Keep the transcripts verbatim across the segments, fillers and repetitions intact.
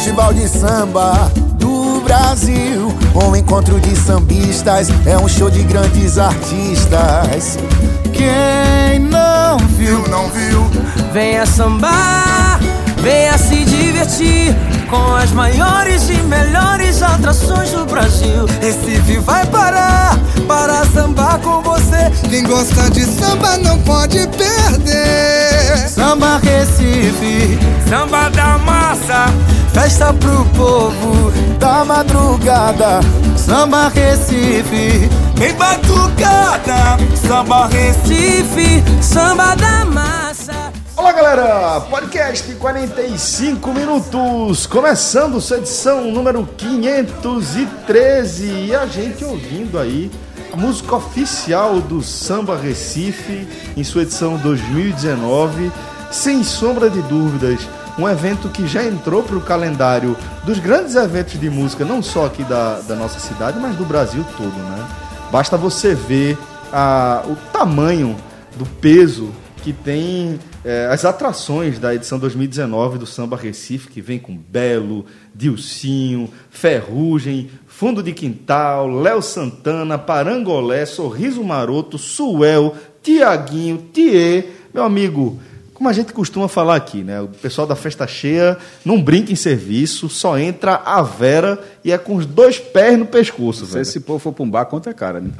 festival de samba do Brasil. Um encontro de sambistas, é um show de grandes artistas. Quem não viu, não viu. Venha sambar, venha se divertir com as maiores e melhores atrações do Brasil. Recife vai parar para sambar com você. Quem gosta de samba não pode perder. Samba Recife, Samba da massa, festa pro povo da madrugada. Samba Recife, bem batucada. Samba Recife, samba da massa. Olá galera, podcast quarenta e cinco minutos, começando sua edição número quinhentos e treze. E a gente ouvindo aí a música oficial do Samba Recife em sua edição dois mil e dezenove. Sem sombra de dúvidas, um evento que já entrou para o calendário dos grandes eventos de música, não só aqui da, da nossa cidade, mas do Brasil todo, né? Basta você ver a, o tamanho do peso que tem é, as atrações da edição dois mil e dezenove do Samba Recife, que vem com Belo, Dilcinho, Ferrugem, Fundo de Quintal, Léo Santana, Parangolé, Sorriso Maroto, Suel, Tiaguinho, Thier. Meu amigo, como a gente costuma falar aqui, né? O pessoal da Festa Cheia não brinca em serviço, só entra a Vera e é com os dois pés no pescoço. Se esse povo for pra um bar, conta é cara, né?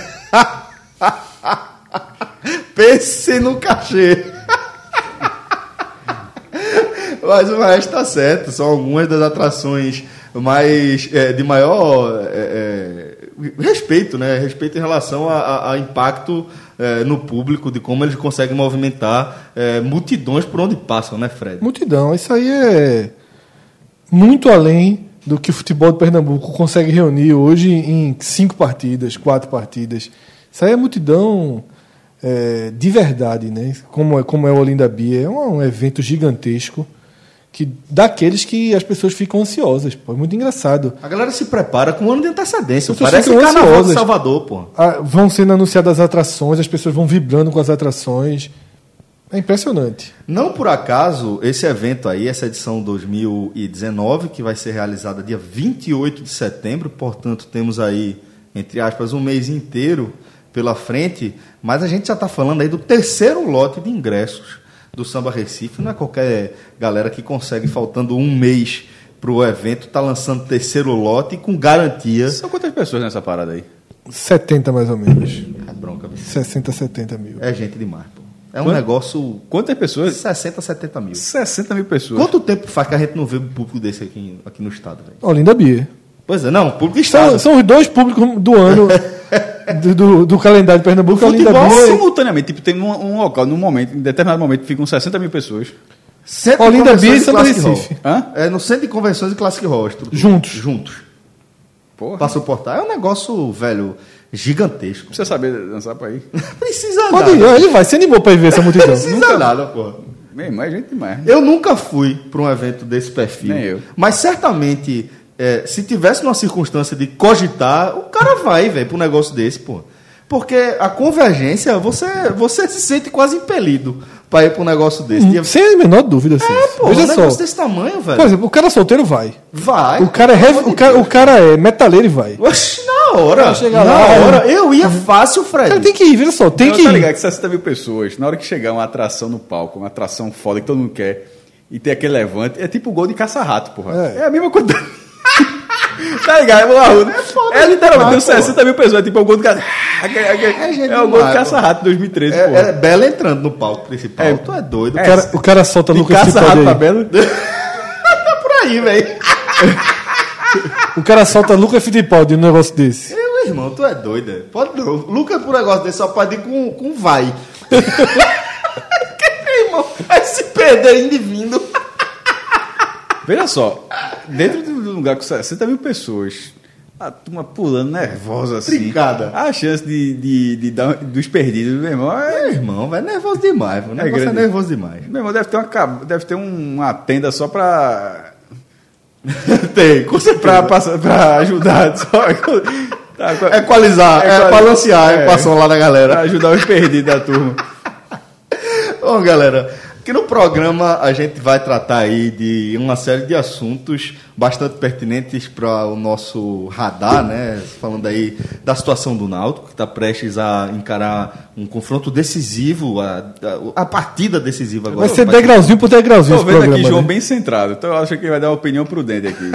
Pense no cachê. Mas o resto tá certo. São algumas das atrações mais, é, de maior é, é, respeito, né? Respeito em relação a, a, a impacto é, no público, de como eles conseguem movimentar é, multidões por onde passam, né, Fred? Multidão. Isso aí é muito além do que o futebol de Pernambuco consegue reunir hoje em cinco partidas, quatro partidas. Isso aí é multidão é, de verdade, né? Como é, como é o Olinda Bia. É um, um evento gigantesco, que, daqueles que as pessoas ficam ansiosas. Pô. É muito engraçado. A galera se prepara com um ano de antecedência. As pessoas Parece ficam Carnaval ansiosas. de Salvador, pô. Ah, vão sendo anunciadas as atrações, as pessoas vão vibrando com as atrações. É impressionante. Não por acaso, esse evento aí, essa edição dois mil e dezenove, que vai ser realizada dia vinte e oito de setembro, portanto temos aí, entre aspas, um mês inteiro pela frente, mas a gente já está falando aí do terceiro lote de ingressos do Samba Recife. Não é qualquer galera que consegue, faltando um mês para o evento, tá lançando terceiro lote com garantia. São quantas pessoas nessa parada aí? setenta mais ou menos. É bronca, bicho. sessenta, setenta mil. É gente demais, pô. É um Quanto? negócio... Quantas pessoas? sessenta, setenta mil. sessenta mil pessoas. Quanto tempo faz que a gente não vê um público desse aqui, aqui no estado, velho? Olinda Bia. Pois é, não, público São, estado. são os dois públicos do ano do, do, do calendário de Pernambuco. O Olinda futebol, Bia. simultaneamente, tipo, tem um, um local, num momento, em determinado momento, ficam sessenta mil pessoas. Centro de Olinda Bia e Convenções Samba Classic Recife. Hall. Hã? É no Centro de Convenções e Classic Hall. Tudo. Juntos. Juntos. Porra. Passa o portal. É um negócio, velho, gigantesco. Precisa saber dançar pra ir. Precisa Pode ir, nada. ele vai, se animou pra ir ver essa multidão. Precisa Nunca- nada, porra. Meu irmão, é gente demais. Eu nunca fui para um evento desse perfil. Nem eu. Mas certamente, é, se tivesse numa circunstância de cogitar, o cara vai, velho, para um negócio desse, pô. Porque a convergência, você, você se sente quase impelido para ir para um negócio desse. Dia- Sem a menor dúvida, assim. É, pô, um Veja negócio só. desse tamanho, velho. Por exemplo, o cara solteiro vai. Vai. O cara é, pelo heavy- amor o de cara, Deus. o cara é metaleiro e vai. Oxi, na hora. Vai chegar na lá, hora. Eu ia fácil, O Fred. cara tem que ir, veja só, tem Não, que tá ir. ligado que sessenta mil pessoas, na hora que chegar uma atração no palco, uma atração foda que todo mundo quer, e ter aquele levante, é tipo o gol de caça-rato, porra. É. É, a mesma coisa. Tá ligado? É, Arruda. é, é literalmente, tem sessenta mil pessoas, é tipo o gol de caça aquele- aquele- É gente É o gol de demais, caça-rato de dois mil e treze, É, porra. é Bela entrando no palco principal. É. Tu é doido. O cara, o cara solta De Lucas caça-rato Fittipaldi pra aí. Belo. Tá por aí, velho. O cara solta Lucas Fittipaldi num negócio desse. Meu irmão, tu é doido. é? Pode não. Lucas, por um negócio desse, só pode ir com, com vai. Meu irmão, vai se perder indo e vindo. Veja só, dentro de um lugar com sessenta mil pessoas, a turma pulando nervosa assim. Trincada. A chance de, de, de dar dos perdidos, meu irmão, é. Meu irmão, velho, nervoso demais. O negócio é, grande. nervoso demais. Meu irmão, deve ter uma, cab- deve ter uma tenda só pra. Tem, com certeza. pra, passar- pra ajudar. Só, tá, Equalizar, é, Equalizar. balancear a É. equação lá da pra galera. ajudar os perdidos da turma. Bom, galera, que no programa a gente vai tratar aí de uma série de assuntos bastante pertinentes para o nosso radar, né? Falando aí da situação do Náutico, que está prestes a encarar um confronto decisivo, a, a, a partida decisiva agora. Vai ser degrauzinho por degrauzinho. Estou vendo programa, aqui João né? bem centrado, então eu acho que ele vai dar uma opinião prudente aqui.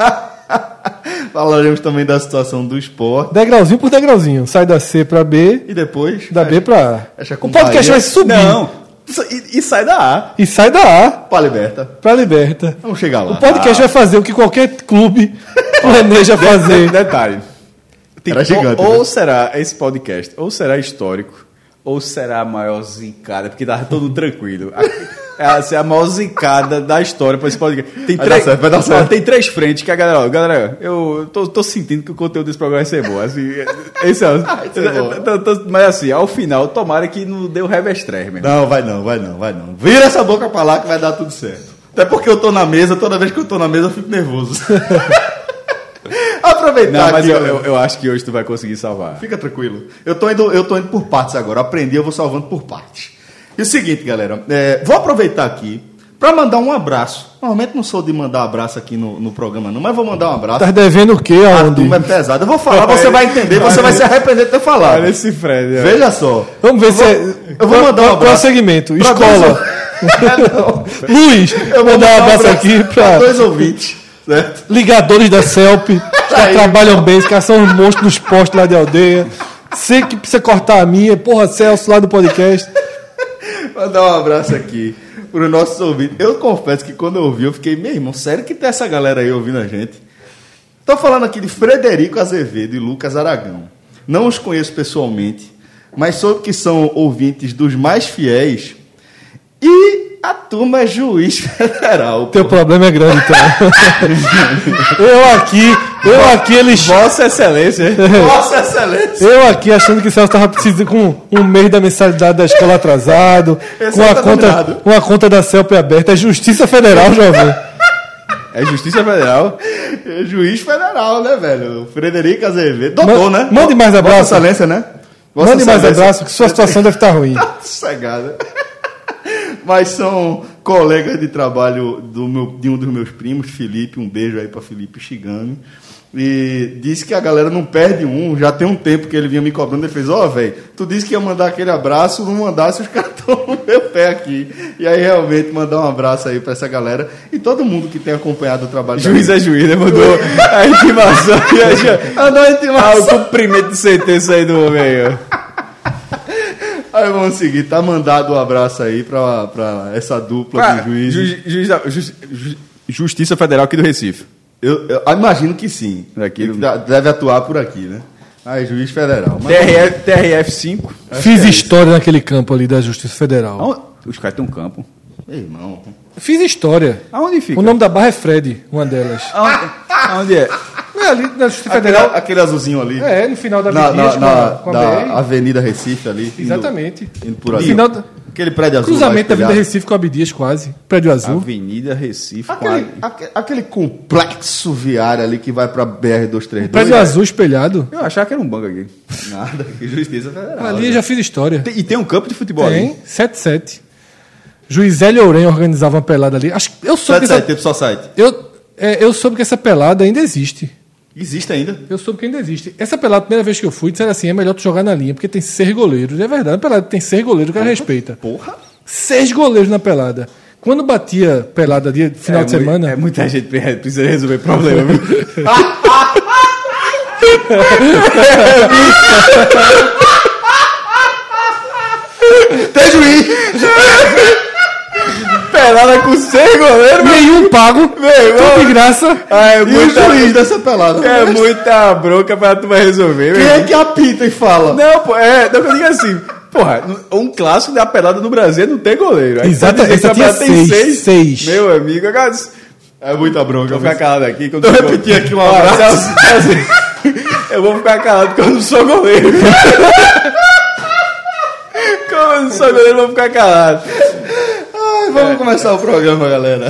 Falaremos também da situação do Sport. Degrauzinho por degrauzinho. Sai da C pra B, E depois? da B pra A. Fecha com O podcast Bahia. vai subir. Não, e, e sai da A. E sai da A Pra Liberta. pra Liberta. Vamos chegar lá. O podcast vai fazer o que qualquer clube planeja fazer. Detalhe. Tem- Era gigante, ou, né? ou será esse podcast, ou será histórico, ou será a maior zicada, porque tava todo tranquilo. A- É assim, a maior zicada da história para esse podcast. Tem Vai três, dar certo, vai dar certo. ó, tem três frentes que a galera, ó, galera, eu tô, tô sentindo que o conteúdo desse programa vai ser bom. Assim, esse é, ser bom. tô- tô- tô- mas assim, ao final, tomara que não dê o revestrez, mesmo. Não, vai não, vai não, vai não. Vira essa boca pra lá que vai dar tudo certo. Até porque eu tô na mesa, toda vez que eu tô na mesa eu fico nervoso. Aproveitar Não, mas aqui, eu, galera. eu, eu acho que hoje tu vai conseguir salvar. Fica tranquilo. Eu tô, indo, eu tô indo por partes agora. Aprendi, eu vou salvando por partes. E o seguinte, galera. é, vou aproveitar aqui para mandar um abraço. Normalmente não sou de mandar abraço aqui no, no programa, não, mas vou mandar um abraço. Tá devendo o quê? A Aonde? turma é pesada. Eu vou falar, você vai entender, você vai se arrepender de ter falado. Olha esse Fred. ó. Veja só. Vamos ver se é. Eu vou mandar um Qual abraço. segmento? pra Escola. dois- Luiz, Eu vou mandar um abraço aqui pra pra dois ouvintes, certo? ligadores da CELP, que Aí. trabalham bem, os caras são os monstros dos postos lá de aldeia. Sei que precisa cortar a minha, porra, Celso lá do podcast. Mandar um abraço aqui para os nossos ouvintes. Eu confesso que quando eu ouvi, eu fiquei, meu irmão, sério que tem essa galera aí ouvindo a gente? Estou falando aqui de Frederico Azevedo e Lucas Aragão. Não os conheço pessoalmente, mas soube que são ouvintes dos mais fiéis. E a turma é juiz federal. Teu problema é grande, então. eu aqui, eu aqui, eles. Vossa Excelência. Nossa Excelência! Eu aqui achando que o Celso tava precisando com um mês da mensalidade da escola atrasado, Esse com aí a tá conta, dominado. com a conta da CELP aberta. É Justiça Federal, jovem. É Justiça Federal. É juiz federal, né, velho? Frederico Azevedo. Doutor, Ma- né? mande mais abraço. Vossa Excelência, né? Vossa Mande mais Excelência. abraço, que sua situação deve estar ruim. Sossegada. Mas são colegas de trabalho do meu, de um dos meus primos, Felipe. Um beijo aí para Felipe Shigami. E disse que a galera não perde um. Já tem um tempo que ele vinha me cobrando. Ele fez: Ó, oh, velho, tu disse que ia mandar aquele abraço, não mandasse, os caras estão no meu pé aqui. E aí, realmente, mandar um abraço aí para essa galera e todo mundo que tem acompanhado o trabalho. Juiz é juiz, né? Mandou a intimação e a gente- Mandou a intimação. Ah, o cumprimento de sentença aí do homem aí, ó. Aí vamos seguir, tá mandado um abraço aí pra, pra essa dupla Pra- de juízes. juiz- juiz da- justi- ju- Justiça Federal aqui do Recife. Eu, eu imagino que sim. Daqui- Que da- deve atuar por aqui, né? Aí, juiz federal. Mas- T R F, T R F cinco. Fiz história naquele campo ali da Justiça Federal. Aonde- Os caras têm um campo. Meu irmão. Fiz história. Aonde fica? O nome da barra é Fred, uma delas. Aonde, aonde é? É ali na Justiça Aquele, Federal. aquele azulzinho ali. É, no final da Na, Avenida na, na- com a da B R. Avenida Recife ali. indo- Exatamente. Indo, por ali. Final da- Aquele prédio azul. lá Cruzamento da Avenida espelhado. Recife com Abdias, quase. Prédio azul. Avenida Recife. com Aquele, a- aque- aquele complexo viário ali que vai pra B R duzentos e trinta e dois. Prédio azul espelhado. Eu achava que era um banco aqui. Nada, que justiça federal. Ali eu já fiz história. Tem- E tem um campo de futebol ali. Tem, sete sete. Juiz Hélio Ourém organizava uma pelada ali. Acho, que- eu, soube Sete, que essa, sete, tempo só site. eu, é, eu soube que essa pelada ainda existe. Existe ainda. Eu soube que ainda existe. Essa pelada, a primeira vez que eu fui, disseram assim: é melhor tu jogar na linha, porque tem seis goleiros. E é verdade, a pelada tem seis goleiros, o cara respeita. Porra. Seis goleiros na pelada. Quando batia pelada dia, final É de mui- semana. É muita gente pre- precisa resolver problema, viu? Tem juiz. Pelada com seis goleiros, meu. Nenhum pago, irmão. tudo de graça. Ah, é E o muita, juiz dessa pelada? é muita bronca pra tu vai resolver, meu. Quem é que apita e fala? Não, pô, é, não, eu digo assim, porra, um clássico da pelada no Brasil não tem goleiro. Aí Exato, tu dizer essa que a tinha pelada seis, seis. Meu amigo, agora, É muita bronca. eu vou ficar mas- calado aqui. Quando Eu eu repeti aqui um Ó, abraço. Celso, Celso, eu vou ficar calado porque eu não sou goleiro. Como eu não sou goleiro, eu vou ficar calado. Ai, vamos começar o programa, galera.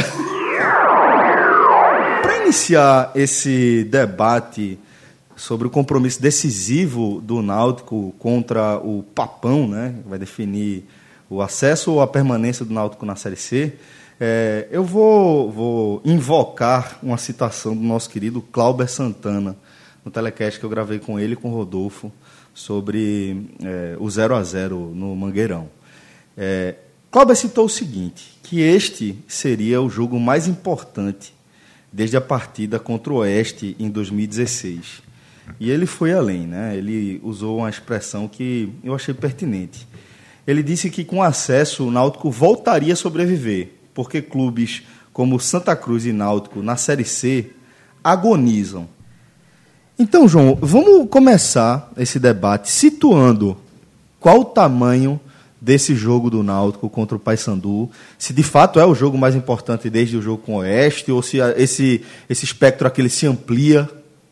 Para iniciar esse debate sobre o compromisso decisivo do Náutico contra o Papão, né? Vai definir o acesso ou a permanência do Náutico na Série C, é, eu vou, vou invocar uma citação do nosso querido Cláudio Santana, no telecast que eu gravei com ele e com o Rodolfo, sobre é, o zero a zero no Mangueirão. É, Cláudio citou o seguinte, que este seria o jogo mais importante desde a partida contra o Oeste em dois mil e dezesseis. E ele foi além, né? Ele usou uma expressão que eu achei pertinente. Ele disse que com acesso o Náutico voltaria a sobreviver, porque clubes como Santa Cruz e Náutico na Série C agonizam. Então, João, vamos começar esse debate situando qual o tamanho desse jogo do Náutico contra o Paysandu, se de fato é o jogo mais importante desde o jogo com o Oeste, ou se esse, esse espectro aqui ele se amplia.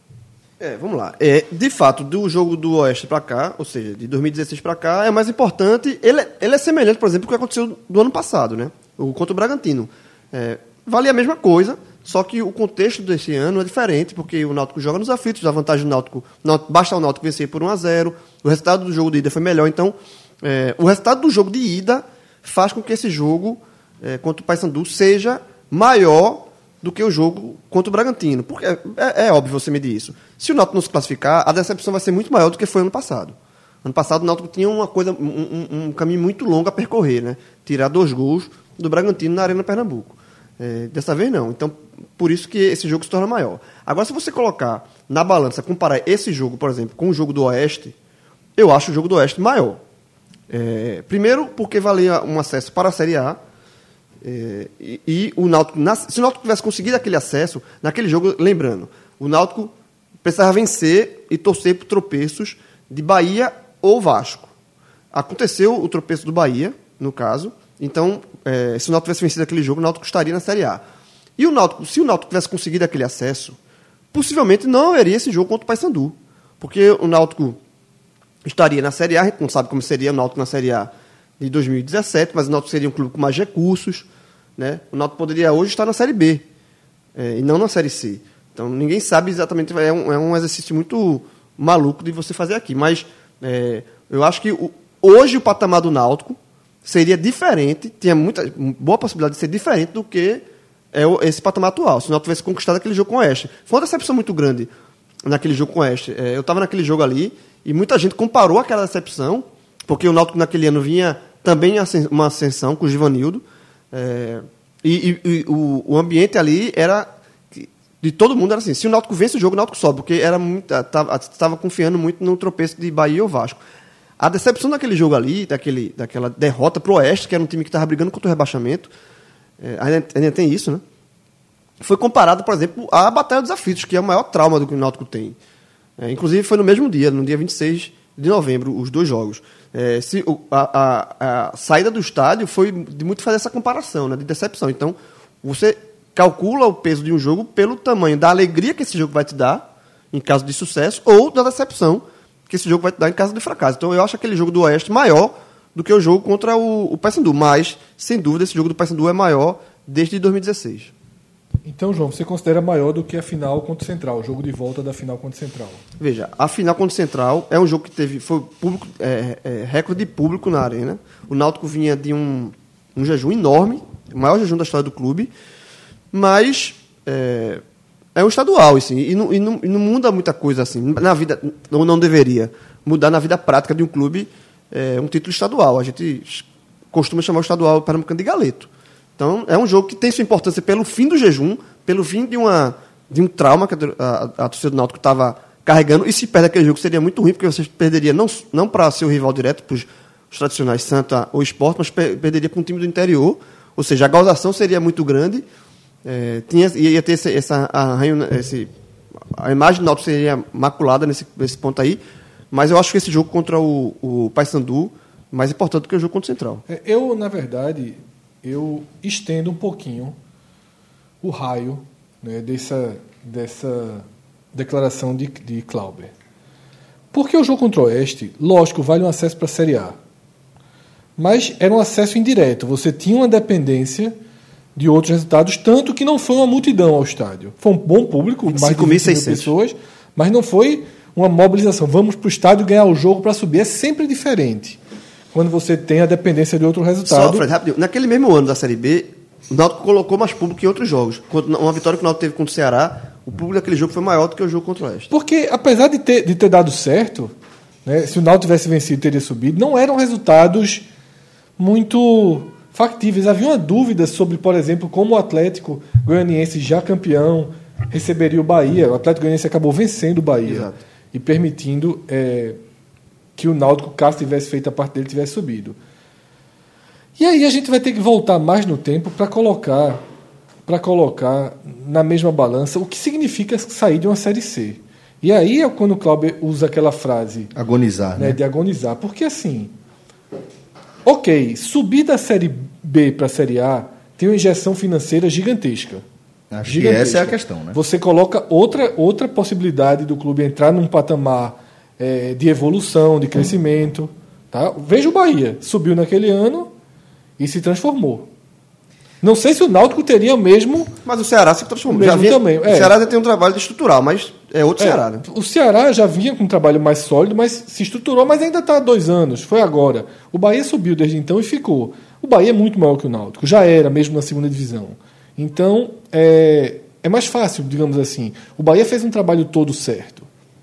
É, vamos lá. É, de fato, do jogo do Oeste para cá, ou seja, de dois mil e dezesseis para cá, é mais importante. Ele, ele é semelhante, por exemplo, ao que aconteceu do ano passado, né? O contra o Bragantino. É, vale a mesma coisa, só que o contexto desse ano é diferente, porque o Náutico joga nos aflitos, a vantagem do Náutico, basta o Náutico vencer por um a zero, o resultado do jogo de ida foi melhor, então é, o resultado do jogo de ida faz com que esse jogo é, contra o Paysandu seja maior do que o jogo contra o Bragantino, porque é, é, é óbvio você medir isso. Se o Náutico não se classificar, a decepção vai ser muito maior do que foi ano passado. Ano passado o Náutico tinha uma coisa, um, um, um caminho muito longo a percorrer, né? Tirar dois gols do Bragantino na Arena Pernambuco. É, dessa vez não. Então, por isso que esse jogo se torna maior. Agora, se você colocar na balança, comparar esse jogo, por exemplo, com o jogo do Oeste, eu acho o jogo do Oeste maior. É, primeiro, porque valia um acesso para a Série A, é, e, e o Náutico, na, se o Náutico tivesse conseguido aquele acesso, naquele jogo, lembrando, o Náutico precisava vencer e torcer por tropeços de Bahia ou Vasco. Aconteceu o tropeço do Bahia, no caso. Então, é, se o Náutico tivesse vencido aquele jogo, o Náutico estaria na Série A. E o Náutico, se o Náutico tivesse conseguido aquele acesso, possivelmente não haveria esse jogo contra o Paysandu. Porque o Náutico estaria na Série A, a gente não sabe como seria o Náutico na Série A de dois mil e dezessete, mas o Náutico seria um clube com mais recursos, né? O Náutico poderia hoje estar na Série B, é, e não na Série C. Então, ninguém sabe exatamente, é um, é um exercício muito maluco de você fazer aqui. Mas é, eu acho que o, hoje o patamar do Náutico seria diferente, tinha muita boa possibilidade de ser diferente do que é esse patamar atual, se o Náutico tivesse conquistado aquele jogo com o Oeste. Foi uma decepção muito grande naquele jogo com o Oeste. É, eu estava naquele jogo ali e muita gente comparou aquela decepção, porque o Náutico naquele ano vinha também uma ascensão com o Givanildo, é, e, e, e o, o ambiente ali era de todo mundo, era assim, se o Náutico vence o jogo, o Náutico sobe, porque era muito, estava confiando muito no tropeço de Bahia ou Vasco. A decepção daquele jogo ali, daquele, daquela derrota pro Oeste, que era um time que estava brigando contra o rebaixamento, é, ainda, ainda tem isso, né? Foi comparado, por exemplo, à Batalha dos Aflitos, que é o maior trauma do que o Náutico tem. É, inclusive, foi no mesmo dia, no dia vinte e seis de novembro, os dois jogos. É, se, a, a, a saída do estádio foi de muito fazer essa comparação, né, de decepção. Então, você calcula o peso de um jogo pelo tamanho da alegria que esse jogo vai te dar, em caso de sucesso, ou da decepção que esse jogo vai te dar em caso de fracasso. Então, eu acho aquele jogo do Oeste maior do que o jogo contra o, o Paysandu. Mas, sem dúvida, esse jogo do Paysandu é maior desde dois mil e dezesseis. Então, João, você considera maior do que a final contra o Central, o jogo de volta da final contra o Central? Veja, a final contra o Central é um jogo que teve foi público, é, é, recorde de público na arena. O Náutico vinha de um, um jejum enorme, o maior jejum da história do clube, mas é, é um estadual, assim, e não, e, não, e não muda muita coisa assim na vida, ou não deveria mudar na vida prática de um clube é, um título estadual. A gente costuma chamar o estadual pernambucano de galeto. Então, é um jogo que tem sua importância pelo fim do jejum, pelo fim de, uma, de um trauma que a, a, a torcida do Náutico estava carregando, e se perde aquele jogo seria muito ruim, porque você perderia não, não para seu rival direto, para os tradicionais Santa ou Sport, mas per, perderia para um time do interior, ou seja, a gaudação seria muito grande, é, tinha, ia ter esse, essa, arranho, esse, a imagem do Náutico seria maculada nesse, nesse ponto aí, mas eu acho que esse jogo contra o, o Paysandu é mais importante do que o jogo contra o Central. Eu, na verdade... eu estendo um pouquinho o raio, né, dessa, dessa declaração de, de Clauber. Porque o jogo contra o Oeste, lógico, vale um acesso para a Série A. Mas era um acesso indireto. Você tinha uma dependência de outros resultados, tanto que não foi uma multidão ao estádio. Foi um bom público, mais de vinte mil pessoas, mas não foi uma mobilização. Vamos para o estádio ganhar o jogo para subir. É sempre diferente. quando você tem a dependência de outro resultado. Só, Fred, rapidinho. Naquele mesmo ano da Série B, o Náutico colocou mais público em outros jogos. Quando- Uma vitória que o Náutico teve contra o Ceará, o público daquele jogo foi maior do que o jogo contra o Oeste. Porque, apesar de ter, de ter dado certo, né, se o Náutico tivesse vencido, teria subido, não eram resultados muito factíveis. Havia uma dúvida sobre, por exemplo, como o Atlético Goianiense, já campeão, receberia o Bahia. O Atlético Goianiense acabou vencendo o Bahia. Exato. E permitindo é, que o Náutico, caso tivesse feito a parte dele, tivesse subido. E aí a gente vai ter que voltar mais no tempo para colocar, para colocar na mesma balança o que significa sair de uma Série C. E aí é quando o Cláudio usa aquela frase, Agonizar, né, né? de agonizar. Porque assim, ok, subir da Série B para a Série A tem uma injeção financeira gigantesca. Acho que essa é a questão, né? Você coloca outra, outra possibilidade do clube entrar num patamar é, de evolução, de crescimento. Tá? Veja o Bahia, subiu naquele ano e se transformou. Não sei se o Náutico teria o mesmo... Mas o Ceará se transformou. O mesmo Já vinha- tamanho, é. O Ceará já tem um trabalho estrutural, mas é outro É, Ceará, né? O Ceará já vinha com um trabalho mais sólido, mas se estruturou, mas ainda está há dois anos. Foi agora. O Bahia subiu desde então e ficou. O Bahia é muito maior que o Náutico. Já era, mesmo na segunda divisão. Então, é, é mais fácil, digamos assim. O Bahia fez um trabalho todo certo.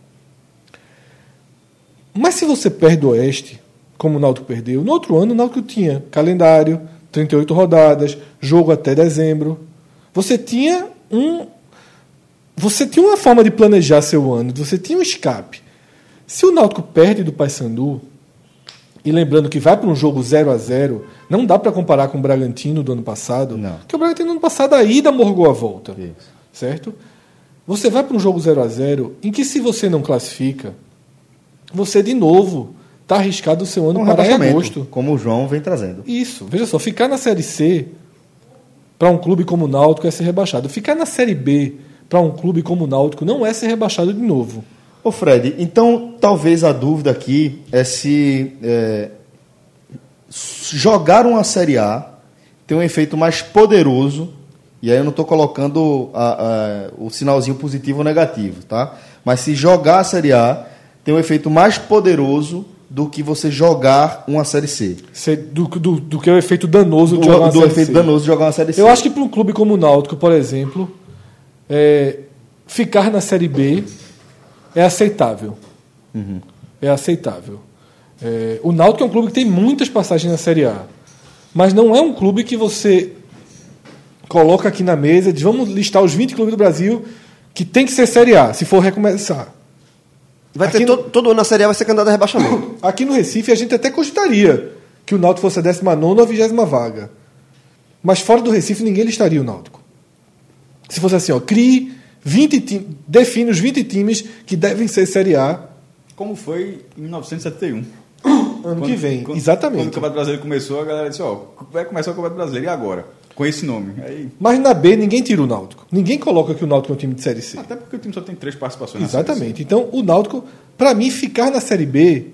Mas se você perde o Oeste, como o Náutico perdeu, no outro ano o Náutico tinha calendário, trinta e oito rodadas, jogo até dezembro. Você tinha um... Você tinha uma forma de planejar seu ano, você tinha um escape. Se o Náutico perde do Paysandu, e lembrando que vai para um jogo zero a zero, não dá para comparar com o Bragantino do ano passado, Não. porque o Bragantino do ano passado a ida morgou a volta. Isso. Certo? Você vai para um jogo zero a zero, em que se você não classifica, você de novo está arriscado o seu ano Um parar em rebaixamento, agosto. como o João vem trazendo. Isso. Veja só, ficar na Série C para um clube como o Náutico é ser rebaixado. Ficar na Série B para um clube como o Náutico não é ser rebaixado de novo. Ô Fred, então talvez a dúvida aqui é se é, jogar uma Série A tem um efeito mais poderoso, e aí eu não estou colocando a- a- o sinalzinho positivo ou negativo, tá? Mas se jogar a Série A tem um efeito mais poderoso do que você jogar uma Série C. Ser- Do, do, do que é o efeito danoso Do, de jogar uma do Série efeito C. danoso de jogar uma Série C. Eu acho que para um clube como o Náutico, por exemplo, é, ficar na Série B é aceitável. É aceitável. É, o Náutico é um clube que tem muitas passagens na Série A, mas não é um clube que você coloca aqui na mesa e diz, vamos listar os vinte clubes do Brasil que tem que ser Série A, se for recomeçar. Vai Aqui ter no- todo, todo ano a Série A vai ser candidato a rebaixamento. Aqui no Recife a gente até cogitaria que o Náutico fosse a décima nona ou a vigésima vaga. Mas fora do Recife ninguém listaria o Náutico. Se fosse assim, ó, crie vinte times, define os vinte times que devem ser Série A Como foi em mil novecentos e setenta e um. ano que vem. Quando, Exatamente. Quando o Campeonato Brasileiro começou, a galera disse, ó, vai começar o Campeonato Brasileiro, e agora? Com esse nome. Aí, Mas na B ninguém tira o Náutico. Ninguém coloca que o Náutico é um time de Série C. até porque o time só tem três participações na Série Exatamente. Então, o Náutico, para mim, ficar na Série B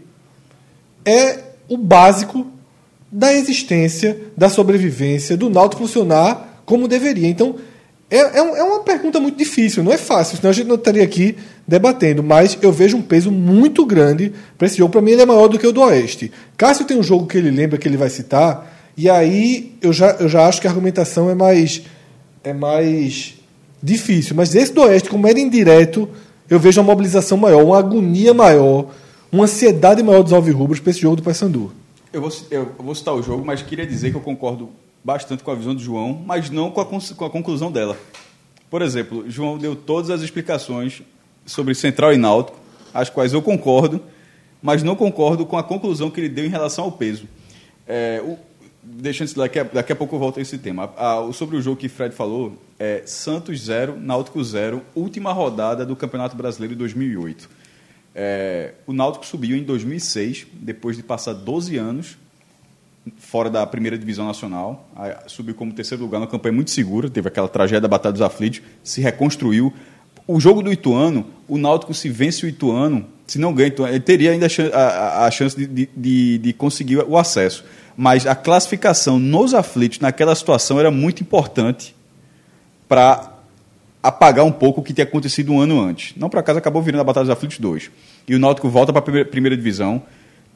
é o básico da existência, da sobrevivência, do Náutico funcionar como deveria. Então, é, é, um- é uma pergunta muito difícil, não é fácil, senão a gente não estaria aqui debatendo, mas eu vejo um peso muito grande para esse jogo. Para mim, ele é maior do que o do Oeste. Cássio tem um jogo que ele lembra que ele vai citar, e aí eu já, eu já acho que a argumentação é mais, é mais difícil. Mas esse do Oeste, como era indireto, eu vejo uma mobilização maior, uma agonia maior, uma ansiedade maior dos alvirrubros para esse jogo do Paysandu. Eu vou, eu vou citar o jogo, mas queria dizer que eu concordo bastante com a visão do João, mas não com a, cons- com a conclusão dela. Por exemplo, o João deu todas as explicações sobre Central e Náutico, as quais eu concordo, mas não concordo com a conclusão que ele deu em relação ao peso. É, o, deixando daqui a, daqui a pouco eu volto a esse tema. A, o- sobre o jogo que Fred falou, é Santos zero, Náutico zero, última rodada do Campeonato Brasileiro de dois mil e oito. É, o Náutico subiu em dois mil e seis, depois de passar doze anos fora da primeira divisão nacional, aí subiu como terceiro lugar numa campanha muito segura, teve aquela tragédia da Batalha dos Aflitos, se reconstruiu. O jogo do Ituano, o Náutico, se vence o Ituano, se não ganha o Ituano, ele teria ainda a chan- a, a- a chance de, de- de, de conseguir o acesso. Mas a classificação nos aflitos, naquela situação, era muito importante para apagar um pouco o que tinha acontecido um ano antes. Não por acaso acabou virando a Batalha dos Aflitos dois. E o Náutico volta para a primeira, primeira divisão,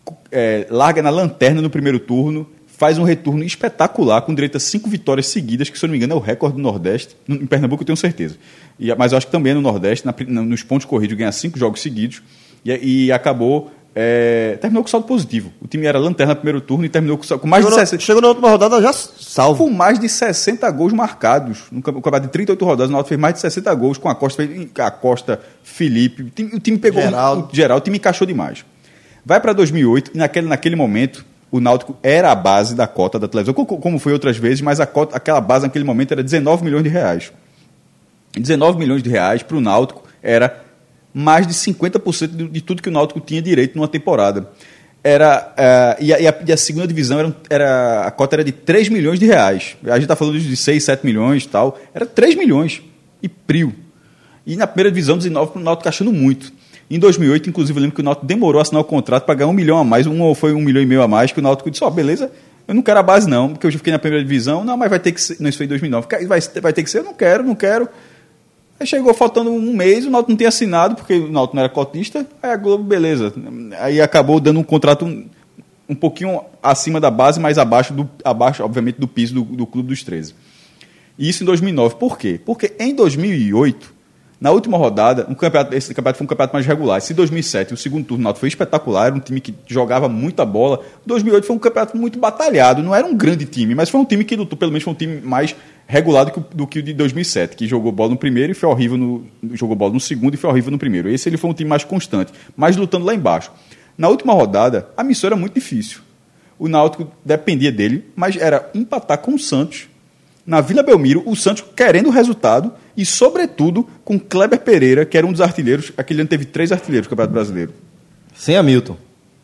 é, larga na lanterna no primeiro turno, faz um retorno espetacular, com direito a cinco vitórias seguidas, que, se eu não me engano, é o recorde do Nordeste. Em Pernambuco eu tenho certeza. E, mas eu acho que também é no Nordeste, na, nos pontos corridos, ganha cinco jogos seguidos e, e acabou... É, terminou com saldo positivo. O time era lanterna no primeiro turno e terminou com, com mais chegou de na, sessenta... Chegou na última rodada já salvo. Com mais de sessenta gols marcados. No campeonato de trinta e oito rodadas, o Náutico fez mais de sessenta gols com a Costa, a Costa Felipe. O time, o time pegou Geraldo. O, geral, o time encaixou demais. Vai para dois mil e oito e naquele, naquele momento o Náutico era a base da cota da televisão, como foi outras vezes, mas a cota, aquela base naquele momento era dezenove milhões de reais. dezenove milhões de reais para o Náutico era mais de cinquenta por cento de, de tudo que o Náutico tinha direito numa temporada. Era, uh, e, a, e, a, e a segunda divisão, era, era, a cota era de três milhões de reais. A gente está falando de seis, sete milhões e tal. Era três milhões. E prio. E na primeira divisão, dezenove, o Náutico achando muito. Em dois mil e oito, inclusive, eu lembro que o Náutico demorou a assinar o contrato para ganhar um milhão a mais. Um ou foi um milhão e meio a mais, que o Náutico disse, ó, oh, beleza, eu não quero a base não, porque eu já fiquei na primeira divisão. Não, mas vai ter que ser... Não, isso foi em dois mil e nove. Vai, vai ter que ser, eu não quero, não quero. Aí chegou faltando um mês, o Náutico não tinha assinado, porque o Náutico não era cotista, aí a Globo, beleza. Aí acabou dando um contrato um, um pouquinho acima da base, mas abaixo, do, abaixo obviamente, do piso do, do Clube dos treze. E isso em dois mil e nove. Por quê? Porque em dois mil e oito, na última rodada, um campeonato, esse campeonato foi um campeonato mais regular. Esse dois mil e sete, o segundo turno do Náutico foi espetacular, era um time que jogava muita bola. dois mil e oito foi um campeonato muito batalhado, não era um grande time, mas foi um time que lutou, pelo menos foi um time mais regulado do que, do que o de dois mil e sete, que jogou bola no primeiro e foi horrível no, jogou bola no segundo e foi horrível no primeiro. Esse ele foi um time mais constante, mas lutando lá embaixo. Na última rodada, a missão era muito difícil. O Náutico dependia dele, mas era empatar com o Santos na Vila Belmiro, o Santos querendo o resultado e, sobretudo, com Kleber Pereira, que era um dos artilheiros. Aquele ano teve três artilheiros do Campeonato Brasileiro. Sem Hamilton.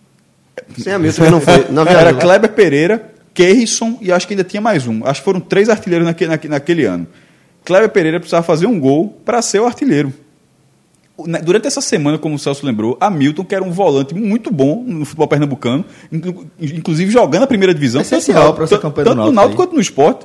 Sem Hamilton, que não foi. Não era Kleber Pereira, Kerrison e acho que ainda tinha mais um. Acho que foram três artilheiros naquele, naquele, naquele ano. Kleber Pereira precisava fazer um gol para ser o artilheiro. Durante essa semana, como o Celso lembrou, Hamilton, que era um volante muito bom no futebol pernambucano, inclusive jogando a primeira divisão. É essencial para essa campanha do Náutico. Tanto no Náutico quanto no Sport.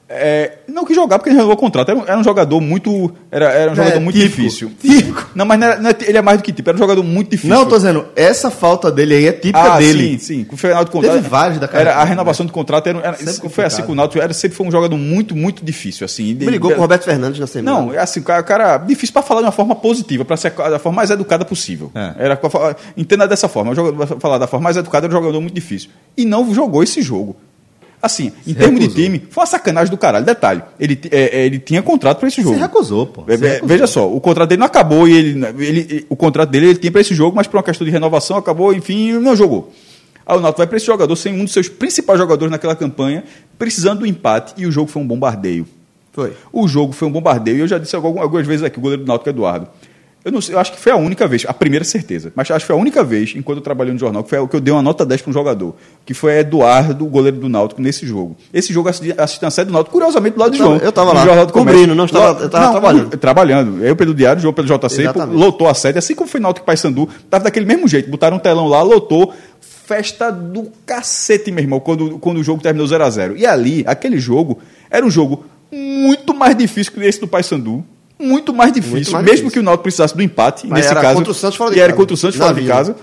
É, não que jogar, porque ele renovou o contrato. Era um, era um jogador muito. Era, era um jogador é, muito típico, difícil. Típico. Não, mas não é, não é, ele é mais do que tipo. Era um jogador muito difícil. Não, tô dizendo, essa falta dele aí é típica ah, dele. Sim, sim. Com o final do contrato. Teve vários da carreira. Era, a renovação do contrato era, era foi assim com o Náutico. Era, sempre foi um jogador muito, muito difícil. Assim, brigou com o Roberto Fernandes na semana. Não, é assim, o cara, cara difícil para falar de uma forma positiva, para ser da forma mais educada possível. É. Era, entenda dessa forma. Para falar da forma mais educada, era um jogador muito difícil. E não jogou esse jogo. Assim, em termos de time, foi uma sacanagem do caralho. Detalhe, ele, é, ele tinha contrato para esse jogo. Se recusou, pô. Se é, recusou. Veja só, o contrato dele não acabou e ele, ele, o contrato dele ele tinha para esse jogo, mas por uma questão de renovação acabou, enfim, não jogou. Aí o Náutico vai para esse jogador sem um dos seus principais jogadores naquela campanha, precisando do empate, e o jogo foi um bombardeio. Foi. O jogo foi um bombardeio, e eu já disse algumas, algumas vezes aqui, o goleiro do Náutico, Eduardo. Eu, não sei, eu acho que foi a única vez, a primeira certeza, mas acho que foi a única vez, enquanto eu trabalhei no jornal, que foi que eu dei uma nota dez para um jogador, que foi Eduardo, o goleiro do Náutico, nesse jogo. Esse jogo assisti, assisti na sede do Náutico, curiosamente, do lado de João. Eu estava lá, cobrindo, não estava, eu estava trabalhando. Trabalhando. Eu pelo Diário, João pelo J C, lotou a sede, assim como foi Náutico e Paysandu, estava daquele mesmo jeito, botaram um telão lá, lotou, festa do cacete, meu irmão, quando, quando o jogo terminou zero a zero. E ali, aquele jogo, era um jogo muito mais difícil que esse do Paysandu. Muito mais difícil, muito mais mesmo difícil. Que o Náutico precisasse do empate, mas nesse era caso, contra o Santos fora de e casa. era contra o Santos fora de casa,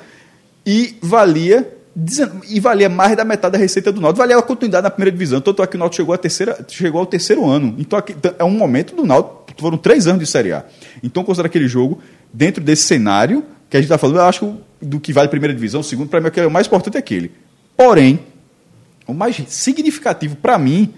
e valia, e valia mais da metade da receita do Náutico, valia a continuidade na primeira divisão, tanto é que o Náutico chegou, a terceira, chegou ao terceiro ano, então aqui, é um momento do Náutico, foram três anos de Série A, então considera aquele jogo, dentro desse cenário, que a gente está falando, eu acho que do que vale a primeira divisão, o segundo, para mim, o mais importante é aquele, porém, o mais significativo para mim,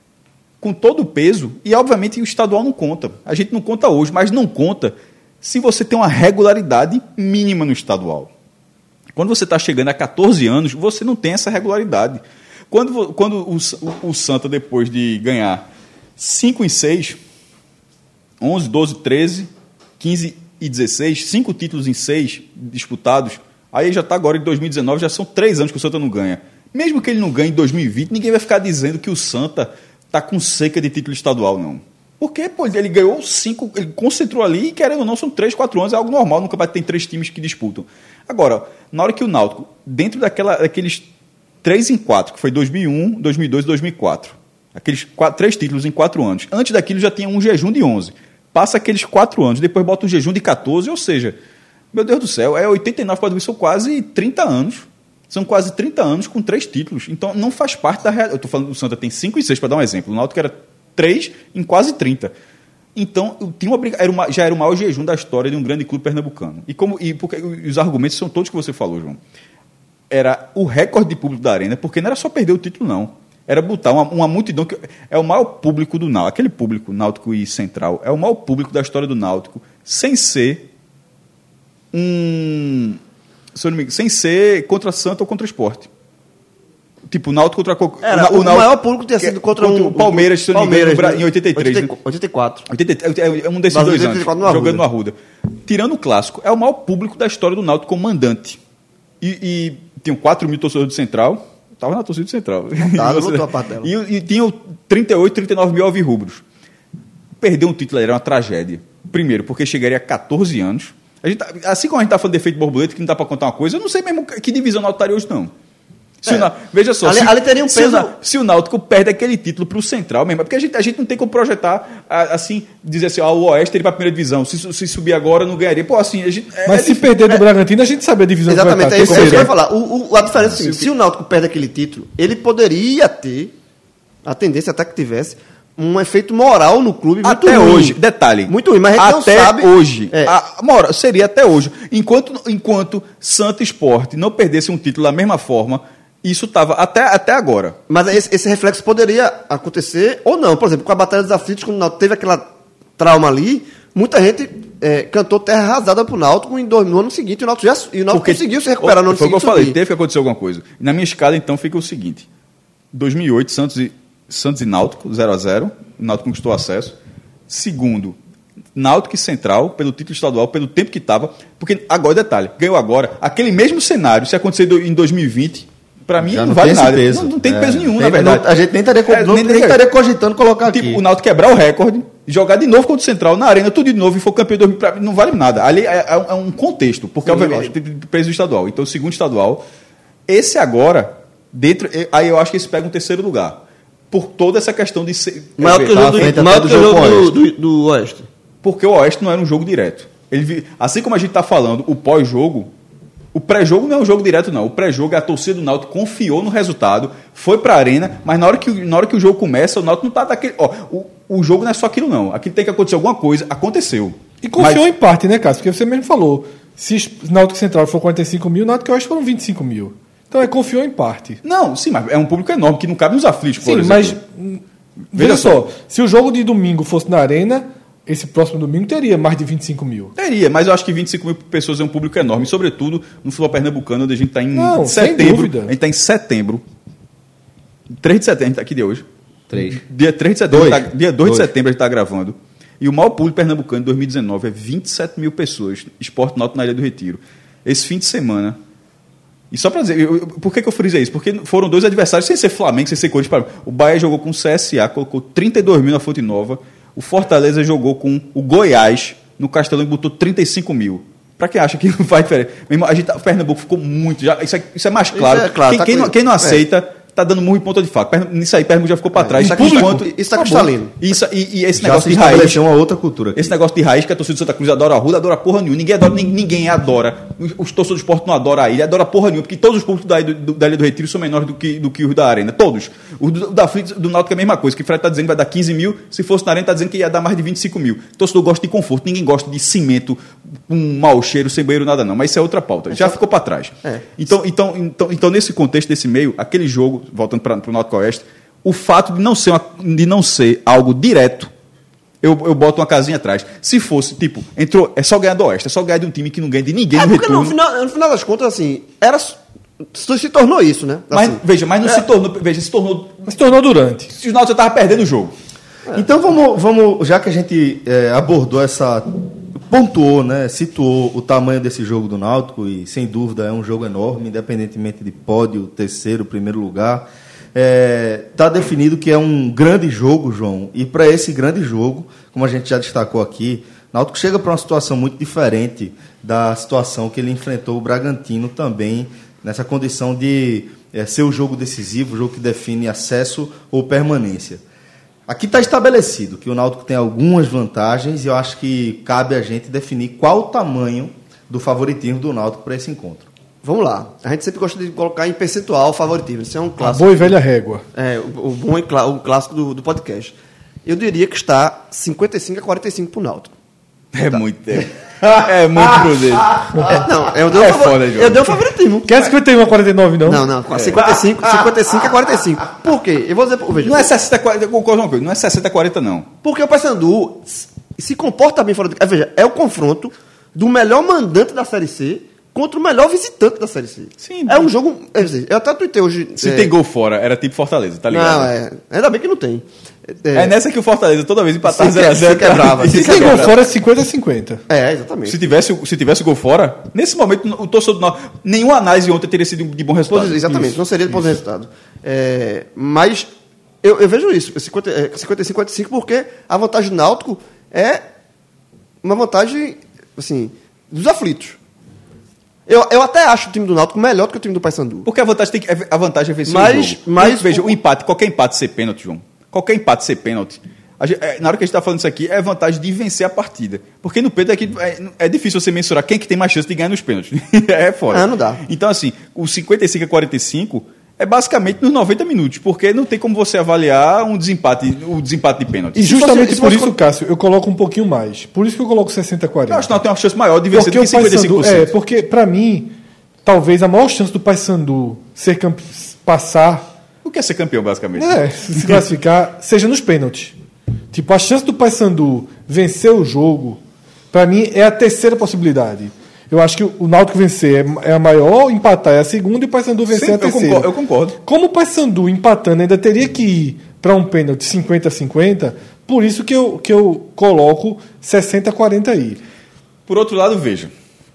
com todo o peso, e obviamente o estadual não conta. A gente não conta hoje, mas não conta se você tem uma regularidade mínima no estadual. Quando você está chegando a catorze anos, você não tem essa regularidade. Quando, quando o, o, o Santa, depois de ganhar cinco em seis, onze, doze, treze, quinze e dezesseis, cinco títulos em seis disputados, aí já está agora em dois mil e dezenove, já são três anos que o Santa não ganha. Mesmo que ele não ganhe em dois mil e vinte, ninguém vai ficar dizendo que o Santa está com seca de título estadual, não. Porque pô, ele ganhou cinco, ele concentrou ali e, querendo ou não, são três, quatro anos, é algo normal, nunca vai ter três times que disputam. Agora, na hora que o Náutico, dentro daquela, daqueles três em quatro, que foi dois mil e um, dois mil e dois e dois mil e quatro, aqueles quatro, três títulos em quatro anos, antes daquilo já tinha um jejum de onze, passa aqueles quatro anos, depois bota um jejum de catorze, ou seja, meu Deus do céu, é oitenta e nove, pode vir, são quase trinta anos São quase trinta anos com três títulos. Então, não faz parte da realidade. Eu estou falando do Santa tem cinco e seis, para dar um exemplo. O Náutico era três em quase trinta. Então, eu tinha uma, era uma, já era o maior jejum da história de um grande clube pernambucano. E, como, e porque, os argumentos são todos que você falou, João. Era o recorde de público da Arena, porque não era só perder o título, não. Era botar uma, uma multidão que é o maior público do Náutico. Aquele público, Náutico e Central, é o maior público da história do Náutico, sem ser um... Se eu não me engano, sem ser contra Santa ou contra o Sport. Tipo, o Náutico contra... Era, o, o, o Náutico, maior público tinha sido contra, contra um, o Palmeiras, se eu não me engano, né? Em oitenta e três. oitenta, oitenta e quatro. oitenta, é um desses Mas dois anos, no jogando no Arruda. Tirando o Clássico, é o maior público da história do Náutico como mandante. E, e tinham quatro mil torcedores do Central. Estava na torcida do Central. Tá, botou a parte dela. E, e tinham trinta e oito, trinta e nove mil alvirrubros. Perder um título era uma tragédia. Primeiro, porque chegaria a catorze anos. A gente, assim como a gente está falando de efeito borboleta, que não dá para contar uma coisa, eu não sei mesmo que divisão o Náutico estaria hoje, não. Se é. o, veja só, ali, se, ali teria um se, peso... o, se o Náutico perde aquele título para o Central mesmo, porque a gente, a gente não tem como projetar, assim, dizer assim, ah, o Oeste ele para a primeira divisão, se, se subir agora não ganharia. Pô, assim, a gente, é, Mas é se difícil, perder do é, Bragantino, a gente sabe a divisão. Exatamente, que é isso que eu ia falar. O, o, a diferença é assim, se o Náutico perde aquele título, ele poderia ter, a tendência até que tivesse, um efeito moral no clube muito até ruim. hoje, detalhe. Muito ruim, mas a gente até não sabe... hoje. É. A, moral, seria até hoje. Enquanto, enquanto Santa Sport não perdesse um título da mesma forma, isso estava até, até agora. Mas esse, esse reflexo poderia acontecer ou não. Por exemplo, com a Batalha dos Aflitos, quando o Náutico teve aquela trauma ali, muita gente é, cantou terra arrasada pro Náutico em dois, no ano seguinte. E o Náutico, já, e o Náutico Porque, conseguiu se recuperar no ano foi seguinte. Foi o que eu falei, teve que acontecer alguma coisa. Na minha escala, então, fica o seguinte. dois mil e oito, Santos e, Santos e Náutico, zero a zero. O Náutico conquistou acesso. Segundo, Náutico e Central, pelo título estadual, pelo tempo que estava. Porque, agora, detalhe, ganhou agora. Aquele mesmo cenário, se acontecer em dois mil e vinte... Para mim, não, não vale nada. Peso. Não, não tem é, peso nenhum, tem, na verdade. Não, a gente nem estaria, é, nem, nem estaria cogitando colocar tipo, aqui. O Náutico quebrar o recorde, jogar de novo contra o Central, na Arena, tudo de novo, e for campeão de dois mil, não vale nada. Ali é, é, é um contexto, porque, sim, obviamente, tem peso estadual. Então, o segundo estadual. Esse agora, dentro, aí eu acho que esse pega um terceiro lugar. Por toda essa questão de ser... Maior que o jogo do, maior do, do, jogo do, do, do Oeste. Porque o Oeste não era um jogo direto. Ele, assim como a gente está falando, o pós-jogo... O pré-jogo não é um jogo direto, não. O pré-jogo, a torcida do Náutico confiou no resultado, foi para a Arena, mas na hora, que, na hora que o jogo começa, o Náutico não está daquele... Ó, o, o jogo não é só aquilo, não. Aqui tem que acontecer alguma coisa. Aconteceu. E confiou mas... em parte, né, Cássio? Porque você mesmo falou, se Náutico Central for quarenta e cinco mil, Náutico e Oeste foram vinte e cinco mil. Então é confiou em parte. Não, sim, mas é um público enorme, que não cabe nos aflitos, por sim, exemplo. Sim, mas... Veja só, se o jogo de domingo fosse na Arena... Esse próximo domingo teria mais de vinte e cinco mil. Teria, mas eu acho que vinte e cinco mil pessoas é um público enorme, sobretudo no futebol pernambucano, onde a gente está em Não, setembro. Sem dúvida. A gente está em setembro. três de setembro, a gente está aqui de hoje. três. Dia três de setembro, dois. Tá, dia dois de setembro a gente está gravando. E o maior público pernambucano de dois mil e dezenove é vinte e sete mil pessoas. Esporte Náutico na Ilha do Retiro. Esse fim de semana. E só para dizer, eu, eu, por que, que eu frisei isso? Porque foram dois adversários, sem ser Flamengo, sem ser Corinthians. O Bahia jogou com o C S A, colocou trinta e dois mil na Fonte Nova. O Fortaleza jogou com o Goiás no Castelão e botou trinta e cinco mil. Pra quem acha que não faz diferença. A gente, o Pernambuco ficou muito. Já, isso, é, isso é mais claro. Isso é claro quem, tá quem, com... não, quem não aceita, está dando murro em ponta de faca. Nisso aí, Pernambuco já ficou para trás. Isso está cristalino. Isso, e, e esse já negócio se de raiz. uma outra cultura aqui. Esse negócio de raiz que a torcida do Santa Cruz adora a Arruda, adora porra nenhuma. Ninguém adora, ninguém adora. Os torcedores do esporte não adoram a ilha, adora porra nenhuma, porque todos os públicos da, do, da Ilha do Retiro são menores do que, do que os da Arena. Todos. O do, da Flix, do Náutico é a mesma coisa. Que o Fred está dizendo que vai dar quinze mil, se fosse na Arena, está dizendo que ia dar mais de vinte e cinco mil. O torcedor gosta de conforto, ninguém gosta de cimento, um mau cheiro, sem banheiro, nada não. Mas isso é outra pauta. Já ficou para trás. É. Então, então, então, então, nesse contexto, desse meio, aquele jogo, voltando para o Náutico Oeste, o fato de não ser, uma, de não ser algo direto, eu, eu boto uma casinha atrás. Se fosse, tipo, entrou, é só ganhar do Oeste, é só ganhar de um time que não ganha de ninguém é no retorno. No final, no final das contas, assim, era, se tornou isso, né? Assim, mas, veja, mas não é. se tornou. Veja, se tornou. Se tornou durante. Se o Náutico já estava perdendo o jogo. É. Então vamos, vamos, já que a gente é, abordou essa. Pontuou, né? Situou o tamanho desse jogo do Náutico, e sem dúvida é um jogo enorme, independentemente de pódio, terceiro, primeiro lugar. Está é, definido que é um grande jogo, João, e para esse grande jogo, como a gente já destacou aqui, o Náutico chega para uma situação muito diferente da situação que ele enfrentou o Bragantino também, nessa condição de é, ser o jogo decisivo, o jogo que define acesso ou permanência. Aqui está estabelecido que o Náutico tem algumas vantagens e eu acho que cabe a gente definir qual o tamanho do favoritismo do Náutico para esse encontro. vamos lá. A gente sempre gosta de colocar em percentual o favoritismo. Isso é um A clássico. boa e velha régua. É, o, o bom e clá- o clássico do, do podcast. Eu diria que está cinquenta e cinco a quarenta e cinco pro Náutico. É muito tempo. É muito prudente. É, não, eu dei um, É favor- foda, João. eu dei um favoritismo. Quer cinquenta e um a quarenta e nove, não? Não, não, cinquenta e cinco, cinquenta e cinco a quarenta e cinco. Por quê? Eu vou dizer, veja, Não é sessenta a quarenta, eu concordo com uma coisa, não é sessenta a quarenta, não. porque o Paysandu se- se comporta bem fora de casa. Veja, é o confronto do melhor mandante da Série C contra o melhor visitante da Série C. Sim. É um jogo. quer dizer, eu até tuitei hoje. Se é, tem gol fora, era tipo Fortaleza, tá ligado? Não, é. Ainda bem que não tem. É nessa que o Fortaleza toda vez empatava Se zero a que- zero. se quebrava, Se se tem gol quebrava. fora, é cinquenta a cinquenta. É, exatamente. Se tivesse, se tivesse gol fora, nesse momento o torcedor do Náutico, nenhuma análise ontem teria sido de bom resultado. Pois, exatamente, Isso. não seria de bom resultado. É, mas eu, eu vejo isso, cinquenta, é, cinquenta e cinco a cinquenta e cinco, porque a vantagem do Náutico é uma vantagem, assim, dos aflitos. Eu, eu até acho o time do Náutico melhor do que o time do Paysandu. Porque a vantagem, tem que, a vantagem é vencer Mas- o jogo. mas veja, o- o empate, qualquer empate ser pênalti, João. Qualquer empate ser pênalti. A gente- é, na hora que a gente está falando isso aqui, é vantagem de vencer a partida. Porque no pênalti é, que- é, é difícil você mensurar quem que tem mais chance de ganhar nos pênaltis. É fora. Ah, não dá. Então, assim, o cinquenta e cinco a quarenta e cinco é basicamente nos noventa minutos, porque não tem como você avaliar um desempate, o desempate de pênalti. E se justamente fosse- se por fosse- isso, Cássio, eu coloco um pouquinho mais. Por isso que eu coloco sessenta a quarenta. Eu acho que não tem uma chance maior de vencer Porque do o que cinquenta e cinco por Paysandu, cento. é, porque pra mim, talvez a maior chance do Paysandu ser campe... passar, O que é ser campeão, basicamente? é, se classificar, seja nos pênaltis. Tipo, a chance do Paysandu vencer o jogo, pra mim, é a terceira possibilidade. Eu acho que o Náutico vencer é é a maior, empatar é a segunda e o Paysandu vencer Sim, é a eu terceira. concordo, eu concordo. Como o Paysandu empatando ainda teria que ir para um pênalti cinquenta a cinquenta, por isso que eu, que eu coloco sessenta a quarenta aí. Por outro lado, veja,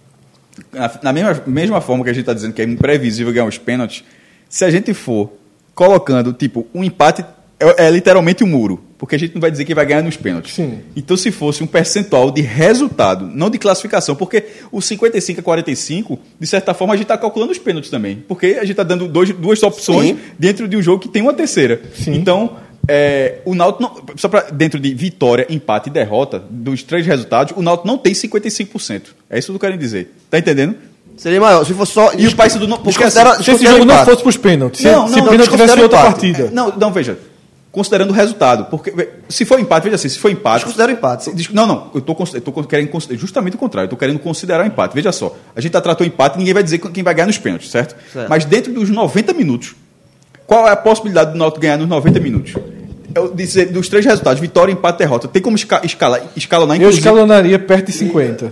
na, na mesma, mesma forma que a gente está dizendo que é imprevisível ganhar os pênaltis, se a gente for colocando, tipo, um empate é, é literalmente um muro, porque a gente não vai dizer que vai ganhar nos pênaltis. Sim. Então, se fosse um percentual de resultado, não de classificação, porque o cinquenta e cinco a quarenta e cinco, de certa forma, a gente está calculando os pênaltis também, porque a gente está dando dois, duas opções Sim. dentro de um jogo que tem uma terceira. Sim. Então, é, o Náutico, não, só para dentro de vitória, empate e derrota, dos três resultados, o Náutico não tem cinquenta e cinco por cento. É isso que eu quero dizer. Tá entendendo? Seria maior. Se fosse só. E o Paysandu não... Porque Desconsidera- assim, Se esse desconsidera jogo não empate. fosse para os pênaltis, se, Não, se não, o pênalti tivesse desconsidera outra empate. partida. Não, não, veja. Considerando o resultado. Porque ve- se for empate, veja assim, se for empate. Desconsidera o empate. se- dis- Não, não. Eu estou querendo considerar justamente o contrário. Eu estou querendo considerar o empate. Veja só. A gente tá tratou o empate e ninguém vai dizer quem vai ganhar nos pênaltis, certo? Certo. Mas dentro dos noventa minutos, qual é a possibilidade do Náutico ganhar nos noventa minutos? Eu dizer, dos três resultados, vitória, empate, derrota. Tem como esca escalar, escalonar, Eu inclusive. escalonaria perto de cinquenta.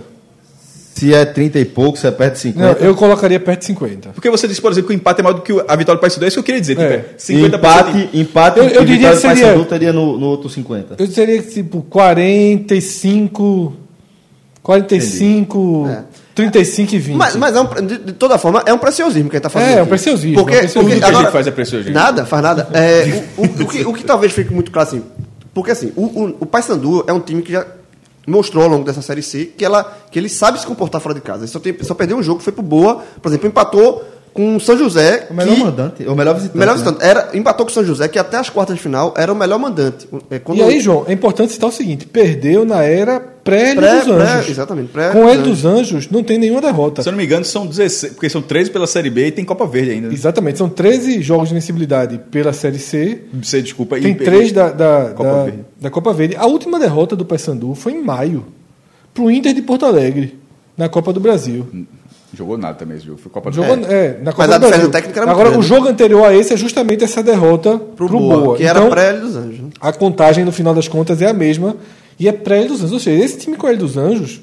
Se é trinta e pouco, se é perto de Não, cinquenta. eu colocaria perto de cinquenta. Porque você disse, por exemplo, que o empate é maior do que a vitória do Paysandu. É isso que eu queria dizer. É. Tipo, é cinquenta por cento. Empate, empate Eu- eu e diria vitória que do seria- Paysandu teria no, no outro cinquenta. Eu diria que tipo quarenta e cinco, quarenta e cinco, É. trinta e cinco e vinte. Mas, mas é um, de, de toda forma, é um preciosismo que ele está fazendo. É, é um aqui. preciosismo, Porque, é um preciosismo. porque Tudo que a gente agora- faz é preciosismo. Nada, faz nada. É, o, o, o que, o que talvez fique muito claro assim. Porque assim, o, o, o Paysandu é um time que já mostrou ao longo dessa Série C que, ela, que ele sabe se comportar fora de casa. Ele só, tem, só perdeu um jogo, foi pro Boa, por exemplo, empatou com o São José. O melhor que, mandante, o melhor visitante. melhor né? visitante. Era, empatou com o São José, que até as quartas de final era o melhor mandante. É, quando- E aí, João, é importante citar o seguinte: perdeu na era pré-Hélio Pré- dos pré- Anjos. exatamente, pré- Com Hélio dos Anjos não tem nenhuma derrota. Se eu não me engano, são dezesseis, porque são treze pela Série B e tem Copa Verde ainda. Exatamente, são treze jogos de invencibilidade pela Série C. Você desculpa. Tem e- três da, da, Copa da, Verde. da Copa Verde. A última derrota do Paysandu foi em maio, pro Inter de Porto Alegre, na Copa do Brasil. Jogou nada também esse jogo. Foi Copa do Jogou, Brasil. é, na Copa Mas a do Brasil. diferença técnica era muito Agora, grande, o jogo anterior a esse é justamente essa derrota pro, pro Boa. Boa, que era Então, pré dos Anjos. né? a contagem, no final das contas, é a mesma. E é pré dos Anjos. Ou seja, esse time com Hélio dos Anjos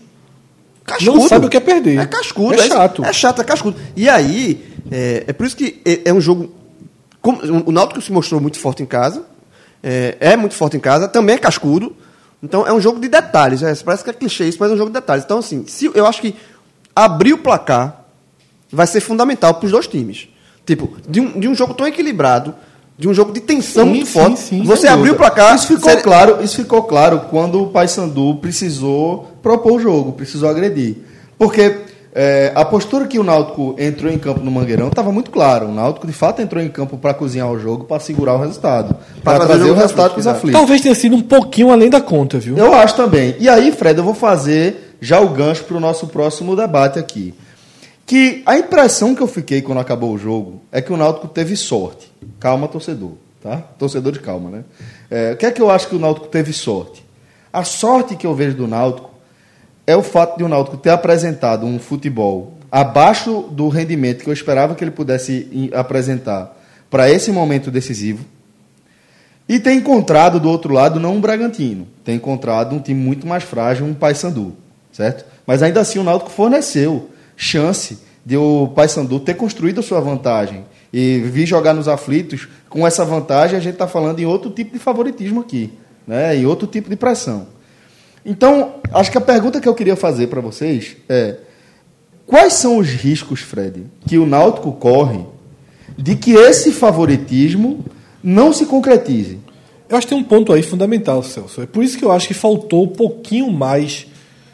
não sabe o que é perder. É cascudo. É chato. É chato, é cascudo. E aí, é, é por isso que é, é um jogo... como- o Náutico se mostrou muito forte em casa. É, é muito forte em casa. Também é cascudo. Então, é um jogo de detalhes. É, parece que é clichê isso, mas é um jogo de detalhes. Então, assim, se, eu acho que abrir o placar vai ser fundamental para os dois times. Tipo, de um, de um jogo tão equilibrado, de um jogo de tensão Sim, muito sim, forte, sim, você Sem abrir o dúvida. placar... Isso ficou, seria- claro, isso ficou claro quando o Paysandu precisou propor o jogo, precisou agredir. Porque é, a postura que o Náutico entrou em campo no Mangueirão estava muito clara. O Náutico, de fato, entrou em campo para cozinhar o jogo, para segurar o resultado. Para trazer trazer o o jogo resultado aflitos, para os exato. aflitos. Talvez tenha sido um pouquinho além da conta, viu? Eu acho também. E aí, Fred, eu vou fazer já o gancho para o nosso próximo debate aqui. que a impressão que eu fiquei quando acabou o jogo é que o Náutico teve sorte. Calma, torcedor, tá? Torcedor de calma, né? É, o que é que eu acho que o Náutico teve sorte? A sorte que eu vejo do Náutico é o fato de o Náutico ter apresentado um futebol abaixo do rendimento que eu esperava que ele pudesse apresentar para esse momento decisivo e ter encontrado do outro lado não um Bragantino, ter encontrado um time muito mais frágil, um Paysandu, certo? Mas ainda assim o Náutico forneceu chance de o Paysandu ter construído a sua vantagem e vir jogar nos aflitos com essa vantagem. A gente está falando em outro tipo de favoritismo aqui, né? Em outro tipo de pressão. Então, acho que a pergunta que eu queria fazer para vocês é: quais são os riscos, Fred, que o Náutico corre de que esse favoritismo não se concretize? Eu acho que tem um ponto aí fundamental, Celso. É por isso que eu acho que faltou um pouquinho mais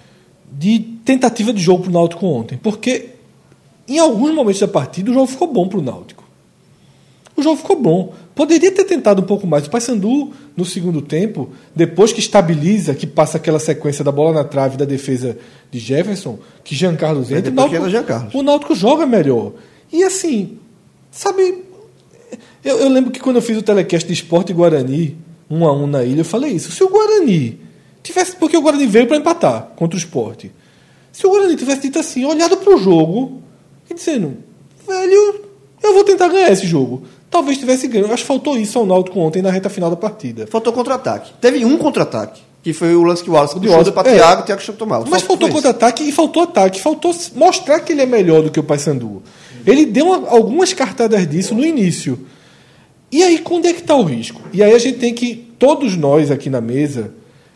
de tentativa de jogo para o Náutico ontem. Porque em alguns momentos da partida o jogo ficou bom para o Náutico. O jogo ficou bom. Poderia ter tentado um pouco mais. O Paysandu, no segundo tempo, depois que estabiliza, que passa aquela sequência da bola na trave da defesa de Jefferson, que Jean Carlos entra, é o, Náutico, Jean Carlos. o Náutico joga melhor. E assim, sabe, eu, eu lembro que quando eu fiz o telecast de Sport e Guarani, um a um na ilha, eu falei isso. Se o Guarani tivesse, porque o Guarani veio para empatar contra o Sport, se o Guarani tivesse dito assim, olhado para o jogo e dizendo, velho, eu vou tentar ganhar esse jogo, talvez tivesse ganho. Eu acho que faltou isso ao Náutico ontem na reta final da partida. Faltou contra-ataque. Teve um contra-ataque, que foi o lance que o Wallace O puxou Wallace, para é. Thiago, o Thiago chutou mal. Mas Faltou faltou isso. contra-ataque e faltou ataque. Faltou mostrar que ele é melhor do que o Paysandu. Ele deu uma, algumas cartadas disso no início. E aí, quando é que está o risco? E aí a gente tem que, todos nós aqui na mesa,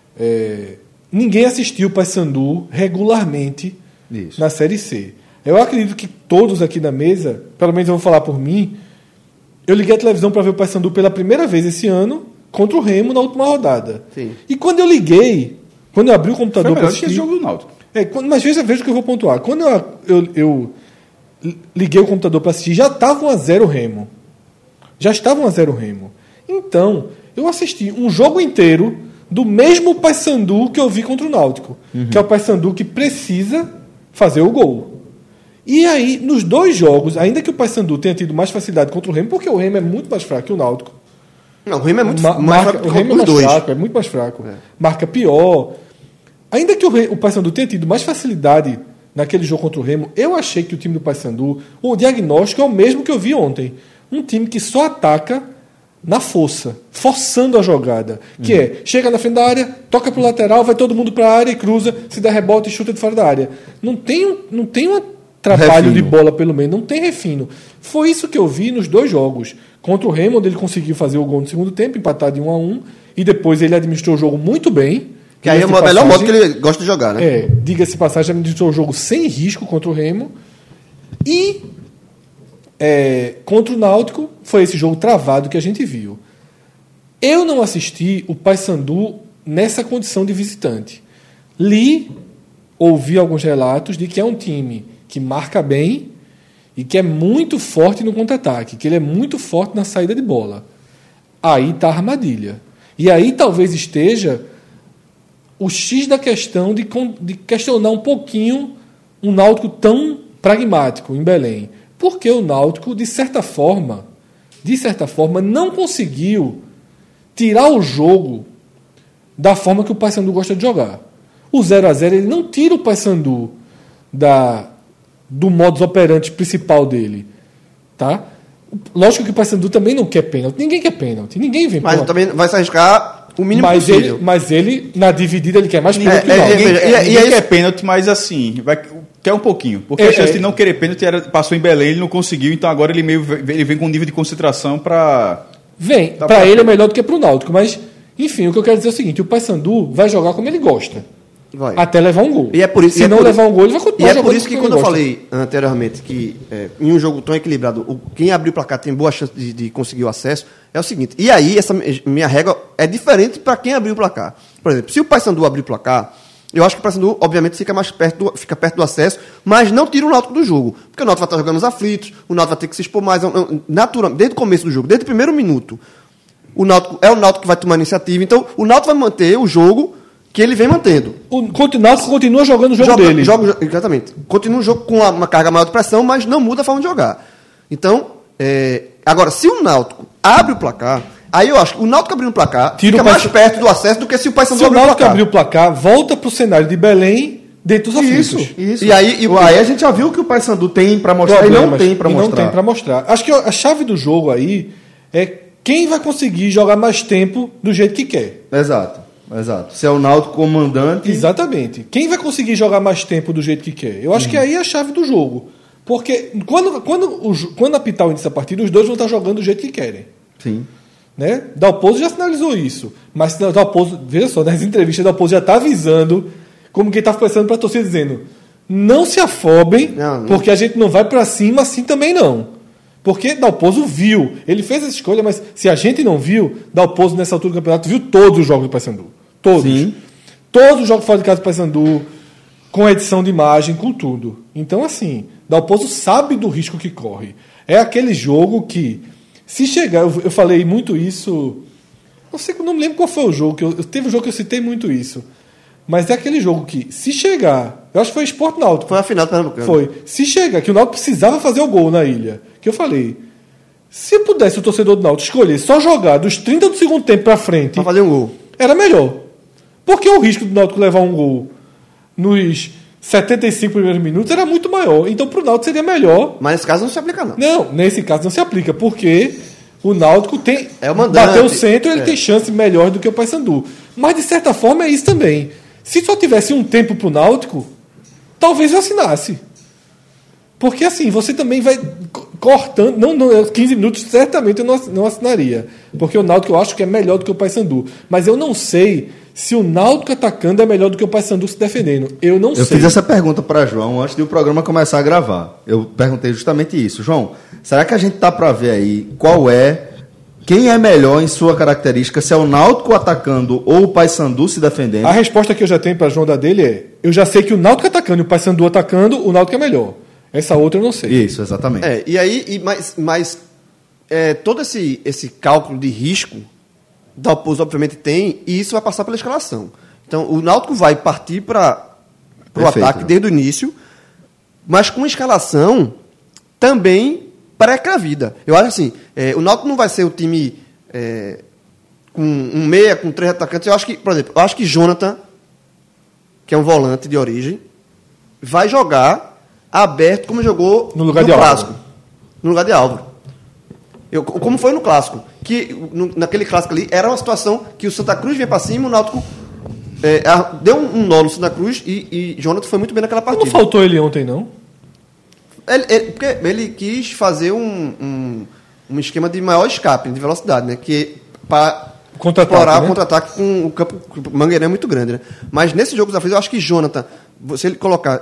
é, ninguém assistiu o Paysandu regularmente Isso. na Série C. Eu acredito que todos aqui na mesa, pelo menos eu vou falar por mim, eu liguei a televisão para ver o Paysandu pela primeira vez esse ano contra o Remo na última rodada. Sim. E quando eu liguei, quando eu abri o computador Foi para melhor que esse assistir... jogo do Náutico. É, quando, mas veja, veja o que eu vou pontuar. Quando eu, eu, eu liguei o computador para assistir, já estava um a zero Remo. Já estava um a zero Remo. Então, eu assisti um jogo inteiro do mesmo Paysandu que eu vi contra o Náutico. Uhum. Que é o Paysandu que precisa fazer o gol. E aí, nos dois jogos, ainda que o Paysandu tenha tido mais facilidade contra o Remo, porque o Remo é muito mais fraco que o Náutico. Não, o Remo é muito Ma- mais marca, fraco o que Remo é os mais dois. fraco, é muito mais fraco. É. Marca pior. Ainda que o, Re- o Paysandu tenha tido mais facilidade naquele jogo contra o Remo, eu achei que o time do Paysandu, o diagnóstico é o mesmo que eu vi ontem. Um time que só ataca na força, forçando a jogada. Que uhum. é, chega na frente da área, toca pro lateral, vai todo mundo para a área e cruza, se der rebote e chuta de fora da área. Não tem, não tem um trabalho refino de bola pelo meio, não tem refino. Foi isso que eu vi nos dois jogos. Contra o Remo, onde ele conseguiu fazer o gol no segundo tempo, empatar de um a um, e depois ele administrou o jogo muito bem. Que aí é o melhor modo que ele gosta de jogar, né? É, diga-se passagem, administrou o jogo sem risco contra o Remo. E é, contra o Náutico, foi esse jogo travado que a gente viu. Eu não assisti o Paysandu nessa condição de visitante. Li, ouvi alguns relatos de que é um time que marca bem e que é muito forte no contra-ataque, que ele é muito forte na saída de bola. Aí está a armadilha. E aí talvez esteja o X da questão de, de questionar um pouquinho um Náutico tão pragmático em Belém. Porque o Náutico, de certa forma, de certa forma, não conseguiu tirar o jogo da forma que o Paysandu gosta de jogar. O zero a zero ele não tira o Paysandu da, do modus operandi principal dele. Tá? Lógico que o Paysandu também não quer pênalti. Ninguém quer pênalti. Ninguém vem. Mas também vai se arriscar o mínimo mas possível. Ele, mas ele, na dividida, ele quer mais pênalti É, que o é, Náutico. Ninguém, é, ninguém e é quer isso- pênalti, mas assim, vai, quer um pouquinho. Porque É, a chance é. de não querer pênalti era, passou em Belém, ele não conseguiu, então agora ele meio ele vem com um nível de concentração para. Vem, Tá para pra- ele é melhor do que para o Náutico. Mas, enfim, o que eu quero dizer é o seguinte: o Paysandu vai jogar como ele gosta. Vai. Até levar um gol. E é por isso, Se e é não por levar isso- um gol, ele vai E continuar é jogando por isso que como quando ele eu gosta. falei anteriormente que é, em um jogo tão equilibrado, o, quem abriu o placar tem boa chance de, de conseguir o acesso, é o seguinte. E aí, essa minha regra é diferente para quem abriu o placar. Por exemplo, se o Paysandu abrir o placar, eu acho que o Paysandu, obviamente, fica mais perto do, fica perto do acesso, mas não tira o Náutico do jogo. Porque o Náutico vai estar jogando os aflitos, o Náutico vai ter que se expor mais. é um- é um- natural, desde o começo do jogo, desde o primeiro minuto, o Náutico, é o Náutico que vai tomar a iniciativa. Então, o Náutico vai manter o jogo que ele vem mantendo. O Náutico continua jogando o jogo Joga, dele. Joga, exatamente. Continua um jogo com uma, uma carga maior de pressão, mas não muda a forma de jogar. Então, é, agora, se o Náutico abre o placar, aí eu acho que o Náutico abrindo o placar Tira fica o mais Paysandu- perto do acesso do que se o Paysandu Se o abrir o Náutico placar. abrir o placar, volta pro cenário de Belém dentro dos aflitos. Isso, isso. E aí- e o- aí a gente já viu que o Paysandu tem pra mostrar e não Problemas, tem pra e mostrar. não tem pra mostrar. Acho que a chave do jogo aí é quem vai conseguir jogar mais tempo do jeito que quer. Exato, exato. Se é o Náutico comandante... Exatamente. Quem vai conseguir jogar mais tempo do jeito que quer? Eu acho que aí é a chave do jogo. Porque quando, quando, o, jo- quando apitar o início da partida, os dois vão estar jogando do jeito que querem. Sim. Né? Dalpozo já sinalizou isso. Mas Dalpozo, veja só, nas entrevistas, Dalpozo já está avisando, como quem está pensando para a torcida, dizendo: não se afobem, Não, não. porque a gente não vai para cima assim também não. Porque Dalpozo viu, ele fez essa escolha, mas se a gente não viu, Dalpozo nessa altura do campeonato viu todos os jogos do Paysandu. Todos. Sim. Todos os jogos fora de casa do Paysandu, com edição de imagem, com tudo. Então, assim, Dalpozo sabe do risco que corre. É aquele jogo que, se chegar, eu, eu falei muito isso, não sei, não me lembro qual foi o jogo, que eu, eu- teve um jogo que eu citei muito isso, mas é aquele jogo que, se chegar, eu acho que foi Sport Náutico, Foi a final do Pernambucano. foi, se chegar, que o Náutico precisava fazer o gol na ilha, que eu falei, se pudesse o torcedor do Náutico escolher só jogar dos trinta do segundo tempo pra frente, Pra fazer um gol. era melhor. Porque o risco do Náutico levar um gol nos setenta e cinco primeiros minutos era muito maior. Então, pro Náutico seria melhor. Mas nesse caso não se aplica, não. Não, nesse caso não se aplica, porque o Náutico tem. É o mandante. Bateu o centro, ele É. tem chance melhor do que o Paysandu. Mas, de certa forma, é isso também. Se só tivesse um tempo pro Náutico, talvez eu assinasse. Porque assim, você também vai co- cortando. Não, não, quinze minutos certamente eu não ass- não assinaria. Porque o Náutico eu acho que é melhor do que o Paysandu. Mas eu não sei se o Náutico atacando é melhor do que o Paysandu se defendendo. Eu não Eu sei. fiz essa pergunta para João antes do programa começar a gravar. Eu perguntei justamente isso. João, será que a gente tá para ver aí qual é, quem é melhor em sua característica, se é o Náutico atacando ou o Paysandu se defendendo? A resposta que eu já tenho para João da dele é: eu já sei que o Náutico atacando e o Paysandu atacando, o Náutico é melhor. Essa outra eu não sei. Isso, exatamente. É, e aí, e, mas, mas é, todo esse, esse cálculo de risco, Dalpozo obviamente tem, e isso vai passar pela escalação. Então, o Náutico vai partir para o Perfeito, ataque né? desde o início, mas com escalação também pré-cravida. Eu acho assim, é, o Náutico não vai ser o time é, com um meia, com três atacantes. Eu acho que, por exemplo, eu acho que Jonathan, que é um volante de origem, vai jogar aberto como jogou No lugar de Álvaro. clássico. No lugar de Álvaro. Eu, como foi no clássico. Que no- naquele clássico ali era uma situação que o Santa Cruz vinha para cima, o Náutico é, a- deu um, um nó no Santa Cruz e, e Jonathan foi muito bem naquela partida. Não faltou ele ontem, não? Ele, ele- porque ele quis fazer um, um, um esquema de maior escape, de velocidade, né? Que para Contra-ataque, explorar né? o contra-ataque com o campo. O Mangueirão é muito grande, né? Mas nesse jogo dos aflitos, eu acho que Jonathan, se ele colocar.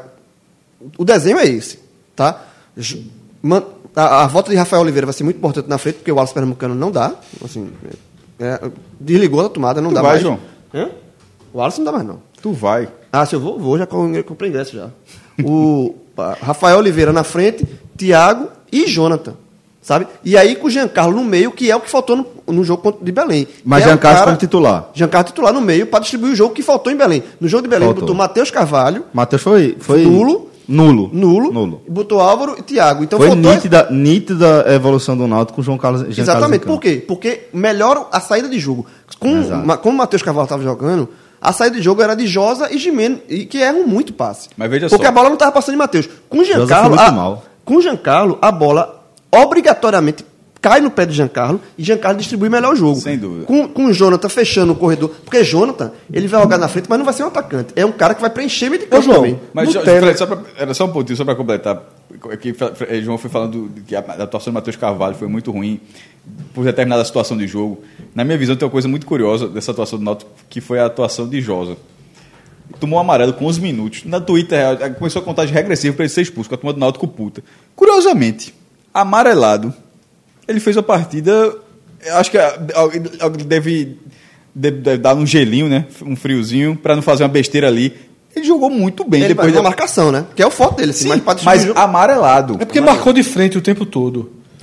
O desenho é esse, tá? J- man- A, a volta de Rafael Oliveira vai ser muito importante na frente, porque o Wallace Pernambucano não dá. Assim, é- é- desligou a tomada, não Tu dá vai, mais. João? Hã? O Wallace não dá mais, não. Tu vai. Ah, se eu vou, vou, já com- comprei ingresso já. O a, Rafael Oliveira na frente, Thiago e Jonathan, sabe? E aí com o Giancarlo no meio, que é o que faltou no, no jogo contra- de Belém. Mas Que é o Giancarlo cara- como titular. Giancarlo titular no meio para distribuir o jogo que faltou em Belém. No jogo de Belém Faltou. botou Matheus Carvalho, Matheus foi, foi Nulo. Nulo. nulo, Nulo. e botou Álvaro e Thiago. Então Foi faltou nítida, nítida a evolução do Náutico com o João Carlos. Jean Exatamente. Carlos Por quê? Porque melhora a saída de jogo. Com, Exato. ma- como o Matheus Carvalho estava jogando, a saída de jogo era de Josa e Gimeno, e que erram muito passe. Mas veja Porque só. a bola não estava passando de Matheus. Com o Josa Giancarlo, foi muito a, mal. com o Giancarlo, a bola obrigatoriamente cai no pé de Giancarlo e Giancarlo distribui melhor o jogo. Sem dúvida. Com, com o Jonathan fechando o corredor. Porque Jonathan, ele vai jogar na frente, mas não vai ser um atacante. É um cara que vai preencher meio de campo João, também. Mas, No Jo- tele- Fred, só pra- era só um pontinho, só para completar. Aqui, Fra- Fra- João foi falando de que a a atuação do Matheus Carvalho foi muito ruim por determinada situação de jogo. Na minha visão, tem uma coisa muito curiosa dessa atuação do Náutico, que foi a atuação de Josa. Tomou um amarelo com onze minutos. Na Twitter, eh, começou a contagem regressiva para ele ser expulso, com a turma do Náutico puta. Curiosamente, amarelado, ele fez uma partida, eu acho que ah, ah, deve, deve, deve dar um gelinho, né? Um friozinho, para não fazer uma besteira ali. Ele jogou muito bem Ele depois depois da da marcação, né? Que é o foto dele, assim, Sim, mas para mas distribuir o jogo. amarelado. É porque marcou de frente o tempo todo. É.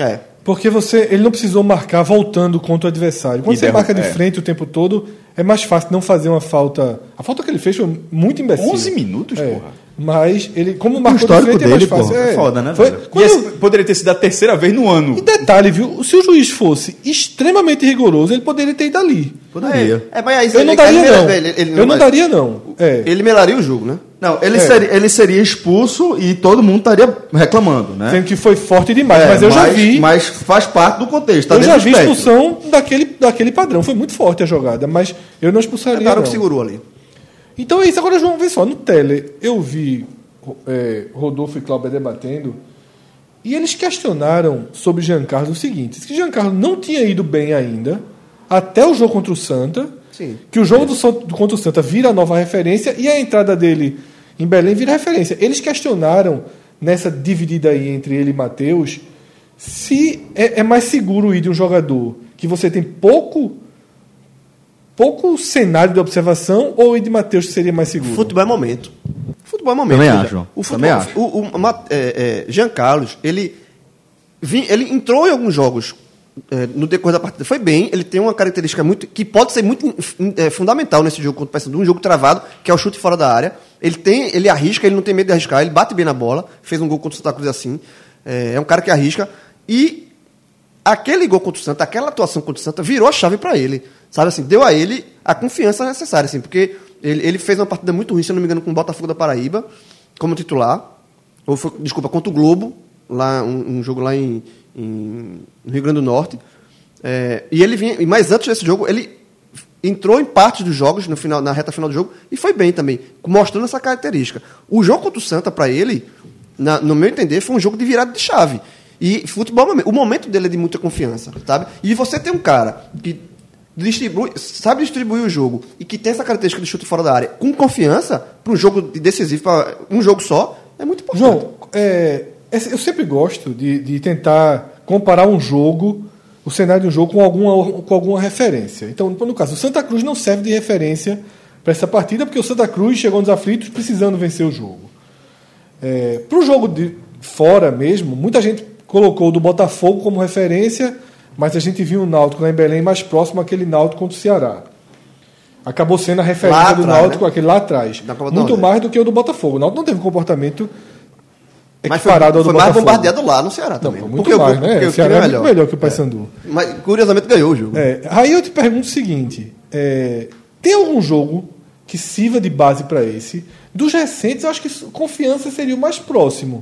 Porque você, ele não precisou marcar voltando contra o adversário. Quando E você derru- marca de é. frente o tempo todo, é mais fácil não fazer uma falta. A falta que ele fez foi muito imbecil. onze minutos, É. porra. Mas ele, como O marcou de histórico frente, é mais dele, fácil. porra, é foda, né, Foi, velho? E quando- esse poderia ter sido a terceira vez no ano. E detalhe, viu? Se o juiz fosse extremamente rigoroso, ele poderia ter ido ali. Poderia. É, mas aí Eu não ele- daria, ele- não. ele- ele Eu não mas- daria, não. É. Ele melaria o jogo, né? Não, ele, É. seria, ele seria expulso e todo mundo estaria reclamando, né? Sendo que foi forte demais. É, mas eu já vi. Mas faz parte do contexto. Tá eu dentro já do vi espectro. expulsão daquele, daquele padrão. Foi muito forte a jogada, mas eu não expulsaria. Claro não. que segurou ali. Então é isso. Agora, João, vê só, no Tele, eu vi é, Rodolfo e Cláudio debatendo e eles questionaram sobre Jean Carlos o seguinte: que Jean Carlos não tinha ido bem ainda até o jogo contra o Santa, Sim. que o jogo do, San- do contra o Santa vira a nova referência e a entrada dele em Belém vira referência. Eles questionaram nessa dividida aí entre ele e Matheus se é, é mais seguro ir de um jogador que você tem pouco pouco cenário de observação ou ir de Matheus que seria mais seguro? Futebol é momento. Futebol é momento. Também veja. acho, João. O Também futebol, acho. O, o, Ma- é, é, Jean Carlos, ele, vim- ele entrou em alguns jogos é, no decorrer da partida. Foi bem, ele tem uma característica muito que pode ser muito é, fundamental nesse jogo contra o Paysandu, um jogo travado, que é o chute fora da área. Ele tem, ele arrisca, ele não tem medo de arriscar, ele bate bem na bola, fez um gol contra o Santa Cruz assim. É, é um cara que arrisca e aquele gol contra o Santa, aquela atuação contra o Santa virou a chave para ele. Sabe assim, deu a ele a confiança necessária, assim, porque ele, ele fez uma partida muito ruim, se eu não me engano, com o Botafogo da Paraíba, como titular. Ou foi, desculpa, contra o Globo, lá, um, um jogo lá em, em, no Rio Grande do Norte. É, e ele vinha, mas antes desse jogo, ele entrou em parte dos jogos, no final, na reta final do jogo, e foi bem também, mostrando essa característica. O jogo contra o Santa, para ele, na, no meu entender, foi um jogo de virada de chave. E futebol, o momento dele é de muita confiança, sabe? E você tem um cara que distribui, sabe distribuir o jogo e que tem essa característica de chute fora da área com confiança para um jogo decisivo, para um jogo só, é muito importante. João, é, eu sempre gosto de, de tentar comparar um jogo, o cenário de um jogo com alguma, com alguma referência. Então, no caso, o Santa Cruz não serve de referência para essa partida, porque o Santa Cruz chegou nos aflitos precisando vencer o jogo. É, para o jogo de fora mesmo, muita gente colocou o do Botafogo como referência, mas a gente viu o Náutico lá em Belém mais próximo àquele Náutico contra o Ceará. Acabou sendo a referência Lá do atrás, Náutico, né? aquele lá atrás. Da Copa do Muito Nordeste. mais do que o do Botafogo. O Náutico não teve um comportamento Mas foi, equiparado ao do foi mais Botafogo. bombardeado lá no Ceará Não, também. foi muito porque mais, o, né? porque O o Ceará time é é muito melhor. melhor que o Paysandu. Mas, curiosamente, ganhou o jogo. É, aí eu te pergunto o seguinte: é, tem algum jogo que sirva de base para esse? Dos recentes, eu acho que Confiança seria o mais próximo.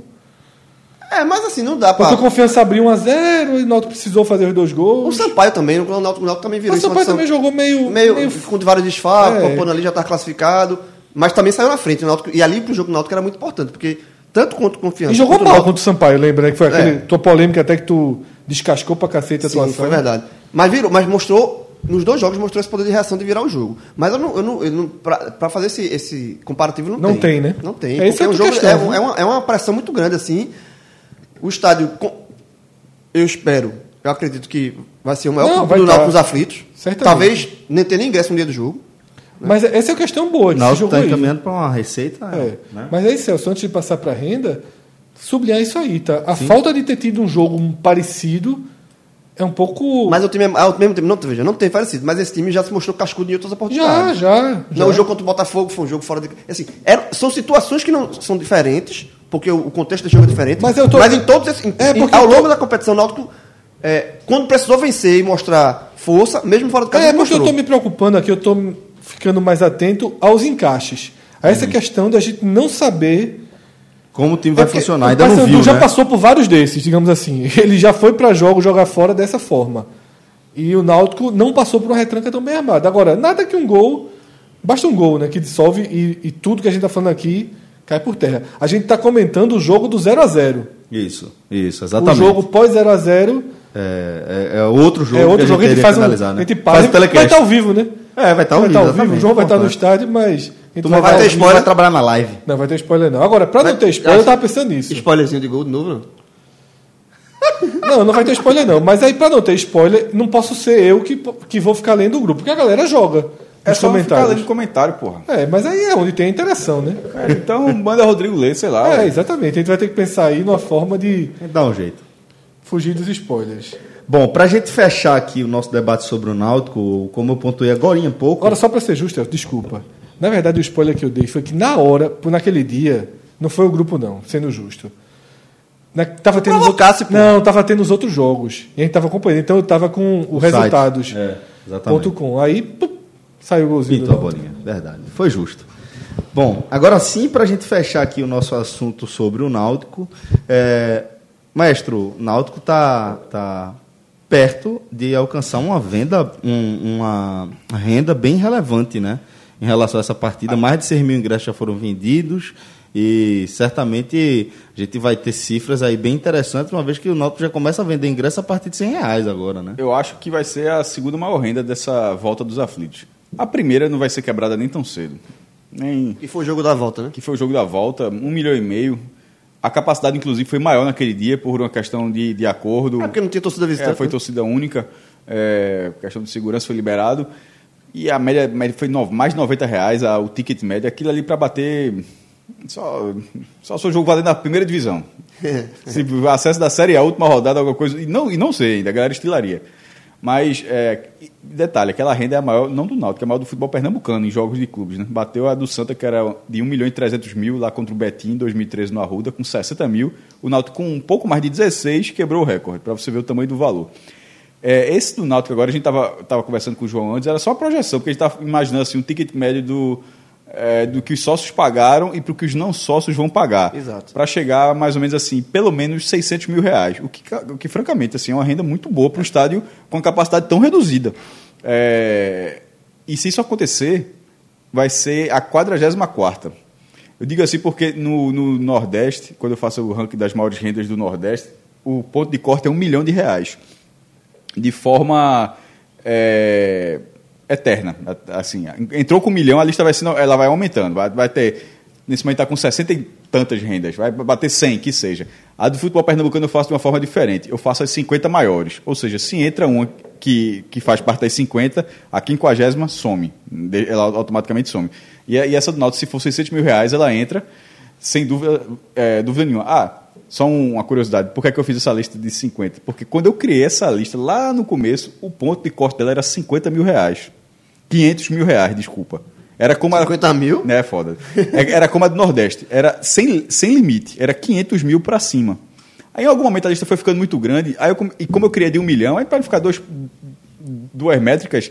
É, mas assim, não dá Porque pra... o Confiança abriu um a zero e o Náutico precisou fazer os dois O gols. Sampaio também, o Náutico, o Náutico também virou Mas o em cima Sampaio do também São- jogou meio. meio, meio com vários desfalques, É. o Pano ali já está classificado, mas também saiu na frente. O Náutico, e ali pro jogo do Náutico era muito importante, porque tanto quanto Confiança... E jogou quanto o mal Náutico- contra o Sampaio, lembra? Que foi aquele É. tua polêmica até que tu descascou pra cacete a Sim, atuação. foi verdade. Mas, virou, mas mostrou, nos dois jogos, mostrou esse poder de reação de virar o jogo. Mas eu não, eu não, eu não pra, pra fazer esse, esse comparativo, não, Não tem. tem, né? Não tem. É, isso porque é o outra jogo questão, é, viu? um- é uma, é uma pressão muito grande, assim. O estádio, com- eu espero, eu acredito que vai ser o maior Não, clube vai do tá. Náutico nos aflitos. Certamente. Talvez nem tenha nem ingresso no dia do jogo. Mas essa é a questão boa. O De Náutico jogo está aí. encaminhando para uma receita. É. Né? Mas aí, Celso, antes de passar para a renda, sublinhar isso aí, tá? A falta de ter tido um jogo parecido é um pouco. Mas o time, é- ao mesmo tempo, não, veja, não tem parecido, mas esse time já se mostrou cascudo em outras Já, oportunidades. já. já. Não, o jogo contra o Botafogo foi um jogo fora de. Assim, era- são situações que não são diferentes, porque o, o contexto do jogo é diferente. Mas eu tô- em todos esses. em- É, porque ao eu tô- longo da competição, o Náutico, é, quando precisou vencer e mostrar força, mesmo fora de casa, É, ele porque eu mostrou. estou me preocupando aqui, eu estou ficando mais atento aos encaixes. A essa questão da gente não saber. Como o time vai É porque funcionar, o ainda não Paysandu viu, já né? passou por vários desses, digamos assim. Ele já foi para jogo jogar fora dessa forma. E o Náutico não passou por uma retranca tão bem armada. Agora, nada que um gol. Basta um gol, né? Que dissolve e, e tudo que a gente está falando aqui cai por terra. A gente está comentando o jogo do zero a zero. Isso, isso, O exatamente. jogo pós zero a zero É, é, é outro jogo é outro que jogo que a gente teria faz que um. analisar, né? A gente Faz para, o telecast. vai estar ao vivo, né? É, vai estar ao vai vivo, estar ao vivo. O exatamente, João vai estar no importante. estádio, mas. a gente Tu não vai dar ter ao spoiler, vivo. vai trabalhar na live. Não vai ter spoiler, não. Agora, para não Vai- ter spoiler, eu estava pensando nisso. Spoilerzinho de gol de novo, não? Não, não vai ter spoiler, não. Mas aí, para não ter spoiler, não posso ser eu que, que vou ficar lendo o grupo, porque a galera joga É nos só ficar comentários. lendo comentário, porra. É, mas aí é onde tem a interação, né? Então manda Rodrigo ler, sei lá. É, ué. exatamente. A gente vai ter que pensar aí numa forma de Dá um jeito. fugir dos spoilers. Bom, pra gente fechar aqui o nosso debate sobre o Náutico, como eu pontuei agora um pouco... Agora, só para ser justo, desculpa. Na verdade, o spoiler que eu dei foi que na hora, por naquele dia, não foi o grupo não, sendo justo. Na, tava tendo os outros, não, tava tendo os outros jogos. E a gente tava acompanhando. Então eu tava com o, o resultados. É, exatamente. .com. Aí, pum, saiu o golzinho. Pintou a bolinha, verdade. Foi justo. Bom, agora sim, pra gente fechar aqui o nosso assunto sobre o Náutico. É, maestro, o Náutico tá... tá perto de alcançar uma venda, um, uma renda bem relevante, né? Em relação a essa partida. Mais de seis mil ingressos já foram vendidos e certamente a gente vai ter cifras aí bem interessantes, uma vez que o Náutico já começa a vender ingresso a partir de cem reais agora, né? Eu acho que vai ser a segunda maior renda dessa volta dos aflitos. A primeira não vai ser quebrada nem tão cedo. Nem... E foi o jogo da volta, né? Que foi o jogo da volta, um milhão e meio. A capacidade, inclusive, foi maior naquele dia por uma questão de, de acordo. É porque não tinha torcida visitante. É, foi né? torcida única, é, questão de segurança foi liberado. E a média, média foi no, mais de noventa reais, a, o ticket médio. Aquilo ali para bater... Só, só se o jogo valendo na primeira divisão. Se acesso da Série A, a última rodada, alguma coisa... E não, e não sei ainda, a galera estilaria. Mas, é, detalhe, aquela renda é a maior, não do Náutico, é a maior do futebol pernambucano em jogos de clubes, né? Bateu a do Santa, que era de um milhão e trezentos mil lá contra o Betim em dois mil e treze no Arruda, com sessenta mil. O Náutico com um pouco mais de dezesseis quebrou o recorde, para você ver o tamanho do valor. É, esse do Náutico agora, a gente estava tava conversando com o João antes, era só a projeção, porque a gente estava imaginando assim, um ticket médio do, é, do que os sócios pagaram e para o que os não sócios vão pagar. Para chegar mais ou menos assim, pelo menos seiscentos mil reais. O que, o que francamente, assim, é uma renda muito boa para um estádio com capacidade tão reduzida. É, e se isso acontecer, vai ser a quadragésima quarta. Eu digo assim porque no, no Nordeste, quando eu faço o ranking das maiores rendas do Nordeste, o ponto de corte é um milhão de reais. De forma... É, eterna, assim, entrou com um milhão, a lista vai, ela vai aumentando, vai, vai ter, nesse momento está com sessenta e tantas rendas, vai bater cem, que seja. A do futebol pernambucano eu faço de uma forma diferente, eu faço as cinquenta maiores, ou seja, se entra uma que, que faz parte das cinquenta, a quinquagésima some, ela automaticamente some. E, e essa do Náutico, se for seiscentos mil reais, ela entra, sem dúvida, é, dúvida nenhuma. Ah, só uma curiosidade, por que é que eu fiz essa lista de cinquenta? Porque quando eu criei essa lista, lá no começo, o ponto de corte dela era cinquenta mil reais. quinhentos mil reais, desculpa. Era como cinquenta a... mil? É, foda. Era como a do Nordeste. Era sem, sem limite. Era quinhentos mil para cima. Aí, em algum momento, a lista foi ficando muito grande. Aí eu, e como eu queria de um milhão, aí para ficar dois, duas métricas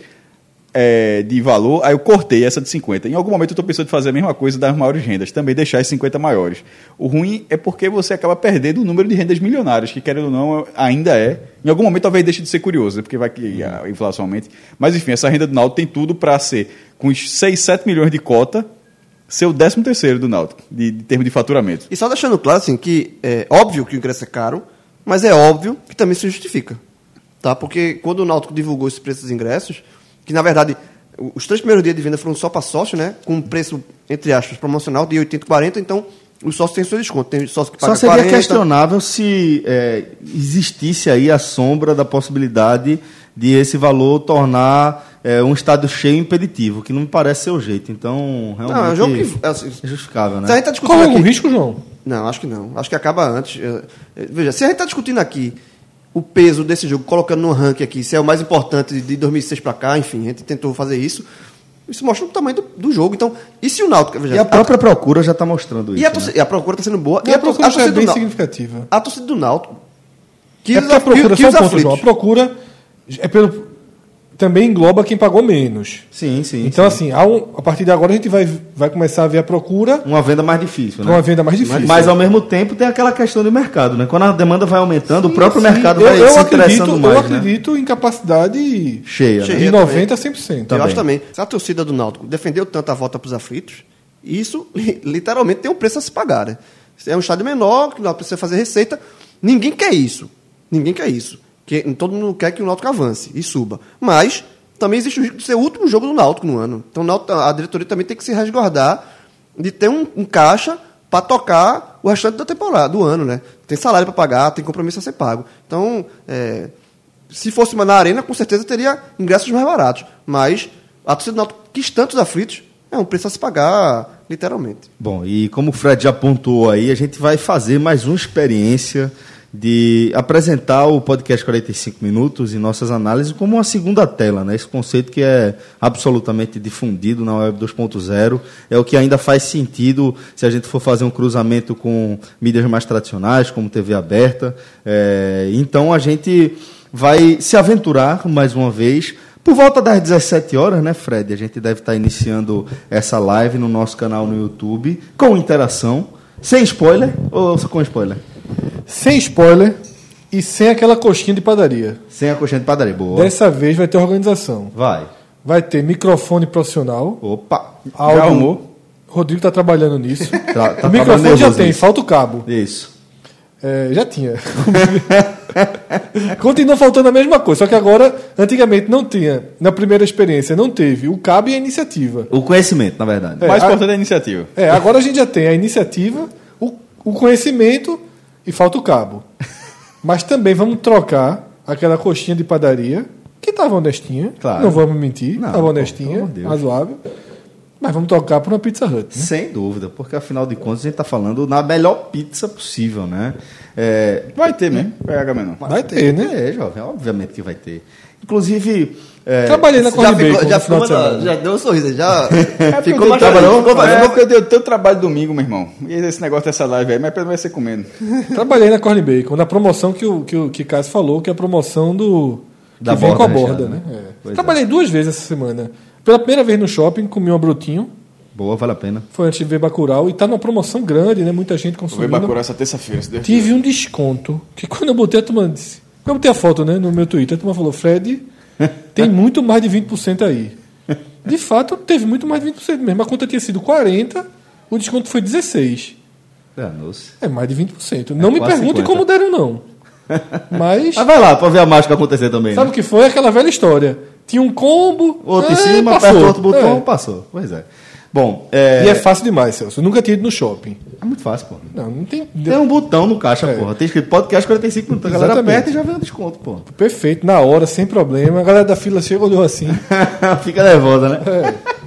é, de valor, aí eu cortei essa de cinquenta. Em algum momento, eu estou pensando em fazer a mesma coisa das maiores rendas. Também deixar as cinquenta maiores. O ruim é porque você acaba perdendo o número de rendas milionárias, que, querendo ou não, ainda é. Em algum momento, talvez deixe de ser curioso, porque vai que a inflação aumente. Mas, enfim, essa renda do Náutico tem tudo para ser, com os seis, sete milhões de cota, ser o décimo terceiro do Náutico, de, de termo de faturamento. E só deixando claro, assim, que é óbvio que o ingresso é caro, mas é óbvio que também se justifica. Tá? Porque quando o Náutico divulgou esse preço dos ingressos, que, na verdade, os três primeiros dias de venda foram só para sócio, né? Com um preço, entre aspas, promocional de oitenta e quarenta, então os sócios têm seu desconto. Tem sócio que paga Só seria quarenta. questionável se é, existisse aí a sombra da possibilidade de esse valor tornar é, um estádio cheio impeditivo, que não me parece ser o jeito. Então, realmente não, é um jogo que, assim, é justificável, né? Se a gente tá discutindo Corre algum aqui... risco, João? Não, acho que não. Acho que acaba antes. Veja, se a gente está discutindo aqui o peso desse jogo, colocando no ranking aqui, se é o mais importante de dois mil e seis para cá, enfim, a gente tentou fazer isso. Isso mostra o tamanho do, do jogo. Então, e se o Náutico... Veja, e a própria a, procura já está mostrando isso. E a, torcida, né? e a procura está sendo boa. E, e a, a procura a já é bem do, significativa. A torcida do Náutico... Que é porque a procura, só um ponto, João, a procura é pelo... também engloba quem pagou menos. Sim, sim. Então, sim. assim, a, um, a partir de agora a gente vai, vai começar a ver a procura... Uma venda mais difícil, né? Uma venda mais difícil. Mas, ao mesmo tempo, tem aquela questão do mercado, né? Quando a demanda vai aumentando, sim, o próprio sim. mercado eu, vai eu se acredito, interessando mais, Eu acredito né? em capacidade cheia, de né? noventa por cento a cem por cento. Eu acho também. Se a torcida do Náutico defendeu tanto a volta para os aflitos, isso, literalmente, tem um preço a se pagar, né? É um estádio menor, que não precisa fazer receita. Ninguém quer isso. Ninguém quer isso. Que, todo mundo quer que o Náutico avance e suba. Mas... também existe o risco de ser o último jogo do Náutico no ano. Então a diretoria também tem que se resguardar de ter um, um caixa para tocar o restante da temporada, do ano, né? Tem salário para pagar, tem compromisso a ser pago. Então, é, se fosse na arena, com certeza teria ingressos mais baratos. Mas a torcida do Náutico quis tantos aflitos, é um preço a se pagar, literalmente. Bom, e como o Fred já apontou aí, a gente vai fazer mais uma experiência de apresentar o podcast quarenta e cinco minutos e nossas análises como uma segunda tela, né? Esse conceito que é absolutamente difundido na Web dois ponto zero, é o que ainda faz sentido se a gente for fazer um cruzamento com mídias mais tradicionais, como T V aberta. É, então a gente vai se aventurar mais uma vez. Por volta das dezessete horas, né, Fred? A gente deve estar iniciando essa live no nosso canal no YouTube, com interação, sem spoiler ou com spoiler? Sem spoiler e sem aquela coxinha de padaria. Sem a coxinha de padaria, boa. Dessa vez vai ter organização. Vai. Vai ter microfone profissional. Opa! Áudio. Já arrumou? Rodrigo está trabalhando nisso. Tá, tá o microfone já tem, nisso. falta o cabo. Isso. É, já tinha. Continua faltando a mesma coisa, só que agora, antigamente não tinha, na primeira experiência não teve o cabo e a iniciativa. O conhecimento, na verdade. O mais É, importante é a iniciativa. É, agora a gente já tem a iniciativa, o, o conhecimento e falta o cabo. Mas também vamos trocar aquela coxinha de padaria, que estava honestinha, Claro. não vamos mentir, Não, estava pô, honestinha, pelo amor de Deus. razoável. Mas vamos trocar por uma Pizza Hut. Né? Sem dúvida, porque afinal de contas a gente está falando na melhor pizza possível, né? É, Vai ter mesmo, vai H menor. Vai ter, né? É, jovem, obviamente que vai ter. Inclusive. É, Trabalhei na Já Corne ficou, Bacon já, no final ficou de mandando, semana. já deu um sorriso, já É ficou mais trabalhou, ficou mais- é ficou- porque eu tenho teu trabalho domingo, meu irmão. E esse negócio dessa live aí, mas pelo menos vai ser comendo. Trabalhei na Corne Bacon, na promoção que o que, o, que Cássio falou, que é a promoção do. Da que vem borda com a recheada, borda, né? né? É. Pois é. Trabalhei duas vezes essa semana. Pela primeira vez no shopping, comi uma brotinho. Boa, vale a pena. Foi antes de ver Bacurau. E tá numa promoção grande, né? Muita gente Vou ver consumindo. Bacurau essa terça-feira, se Deus Tive um desconto. Que quando eu botei a turma disse. Eu botei a foto, né, no meu Twitter, a turma falou, Fred, tem muito mais de vinte por cento aí. De fato, teve muito mais de vinte por cento mesmo. A conta tinha sido quarenta por cento, o desconto foi dezesseis por cento. Danou-se. É mais de vinte por cento. Não me quase pergunte cinquenta. como deram, não. Mas. Mas vai lá, para ver a mágica acontecer também. Sabe Né? o que foi? Aquela velha história. Tinha um combo. Outro em é, cima, passou. aperta outro botão, É. passou. Pois é. Bom, é, E é fácil demais, Celso. Eu nunca tinha ido no shopping. é muito fácil, pô. Não, não tem. Tem um botão no caixa, É. porra. Tem escrito podcast quarenta e cinco minutos. A galera Exatamente. aperta e já vem o desconto, pô. Perfeito, na hora, sem problema. A galera da fila chega olhou assim. Fica nervosa, né? É.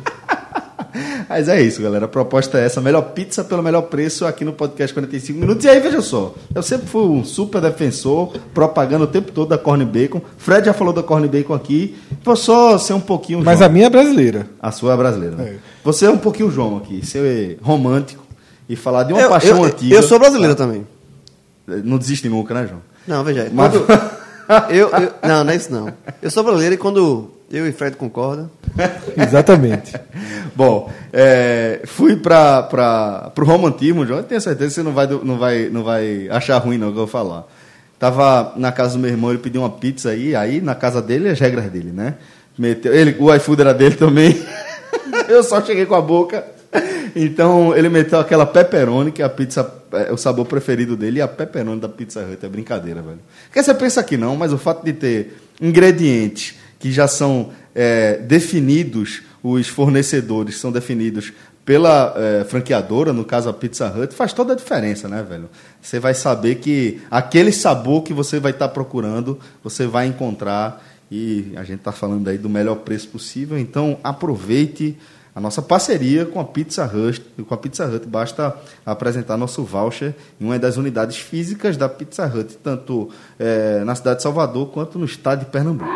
Mas é isso, galera. A proposta é essa. Melhor pizza pelo melhor preço aqui no podcast quarenta e cinco minutos. E aí, veja só. Eu sempre fui um super defensor, propaganda o tempo todo da Corne Bacon. Fred já falou da Corne Bacon aqui. Vou só ser um pouquinho Mas João. a minha é brasileira. A sua é brasileira. Né? É. Você é um pouquinho João aqui. Ser romântico e falar de uma Eu, paixão eu, antiga. eu sou brasileiro também. Não desiste nunca, né, João? Não, veja aí. Mas- Quando- eu, eu- não, não é isso não. Eu sou brasileiro e quando eu e Fred concordam. Exatamente. Bom, é, fui para o romantismo, João. Eu tenho certeza que você não vai, do- não, vai, não vai achar ruim, não, o que eu vou falar. Tava na casa do meu irmão, ele pediu uma pizza aí, aí na casa dele, as regras dele, né? Meteu, ele, o iFood era dele também. Eu só cheguei com a boca. Então, ele meteu aquela pepperoni, que é a pizza, é o sabor preferido dele, e a pepperoni da Pizza Hut. É brincadeira, velho. Porque você pensa que não, mas o fato de ter ingredientes que já são é, definidos, os fornecedores são definidos pela é, franqueadora, no caso a Pizza Hut, faz toda a diferença, né, velho? Você vai saber que aquele sabor que você vai estar procurando, você vai encontrar, e a gente está falando aí do melhor preço possível, então aproveite a nossa parceria com a Pizza Hut. Com a Pizza Hut, basta apresentar nosso voucher em uma das unidades físicas da Pizza Hut, tanto é, na cidade de Salvador quanto no estado de Pernambuco.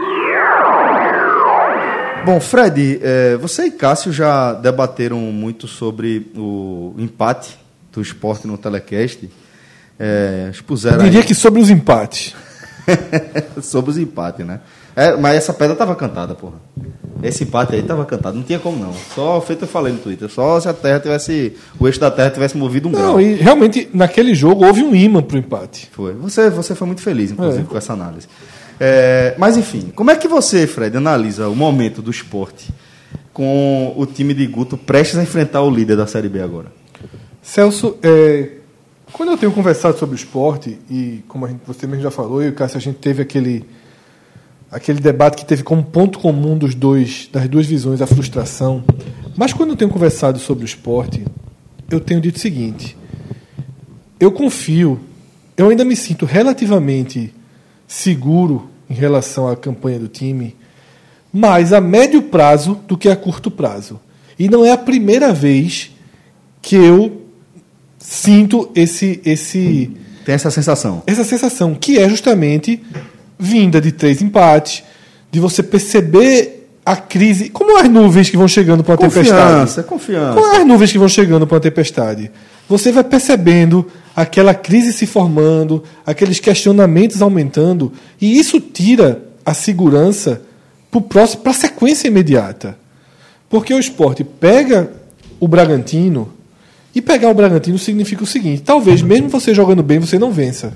Bom, Fred, é, você e Cássio já debateram muito sobre o empate do Sport no Telecast. É, expuseram Eu diria aí que sobre os empates. sobre os empates, né? É, mas essa pedra estava cantada, porra. Esse empate aí estava cantado, não tinha como não. Só feito eu falei no Twitter, só se a Terra tivesse, o eixo da Terra tivesse movido um grau. Não, e realmente naquele jogo houve um imã pro empate. Foi. Você, você foi muito feliz, inclusive, É. com essa análise. É, mas enfim, como é que você, Fred, analisa o momento do esporte com o time de Guto prestes a enfrentar o líder da Série B agora? Celso, é, quando eu tenho conversado sobre o esporte, e como a gente, você mesmo já falou, eu e o Cássio, a gente teve aquele, aquele debate que teve como ponto comum dos dois, das duas visões a frustração. Mas quando eu tenho conversado sobre o esporte, eu tenho dito o seguinte: eu confio, eu ainda me sinto relativamente seguro em relação à campanha do time, mais a médio prazo do que a curto prazo. E não é a primeira vez que eu sinto esse, esse, Tem essa sensação. Essa sensação, que é justamente vinda de três empates, de você perceber a crise, como as nuvens que vão chegando para uma tempestade. Confiança, confiança. Como as nuvens que vão chegando para uma tempestade. Você vai percebendo aquela crise se formando, aqueles questionamentos aumentando, e isso tira a segurança para a sequência imediata. Porque o Sport pega o Bragantino, e pegar o Bragantino significa o seguinte: talvez, mesmo você jogando bem, você não vença.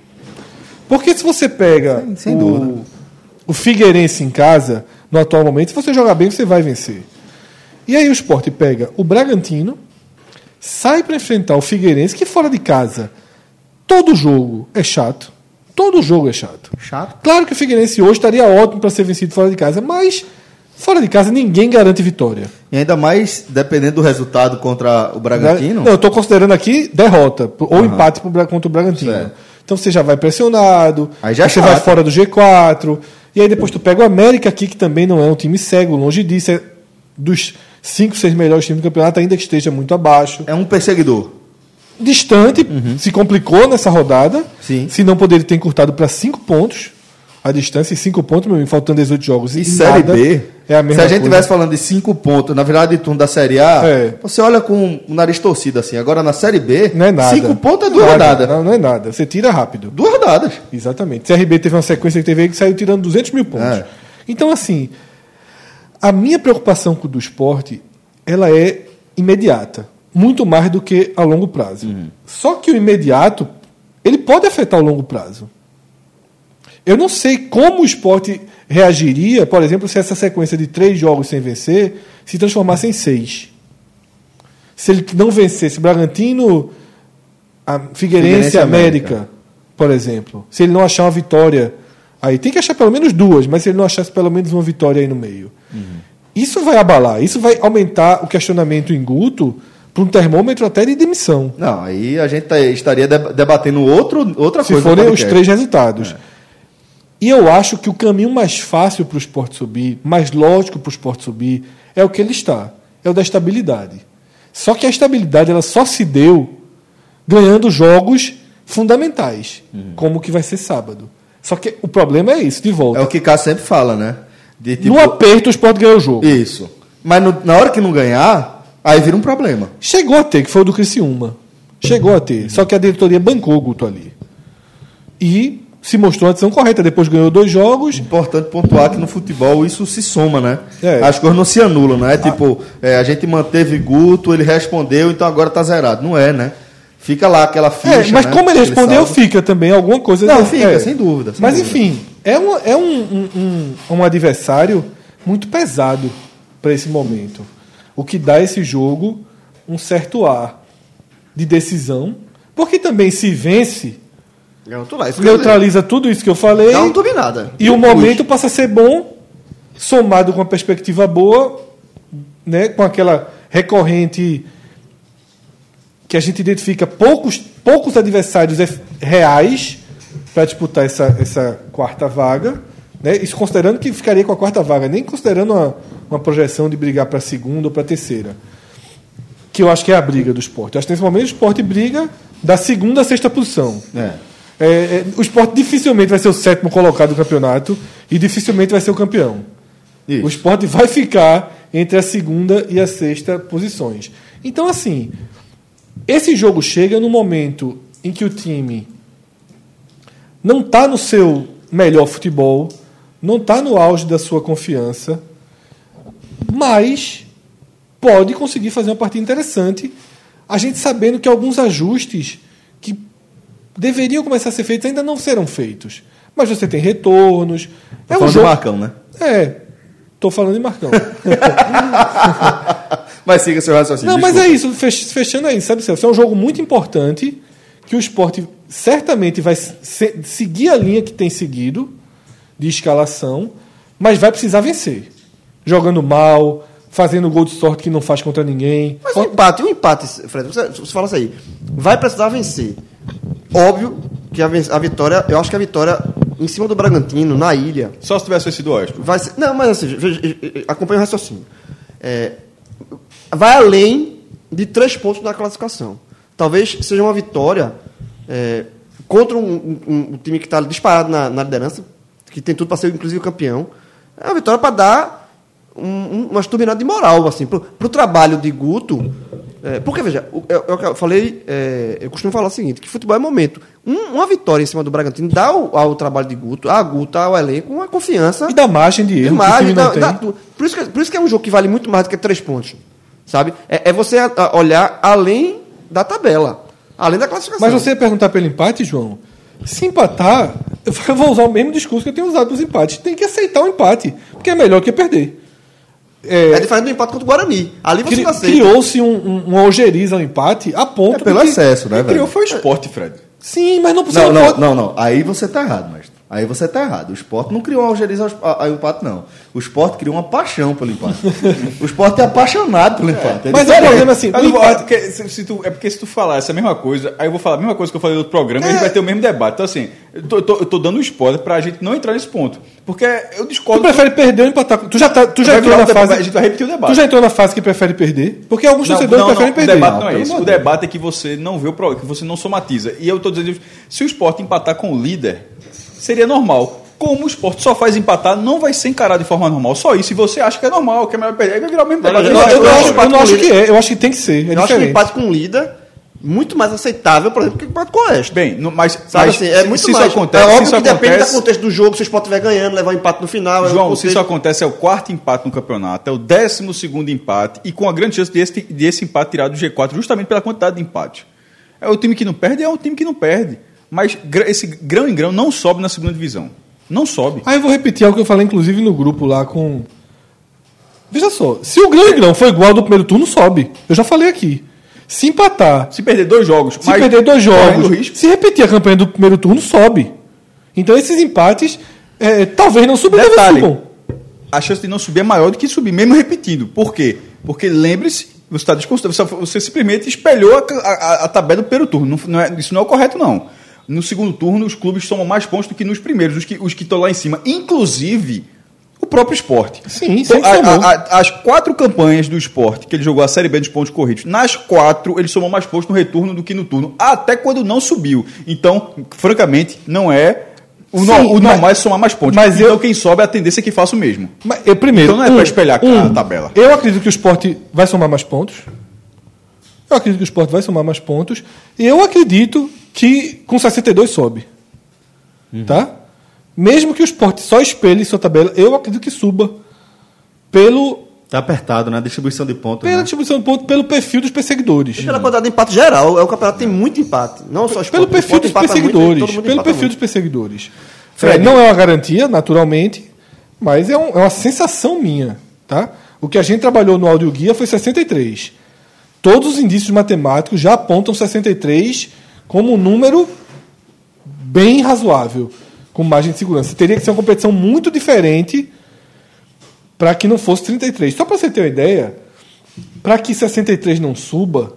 Porque se você pega sem, sem o, o Figueirense em casa, no atual momento, se você jogar bem, você vai vencer. E aí o Sport pega o Bragantino, sai para enfrentar o Figueirense, que fora de casa, todo jogo é chato. Todo jogo é chato. Chato? Claro que o Figueirense hoje estaria ótimo para ser vencido fora de casa, mas fora de casa ninguém garante vitória. E ainda mais dependendo do resultado contra o Bragantino. Não, eu estou considerando aqui derrota, ou uhum. empate contra o Bragantino. Certo. Então você já vai pressionado, aí já é você chato. vai fora do G quatro, e aí depois tu pega o América aqui, que também não é um time cego, longe disso, é dos cinco, seis melhores times do campeonato, ainda que esteja muito abaixo. É um perseguidor. Distante, uhum. se complicou nessa rodada, Sim. se não poderia ter encurtado para cinco pontos a distância, e cinco pontos, meu amigo, faltando dezoito jogos. E, e Série B, é a mesma se a gente coisa. estivesse falando de cinco pontos, na virada de turno da Série A, É. você olha com o nariz torcido assim. Agora na Série B, Não é nada. cinco pontos é duas Nada. rodadas. Não, não é nada. Você tira rápido. Duas rodadas. Exatamente. C R B teve uma sequência que teve aí que saiu tirando duzentos mil pontos. É. Então, assim, a minha preocupação com o do esporte, ela é imediata. Muito mais do que a longo prazo. Uhum. Só que o imediato, ele pode afetar o longo prazo. Eu não sei como o esporte reagiria, por exemplo, se essa sequência de três jogos sem vencer se transformasse em seis. Se ele não vencesse Bragantino, a Figueirense, Figueirense e América. América, por exemplo. Se ele não achar uma vitória, aí tem que achar pelo menos duas, mas se ele não achasse pelo menos uma vitória aí no meio. Uhum. Isso vai abalar, isso vai aumentar o questionamento em Guto para um termômetro até de demissão. Não, aí a gente tá, estaria debatendo outro, outra se coisa. Se forem os três resultados. É. E eu acho que o caminho mais fácil para o esporte subir, mais lógico para o esporte subir, é o que ele está. É o da estabilidade. Só que a estabilidade ela só se deu ganhando jogos fundamentais, uhum. como o que vai ser sábado. Só que o problema é isso, de volta. É o que Cássio sempre fala, né? De, tipo... No aperto o esporte ganhou o jogo. Isso. Mas no, na hora que não ganhar, aí vira um problema. Chegou a ter, que foi o do Criciúma. Chegou a ter. Só que a diretoria bancou o Guto ali. E se mostrou a decisão correta. Depois ganhou dois jogos. Importante pontuar que no futebol isso se soma, né? É. As coisas não se anulam, não é? Ah. Tipo, é, a gente manteve Guto, ele respondeu, então agora tá zerado. Não é, né? Fica lá aquela ficha. É, mas né? como ele respondeu, ele fica também alguma coisa. Não, de... fica, é. sem dúvida. Sem mas dúvida. enfim, é, uma, é um, um, um, um adversário muito pesado para esse momento. O que dá a esse jogo um certo ar de decisão. Porque também se vence, neutraliza tudo isso que eu falei. Dá uma turbinada. E o momento passa a ser bom, somado com uma perspectiva boa, né, com aquela recorrente que a gente identifica poucos, poucos adversários reais para disputar essa, essa quarta vaga. Né? Isso considerando que ficaria com a quarta vaga, nem considerando uma, uma projeção de brigar para a segunda ou para a terceira. Que eu acho que é a briga do esporte. Eu acho que nesse momento o esporte briga da segunda à sexta posição. É. É, é, o esporte dificilmente vai ser o sétimo colocado do campeonato e dificilmente vai ser o campeão. Isso. O esporte vai ficar entre a segunda e a sexta posições. Então, assim, esse jogo chega no momento em que o time não está no seu melhor futebol, não está no auge da sua confiança, mas pode conseguir fazer uma partida interessante, a gente sabendo que alguns ajustes que deveriam começar a ser feitos ainda não serão feitos. Mas você tem retornos. Tô é um falando jogo... de Marcão, né? É, estou falando de Marcão. Mas siga seu raciocínio. Não, desculpa. mas é isso, fechando aí, sabe, Celso? É um jogo muito importante que o esporte certamente vai se, seguir a linha que tem seguido de escalação, mas vai precisar vencer. Jogando mal, fazendo gol de sorte que não faz contra ninguém. Mas um empate, um empate, Fred, você, você fala isso aí. Vai precisar vencer. Óbvio que a, a vitória, eu acho que a vitória em cima do Bragantino, na ilha... Só se tivesse vencido o Oeste. Vai ser, não, mas assim, acompanha o raciocínio. É, vai além de três pontos na classificação. Talvez seja uma vitória é, contra um, um, um time que está disparado na, na liderança, que tem tudo para ser, inclusive, campeão. É uma vitória para dar um, um, uma turbinada de moral, assim, para o trabalho de Guto. É, porque, veja, eu, eu falei, é, eu costumo falar o seguinte, que futebol é momento. Um, uma vitória em cima do Bragantino dá ao, ao trabalho de Guto, a Guto, ao elenco, uma confiança. E dá margem de erro. Margem, dá, dá, por, isso que, por isso que é um jogo que vale muito mais do que três pontos. Sabe? É, é você a, a olhar além da tabela, além da classificação. Mas você ia perguntar pelo empate, João? Se empatar, eu vou usar o mesmo discurso que eu tenho usado nos empates. Tem que aceitar o empate, porque é melhor que perder. É, é diferente do empate contra o Guarani. Ali você cri, não aceita. Criou-se um, um, um algeriza ao empate a ponto... É pelo que, excesso, né, velho? Criou foi o esporte, Fred. Sim, mas não precisa... Não, não, pode... não, não. Aí você tá errado, mestre. Aí você tá errado. O esporte não criou uma algeriza ao empate, não. O esporte criou uma paixão pelo empate. O esporte é apaixonado pelo empate. É mas é o problema assim... Mas vou, porque, se, se tu, é porque se tu falar essa mesma coisa, aí eu vou falar a mesma coisa que eu falei no outro programa é. e a gente vai ter o mesmo debate. Então, assim, eu tô, eu tô, eu tô dando um spoiler pra gente não entrar nesse ponto. Porque eu discordo... Tu prefere perder ou empatar? Tu já, tá, tu já entrou na fase... A gente vai repetir o debate. Tu já entrou na fase que prefere perder? Porque alguns não, torcedores não, preferem não, perder. O debate não é não, esse. O debate é que você não vê o problema, que você não somatiza. E eu tô dizendo, se o esporte empatar com o líder, seria normal. Como o esporte só faz empatar, não vai ser encarado de forma normal. Só isso. Se você acha que é normal, que é melhor perder, aí vai virar o mesmo debate. Eu, eu, eu, eu, acho, eu não acho que é. Eu acho que tem que ser. É eu acho que o empate com o líder muito mais aceitável, por exemplo, que o empate com o Oeste. Bem, no, mas, sabe mas assim, é muito se mais. Isso acontece, é óbvio se isso que acontece, depende do contexto do jogo, se o Sport estiver ganhando, levar um empate no final. João, é se isso acontece, é o quarto empate no campeonato, é o décimo segundo empate, e com a grande chance desse, desse empate tirar do G quatro, justamente pela quantidade de empate. É o time que não perde, é o time que não perde. Mas esse grão em grão não sobe na segunda divisão. Não sobe. Aí eu vou repetir algo que eu falei, inclusive, no grupo lá com... Veja só, se o grão em grão for igual ao do primeiro turno, sobe. Eu já falei aqui. Se empatar... Se perder dois jogos... Se perder dois jogos... Se repetir a campanha do primeiro turno, sobe. Então esses empates, é, talvez não subam, Detalhe, talvez subam. A chance de não subir é maior do que subir, mesmo repetindo. Por quê? Porque lembre-se, você está desconsiderando, você simplesmente espelhou a, a, a tabela do primeiro turno. Não, não é, isso não é o correto, não. No segundo turno, os clubes somam mais pontos do que nos primeiros, os que os que estão lá em cima. Inclusive, o próprio Sport. Sim, então, a, a, a, as quatro campanhas do Sport, que ele jogou a Série B dos pontos corridos, nas quatro, ele somou mais pontos no retorno do que no turno, até quando não subiu. Então, francamente, não é... O, Sim, no, o normal mas, é somar mais pontos. Mas então, eu, quem sobe, a tendência é que faça o mesmo. Mas eu, primeiro, então, não é um, para espelhar um, a tabela. Eu acredito que o Sport vai somar mais pontos. Eu acredito que o Sport vai somar mais pontos. E eu acredito que com sessenta e dois sobe. Uhum. Tá? Mesmo que o Sport só espelhe sua tabela, eu acredito que suba pelo... Tá apertado, né? Distribuição de pontos. Pela né? distribuição de pontos, pelo perfil dos perseguidores. E pela quantidade de empate geral. É, o campeonato tem muito empate. Não só o Sport. Pelo perfil dos perseguidores. Muito, pelo perfil muito. dos perseguidores. Fred, não é uma garantia, naturalmente, mas é, um, é uma sensação minha. Tá? O que a gente trabalhou no audioguia foi sessenta e três. Todos os indícios matemáticos já apontam sessenta e três como um número bem razoável, com margem de segurança. Teria que ser uma competição muito diferente para que não fosse trinta e três. Só para você ter uma ideia, para que sessenta e três não suba,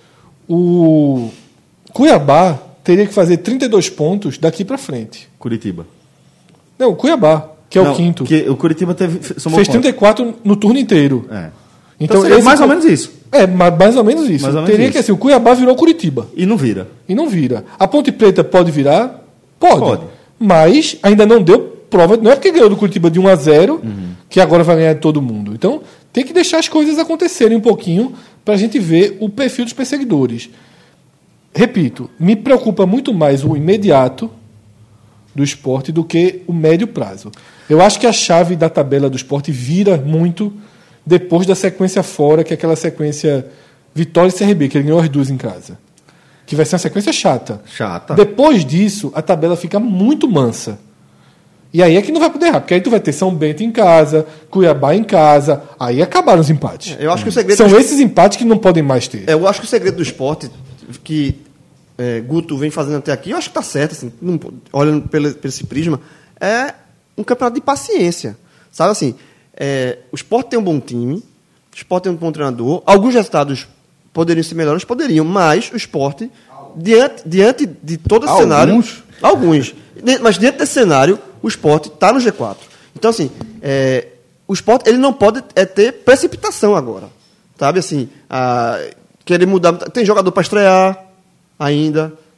o Cuiabá teria que fazer trinta e dois pontos daqui para frente. Curitiba. Não, o Cuiabá, que é não, o quinto. Que o Curitiba teve, fez trinta e quatro no turno inteiro. É. Então, então mais ou menos isso. É, mais ou menos isso. Mais ou menos Teria isso. que assim, o Cuiabá virou Curitiba. E não vira. E não vira. A Ponte Preta pode virar? Pode. Pode. Mas ainda não deu prova. Não é porque ganhou do Curitiba de um a zero uhum. que agora vai ganhar de todo mundo. Então tem que deixar as coisas acontecerem um pouquinho para a gente ver o perfil dos perseguidores. Repito, me preocupa muito mais o imediato do Sport do que o médio prazo. Eu acho que a chave da tabela do Sport vira muito depois da sequência fora, que é aquela sequência Vitória e C R B, que ele ganhou as duas em casa. Que vai ser uma sequência chata. Chata. Depois disso, a tabela fica muito mansa. E aí é que não vai poder errar, porque aí tu vai ter São Bento em casa, Cuiabá em casa, aí acabaram os empates. Eu acho que o segredo São do... esses empates que não podem mais ter. Eu acho que o segredo do Sport, que é, Guto vem fazendo até aqui, eu acho que está certo, assim, não, olhando pelo, pelo esse prisma, é um campeonato de paciência. Sabe assim, é, o Sport tem um bom time, o Sport tem um bom treinador, alguns resultados poderiam ser melhores, poderiam, mas o Sport, diante, diante de todo esse alguns? cenário... Alguns. Mas diante desse cenário, o Sport está no G quatro. Então, assim, é, o Sport ele não pode é, ter precipitação agora. Sabe, assim, a, querer mudar... Tem jogador para estrear ainda,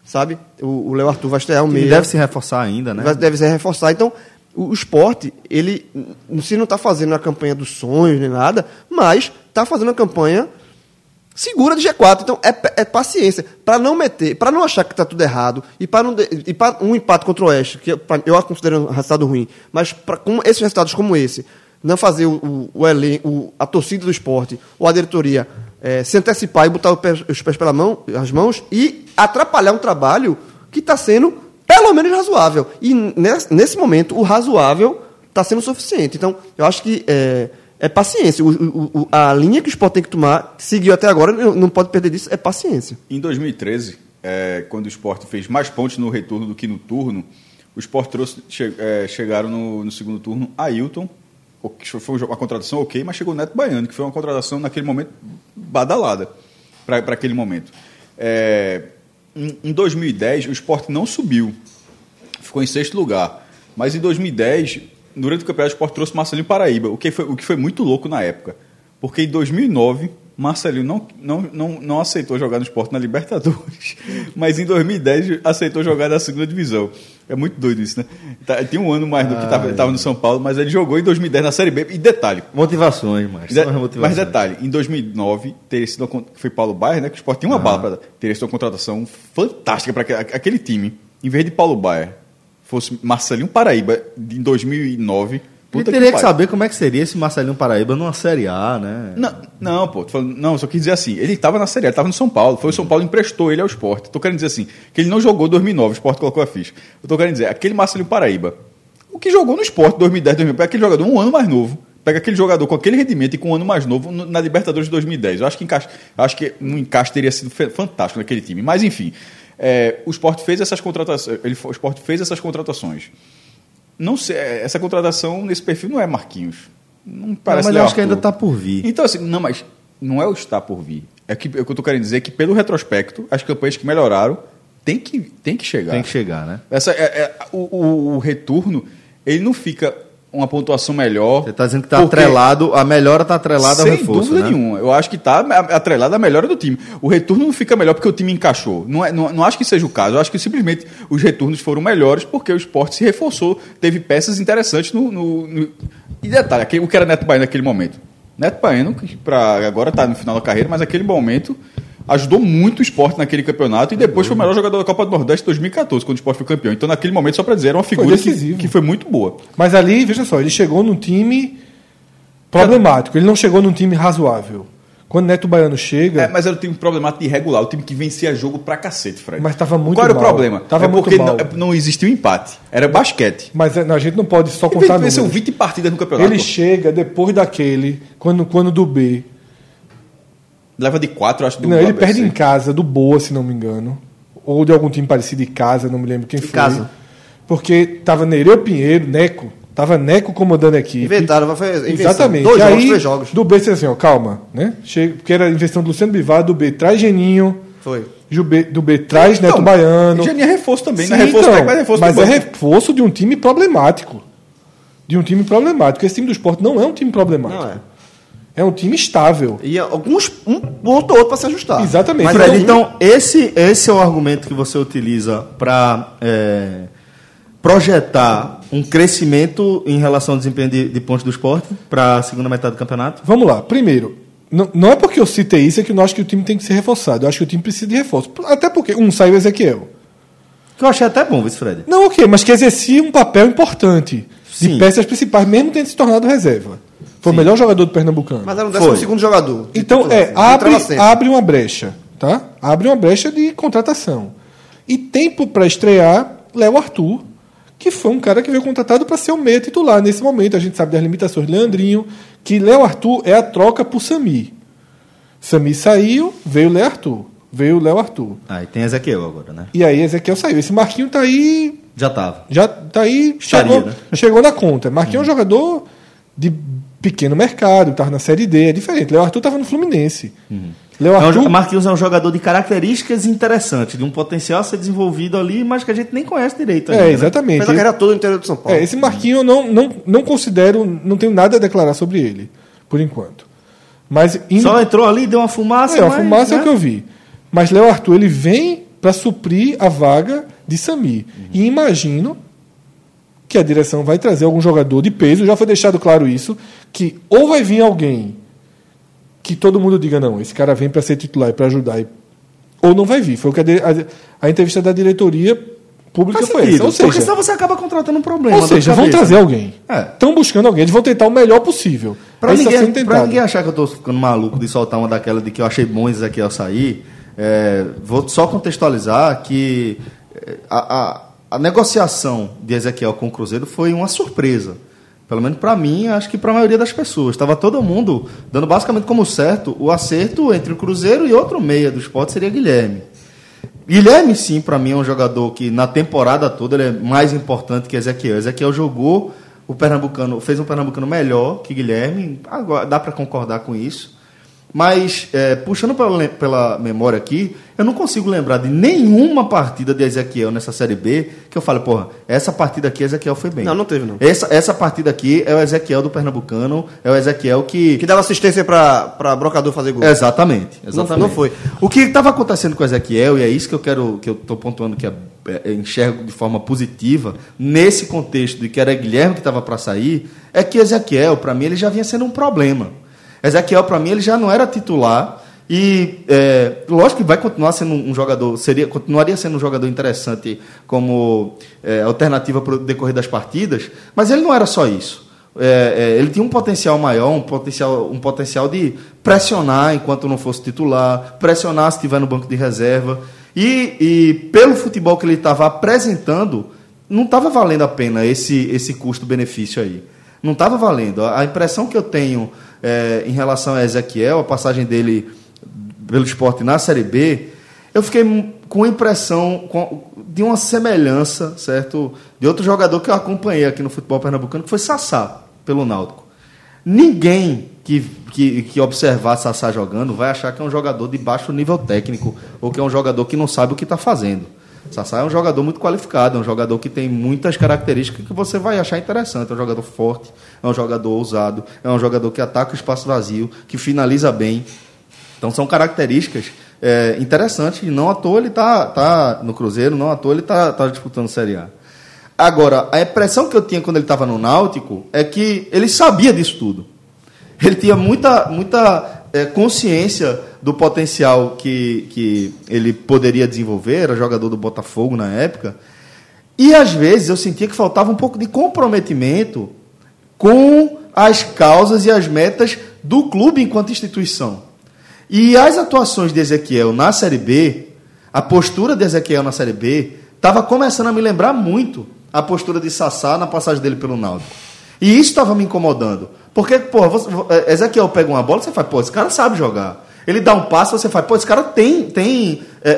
sabe? O, o Léo Arthur vai estrear um Ele meia. deve se reforçar ainda, né? Vai- Deve se reforçar. Então, o, o esporte, ele se não está fazendo a campanha dos sonhos nem nada, mas está fazendo a campanha segura de G quatro. Então, é, é paciência. Para não meter, para não achar que está tudo errado, e para não de- e para um empate contra o Oeste, que pra- eu considero um resultado ruim, mas para com esses resultados como esse, não fazer o, o, o elen- o- a torcida do esporte ou a diretoria eh, se antecipar e botar o pé- os pés pela mão, as mãos e atrapalhar um trabalho que está sendo pelo menos razoável. E nesse, nesse momento, o razoável está sendo suficiente. Então, eu acho que é, é paciência. O, o, o, a linha que o esporte tem que tomar, que seguiu até agora, não não pode perder disso, é paciência. Em dois mil e treze, é, quando o Sport fez mais pontos no retorno do que no turno, o Sport trouxe, che, é, chegaram no, no segundo turno Ailton, o que foi uma contratação ok, mas chegou o Neto Baiano, que foi uma contratação naquele momento badalada para aquele momento. É, em, em dois mil e dez, o Sport não subiu, ficou em sexto lugar, mas em dois mil e dez, durante o campeonato, o Sport trouxe Marcelinho Paraíba, o que foi, o que foi muito louco na época, porque em dois mil e nove... Marcelinho não, não, não, não aceitou jogar no Sport na Libertadores, mas em dois mil e dez aceitou jogar na segunda divisão. É muito doido isso, né? Tá, tem um ano mais do que estava no São Paulo, mas ele jogou em dois mil e dez na Série B. E detalhe... Motivações, mas. de, motivações. mas detalhe, em dois mil e nove, teria sido uma, foi Paulo Baier, né? Que o Sport tinha uma bala para dar. Teria sido uma contratação fantástica para aquele, aquele time. Em vez de Paulo Baier, fosse Marcelinho Paraíba, em dois mil e nove... Ele Puta teria que, que saber como é que seria esse Marcelinho Paraíba numa Série A, né? Não, não, pô, tô falando, não, só quis dizer assim, ele estava na Série A, ele estava no São Paulo, foi o São Paulo que emprestou ele ao Sport. Tô querendo dizer assim, que ele não jogou em dois mil e nove, o Sport colocou a ficha. Eu tô querendo dizer, aquele Marcelinho Paraíba, o que jogou no Sport em dois mil e dez, dois mil, pega aquele jogador um ano mais novo, pega aquele jogador com aquele rendimento e com um ano mais novo no, na Libertadores de dois mil e dez. Eu acho que, encaixe, eu acho que um encaixe teria sido fantástico naquele time. Mas, enfim, é, o Sport fez essas contratações, ele, o Sport fez essas contratações. Não sei, essa contratação nesse perfil não é Marquinhos. Não parece. Não, mas Léo eu acho que Arthur. ainda está por vir. Então, assim, não, mas não é o está por vir. É que, é o que eu estou querendo dizer que, pelo retrospecto, as campanhas que melhoraram tem que, tem que chegar. Tem que chegar, né? Essa, é, é, o, o, o retorno, ele não fica uma pontuação melhor. Você está dizendo que está porque- atrelado, a melhora está atrelada ao Sem reforço, dúvida né? nenhuma. Eu acho que está atrelada à melhora do time. O retorno não fica melhor porque o time encaixou. Não, é, não, não acho que seja o caso. Eu acho que simplesmente os retornos foram melhores porque o Sport se reforçou, teve peças interessantes no... no, no... E detalhe, aquele, o que era Neto Baiano naquele momento? Neto Baiano, que pra, agora está no final da carreira, mas naquele momento ajudou muito o Sport naquele campeonato e depois foi o melhor jogador da Copa do Nordeste em dois mil e catorze, quando o Sport foi campeão. Então, naquele momento, só para dizer, era uma figura que, decisivo. que foi muito boa. Mas ali, veja só, ele chegou num time problemático. Ele não chegou num time razoável. Quando Neto Baiano chega... É, mas era um time problemático de irregular, o time que vencia jogo pra cacete, Fred. Mas tava muito Qual era mal. o problema? Tava é muito porque mal. não, não existia um empate. Era basquete. Mas é, não, a gente não pode só Ele contar venceu números. vinte partidas no campeonato. Ele pô. chega depois daquele, quando, quando do B. Leva de quatro, acho, do Não, do ele A B C. perde em casa, do Boa, se não me engano. Ou de algum time parecido de casa, não me lembro quem foi. casa. Porque tava Nereu Pinheiro, Neco. Tava Neco comandando a equipe. Inventaram, foi invenção. Exatamente. Dois e jogos, aí, três jogos. do B, você assim, ó, calma, né? Chega, porque era a invenção do Luciano Bivar, do B traz Geninho, Foi. do B, do B traz Então, Neto Baiano. Já tinha reforço também, Sim, não é reforço então, técnico, mas é reforço mas do é banco. reforço de um time problemático. De um time problemático. Esse time do Sport não é um time problemático. Não é. É um time estável. E alguns, um ponto ou outro para se ajustar. Exatamente. Mas, Então, Fred, então, esse, esse é o argumento que você utiliza para projetar um crescimento em relação ao desempenho de, de pontos do Sport para a segunda metade do campeonato? Vamos lá. Primeiro, não, não é porque eu citei isso é que eu não acho que o time tem que ser reforçado. Eu acho que o time precisa de reforço. Até porque, um, saiu o Ezequiel. Que eu achei até bom, vice Fred. Não, ok, mas que exercia um papel importante Sim. de peças principais, mesmo tendo se tornado reserva. Foi o melhor jogador do Pernambucano. Mas era um décimo Foi. segundo jogador. Então, Titular, é, assim, abre, entrava sempre. abre uma brecha, tá? Abre uma brecha de contratação. E tem para estrear Léo Arthur, que foi um cara que veio contratado para ser o meia titular nesse momento. A gente sabe das limitações de Leandrinho, que Léo Arthur é a troca por Sami. Sami saiu, veio Léo Arthur. Veio o Léo Arthur. Ah, e tem Ezequiel agora, né? E aí Ezequiel saiu. Esse Marquinho tá aí. Já estava. Já tá aí. Estaria, Chegou, né? chegou na conta. Marquinho é um jogador de pequeno mercado, estava na Série D, é diferente. Léo Arthur estava no Fluminense. Léo É um, Arthur. jo- Marquinhos é um jogador de características interessantes, de um potencial a ser desenvolvido ali, mas que a gente nem conhece direito ainda, É, né? exatamente. Fez a carreira toda no interior de São Paulo. É, esse Marquinho eu não, não, não considero, não tenho nada a declarar sobre ele, por enquanto. Mas indo, Só entrou ali, deu uma fumaça, é, a mas, fumaça é né? o que eu vi. Mas Léo Arthur, ele vem para suprir a vaga de Sami. Uhum. E imagino que a direção vai trazer algum jogador de peso, já foi deixado claro isso, que ou vai vir alguém que todo mundo diga, não, esse cara vem para ser titular e para ajudar, ou não vai vir. Foi o que a, a, a entrevista da diretoria pública Faz foi sentido, essa. Ou seja, porque senão você acaba contratando um problema. Ou seja, vão trazer alguém. Estão é. buscando alguém, eles vão tentar o melhor possível. Para ninguém, pra ninguém achar que eu estou ficando maluco de soltar uma daquela de que eu achei bom Ezequiel sair, é, vou só contextualizar que a, a, a negociação de Ezequiel com o Cruzeiro foi uma surpresa. Pelo menos para mim, acho que para a maioria das pessoas. Estava todo mundo dando basicamente como certo o acerto entre o Cruzeiro e outro meia do Sport seria Guilherme. Guilherme, sim, para mim é um jogador que na temporada toda ele é mais importante que Ezequiel. Ezequiel jogou o Pernambucano, fez um Pernambucano melhor que Guilherme, agora dá para concordar com isso. Mas, é, puxando pela, pela memória aqui, eu não consigo lembrar de nenhuma partida de Ezequiel nessa Série B que eu falo, porra, essa partida aqui Ezequiel foi bem. Não, não teve, não. Essa, essa partida aqui é o Ezequiel do Pernambucano, é o Ezequiel que... Que dava assistência para Brocador fazer gol. Exatamente. exatamente. Não, não foi. O que estava acontecendo com o Ezequiel, e é isso que eu quero, que eu estou pontuando que é, é, enxergo de forma positiva, nesse contexto de que era Guilherme que estava para sair, é que Ezequiel, para mim, ele já vinha sendo um problema. Ezequiel, para mim, ele já não era titular e, é, lógico que vai continuar sendo um jogador, seria, continuaria sendo um jogador interessante como é, alternativa para o decorrer das partidas, mas ele não era só isso. É, é, ele tinha um potencial maior, um potencial, um potencial de pressionar enquanto não fosse titular, pressionar se estiver no banco de reserva. E, e pelo futebol que ele estava apresentando, não estava valendo a pena esse, esse custo-benefício aí. Não estava valendo. A impressão que eu tenho é, em relação a Ezequiel, a passagem dele pelo Sport na Série B, eu fiquei com a impressão de uma semelhança, certo, de outro jogador que eu acompanhei aqui no futebol pernambucano, que foi Sassá, pelo Náutico. Ninguém que, que, que observar Sassá jogando vai achar que é um jogador de baixo nível técnico ou que é um jogador que não sabe o que está fazendo. Sassá é um jogador muito qualificado, é um jogador que tem muitas características que você vai achar interessante. É um jogador forte, é um jogador ousado, é um jogador que ataca o espaço vazio, que finaliza bem. Então são características é, interessantes e não à toa ele está tá no Cruzeiro, não à toa ele está tá disputando Série A. Agora, a impressão que eu tinha quando ele estava no Náutico é que ele sabia disso tudo. Ele tinha muita, muita é, consciência do potencial que, que ele poderia desenvolver, era jogador do Botafogo na época, e às vezes eu sentia que faltava um pouco de comprometimento com as causas e as metas do clube enquanto instituição. E as atuações de Ezequiel na Série B, a postura de Ezequiel na Série B, estava começando a me lembrar muito a postura de Sassá na passagem dele pelo Náutico. E isso estava me incomodando. Porque, pô, você, Ezequiel pega uma bola, você fala, pô, esse cara sabe jogar. Ele dá um passo, você fala, pô, esse cara tem, tem é,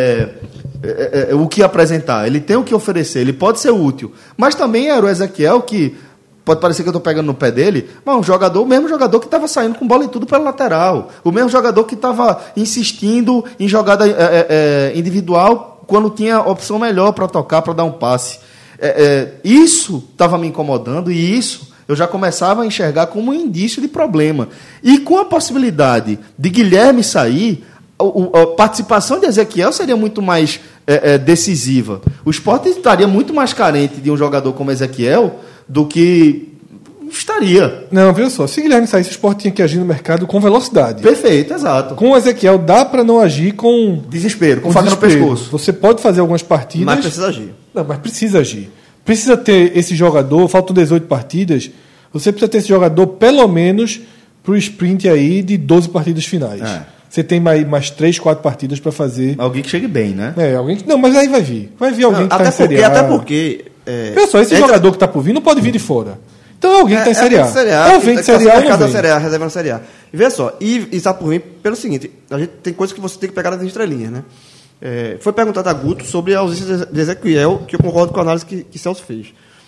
é, é, é, o que apresentar, ele tem o que oferecer, ele pode ser útil. Mas também era o Ezequiel que, pode parecer que eu estou pegando no pé dele, mas um jogador, o mesmo jogador que estava saindo com bola e tudo pela lateral. O mesmo jogador que estava insistindo em jogada é, é, individual quando tinha opção melhor para tocar, para dar um passe. É, é, isso estava me incomodando e isso eu já começava a enxergar como um indício de problema. E com a possibilidade de Guilherme sair, a, a participação de Ezequiel seria muito mais é, é, decisiva. O Sport estaria muito mais carente de um jogador como Ezequiel do que estaria. Não, veja só, se Guilherme saísse, o Sport tinha que agir no mercado com velocidade. Perfeito, exato. Com o Ezequiel dá para não agir com desespero, com, com faca no desespero. pescoço. Você pode fazer algumas partidas, mas precisa agir. Não, mas precisa agir. Precisa ter esse jogador, faltam dezoito partidas, você precisa ter esse jogador pelo menos para o sprint aí de doze partidas finais. É. Você tem mais, mais três, quatro partidas para fazer. Alguém que chegue bem, né? É, alguém que... Não, mas aí vai vir. Vai vir alguém não, que está em porque, Série A. Até porque... É... Olha só, esse Entra... jogador que está por vir não pode vir de fora. Então alguém que está em Série A. Série A. Ou vem de Série A ou não vem. Série A, reserva na Série A. E veja só, e, e está por vir pelo seguinte, a gente tem coisas que você tem que pegar nas estrelinhas, né? É, foi perguntado a Guto sobre a ausência de Ezequiel, que eu concordo com a análise que, que Celso fez.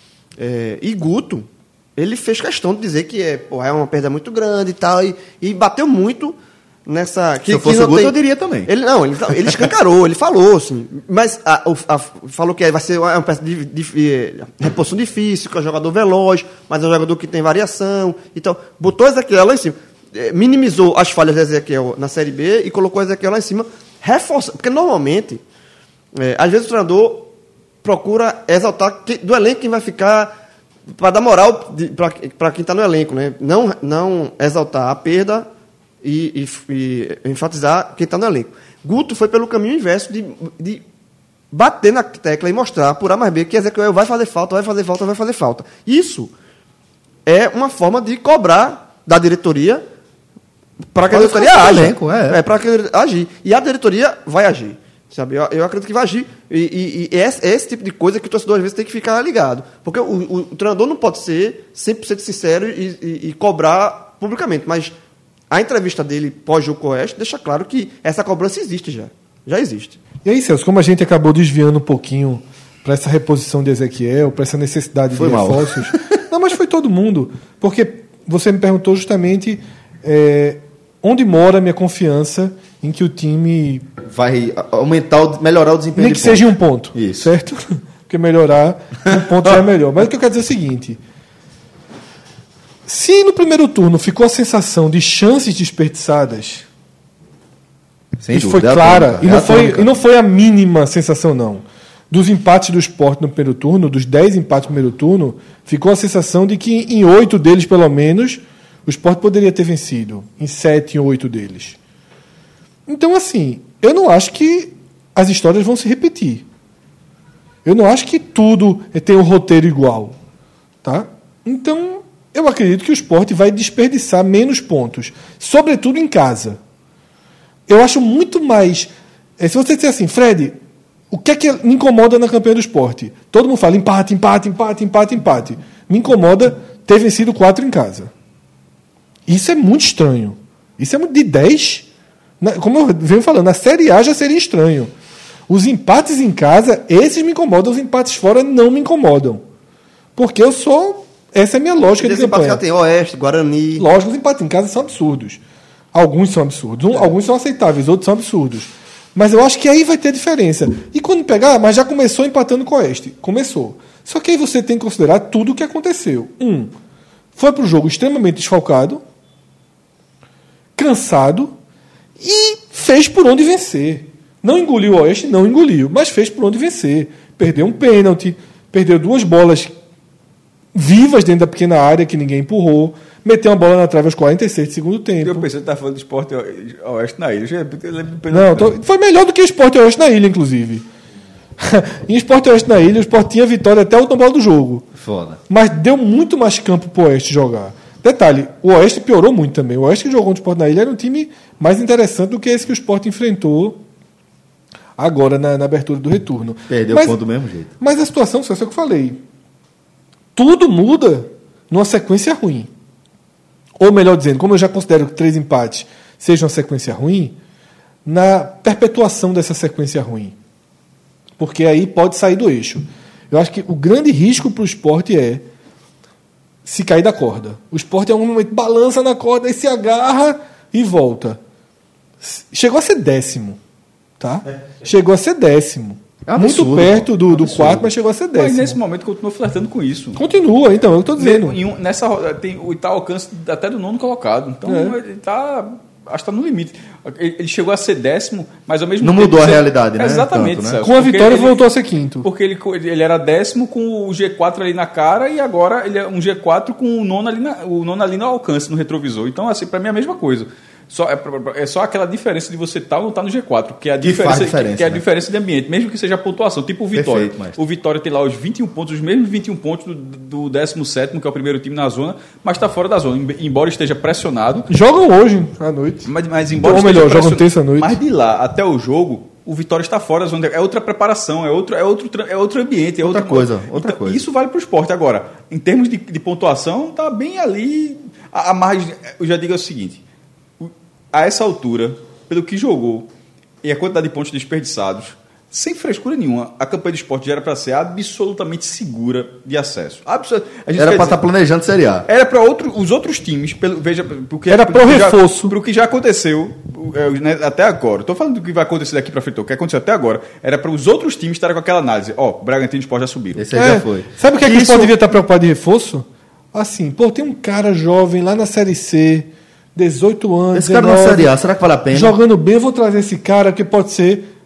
É, e Guto, ele fez questão de dizer que é, pô, é uma perda muito grande e tal, e, e bateu muito nessa... Que, Se eu fosse o Guto, tem... eu diria também. Ele, não, ele, ele escancarou, ele falou, assim, mas a, a, falou que vai ser uma peça de, de, de reposição difícil, que é um jogador veloz, mas é um jogador que tem variação, então, botou Ezequiel lá em cima, minimizou as falhas de Ezequiel na Série B e colocou Ezequiel lá em cima, reforçando, porque normalmente É, às vezes o treinador procura exaltar quem, do elenco quem vai ficar, para dar moral para quem está no elenco, né? Não, não exaltar a perda e, e, e enfatizar quem está no elenco. Guto foi pelo caminho inverso de, de bater na tecla e mostrar por A mais B que Ezequiel vai fazer falta, vai fazer falta, vai fazer falta. Isso é uma forma de cobrar da diretoria para que a diretoria haja. Elenco, é, é para que a agir. E a diretoria vai agir. Sabe? Eu, eu acredito que vai agir. E, e, e é, esse, é esse tipo de coisa que o torcedor às vezes tem que ficar ligado. Porque o, o, o treinador não pode ser cem por cento sincero e, e, e cobrar publicamente. Mas a entrevista dele pós-jogo com o Oeste deixa claro que essa cobrança existe já. Já existe. E aí, Celso, como a gente acabou desviando um pouquinho para essa reposição de Ezequiel, para essa necessidade foi de mal. reforços... Não, mas foi todo mundo. Porque você me perguntou justamente é, onde mora a minha confiança em que o time... vai aumentar, o, melhorar o desempenho. Nem que seja um ponto. Isso. Certo? Porque melhorar um ponto já é melhor. Mas o que eu quero dizer é o seguinte... Se no primeiro turno ficou a sensação de chances desperdiçadas... Sem isso dúvida, foi clara. É e, não foi, tônica. e não foi a mínima sensação, não. Dos empates do Sport no primeiro turno, dos dez empates no primeiro turno, ficou a sensação de que em oito deles, pelo menos, o Sport poderia ter vencido. Em sete, em oito deles. Então, assim, eu não acho que as histórias vão se repetir. Eu não acho que tudo tem um roteiro igual. Tá? Então, eu acredito que o Sport vai desperdiçar menos pontos. Sobretudo em casa. Eu acho muito mais... É, se você disser assim, Fred, o que é que me incomoda na campanha do Sport? Todo mundo fala empate, empate, empate, empate, empate. Me incomoda ter vencido quatro em casa. Isso é muito estranho. Isso é muito de dez. Na, como eu venho falando, na Série A já seria estranho. Os empates em casa, esses me incomodam. Os empates fora não me incomodam. Porque eu sou... Essa é a minha lógica de campanha. Já tem Oeste, Guarani... Lógico, os empates em casa são absurdos. Alguns são absurdos. Um, alguns são aceitáveis, outros são absurdos. Mas eu acho que aí vai ter diferença. E quando pegar, mas já começou empatando com o Oeste. Começou. Só que aí você tem que considerar tudo o que aconteceu. Um, foi para o jogo extremamente desfalcado, cansado, e fez por onde vencer. Não engoliu o Oeste, não engoliu, mas fez por onde vencer. Perdeu um pênalti, perdeu duas bolas vivas dentro da pequena área que ninguém empurrou, meteu uma bola na trave aos quarenta e seis do segundo tempo. Eu pensei que estava falando de Sport Oeste na ilha. Eu lembro não, tô, foi melhor do que o Sport Oeste na ilha, inclusive. Em Sport Oeste na ilha, o Sport tinha vitória até a última bola do jogo. Foda. Mas deu muito mais campo para o Oeste jogar. Detalhe, o Oeste piorou muito também. O Oeste que jogou no Sport na ilha era um time mais interessante do que esse que o Sport enfrentou agora na, na abertura do retorno. Perdeu mas, o ponto do mesmo jeito. Mas a situação, só é o que eu falei. Tudo muda numa sequência ruim. Ou melhor dizendo, como eu já considero que três empates sejam uma sequência ruim, na perpetuação dessa sequência ruim. Porque aí pode sair do eixo. Eu acho que o grande risco para o Sport é se cair da corda. O Sport em algum momento balança na corda e se agarra e volta. Chegou a ser décimo. Tá? Chegou a ser décimo. É absurdo, muito perto do, do absurdo. quarto, mas chegou a ser décimo. Mas nesse momento continua flertando com isso. Continua, então, eu estou dizendo. Em um, nessa rodada, tem o Itaú alcance até do nono colocado. Então É. ele está. Acho que está no limite. Ele, ele chegou a ser décimo, mas ao mesmo Não tempo. mudou a você- realidade, né? Exatamente, Tanto, né? Celso, Com a porque vitória ele- voltou a ser quinto. Porque ele, ele era décimo com o G quatro ali na cara e agora ele é um G quatro com o nono ali, na, o nono ali no alcance, no retrovisor. Então, assim, para mim é a mesma coisa. Só, é, é só aquela diferença de você estar ou não estar no G quatro, que é a Que diferença, faz diferença, que, que é a né? diferença de ambiente, mesmo que seja a pontuação. Tipo o Vitória. Perfeito, mestre. O Vitória tem lá os vinte e um pontos, os mesmos vinte e um pontos do, do décimo sétimo, que é o primeiro time na zona, mas está fora da zona, em- embora esteja pressionado. Jogam hoje à noite. Mas, mas embora Ou esteja melhor, jogam pressionado- terça-noite. Mas de lá até o jogo, o Vitória está fora da zona. É outra preparação, é outro, é outro, tra- é outro ambiente. É Outra outra coisa, outra Então, coisa. Isso vale para o esporte. Agora, em termos de, de pontuação, está bem ali. A, a margem, eu já digo o seguinte: o- a essa altura, pelo que jogou e a quantidade de pontos desperdiçados, sem frescura nenhuma, a campanha do esporte já era para ser absolutamente segura de acesso. Absol- a gente Era quer para dizer- estar planejando Série A. era para outro, os outros times, pelo, veja, porque Era pro porque já- reforço. pro que já aconteceu é, né, até agora. Estou falando do que vai acontecer daqui para frente, o que aconteceu até agora. Era para os outros times estarem com aquela análise. Ó, o Bragantino e o Sport já subiram. Esse aí É, já foi. Sabe o que, é que o Isso- Sport devia estar preocupado de reforço? Assim, pô, tem um cara jovem lá na Série C, dezoito anos, Esse cara na dezenove, Série A, será que vale a pena? jogando bem, eu vou trazer esse cara que pode ser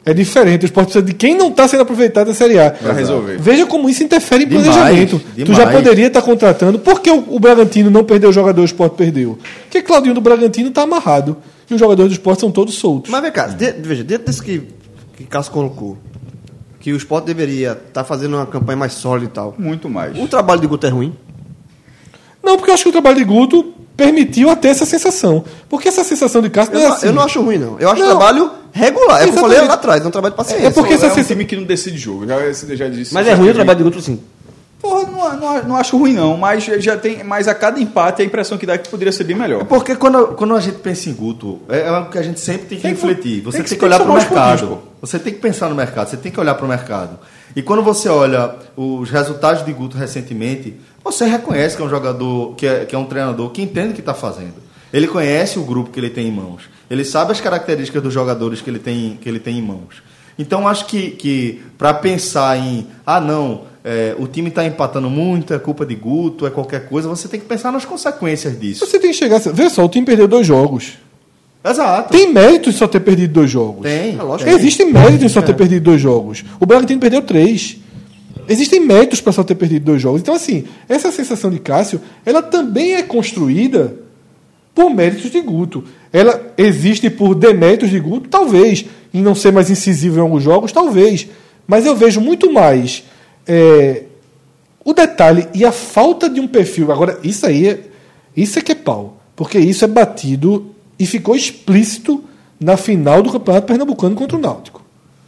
é diferente. O Sport precisa de quem não está sendo aproveitado na Série A. Pra resolver. Veja como isso interfere em Demais, planejamento. Tu demais. já poderia estar contratando. Por que o, o Bragantino não perdeu o jogador, o Sport perdeu? Porque Claudinho do Bragantino está amarrado. E os jogadores do Sport são todos soltos. Mas vem cá, de, veja, dentro desse que, que Cássio colocou, que o Sport deveria estar fazendo uma campanha mais sólida e tal. Muito mais. O trabalho de Guto é ruim? Não, porque eu acho que o trabalho de Guto permitiu até essa sensação. Porque essa sensação de Cássio Eu não é não, assim. eu não acho ruim, não. Eu acho Não. um trabalho regular. É o que eu falei Exatamente. lá atrás, é um trabalho de paciência. É porque é essa um sensação... time que não decide jogo. Já, eu já disse. Mas já é ruim o escrevi. trabalho de Guto, sim. Porra, não, não, não acho ruim, não. Mas já tem. Mas a cada empate a impressão que dá é que poderia ser bem melhor. Porque quando, quando a gente pensa em Guto, é é algo que a gente sempre tem que Tem que- refletir. Você tem tem que- que, tem que olhar para o somar os mercado. pontinhos, pô. Você tem que pensar no mercado, você tem que olhar para o mercado. E quando você olha os resultados de Guto recentemente, você reconhece que é um jogador, que é, que é um treinador que entende o que está fazendo. Ele conhece o grupo que ele tem em mãos. Ele sabe as características dos jogadores que ele tem, que ele tem em mãos. Então, acho que, que para pensar em, ah, não, é, o time está empatando muito, é culpa de Guto, é qualquer coisa, você tem que pensar nas consequências disso. Você tem que chegar... Vê só, o time perdeu dois jogos. Exato. Tem mérito em só ter perdido dois jogos. Tem, É lógico. Existe mérito em só ter perdido dois jogos. O Bragantino perdeu três. Existem méritos para só ter perdido dois jogos. Então, assim, essa sensação de Cássio, ela também é construída por méritos de Guto. Ela existe por deméritos de Guto? Talvez. Em não ser mais incisivo em alguns jogos? Talvez. Mas eu vejo muito mais é, o detalhe e a falta de um perfil. Agora, isso aí é, isso é que é pau. Porque isso é batido e ficou explícito na final do Campeonato Pernambucano contra o Náutico.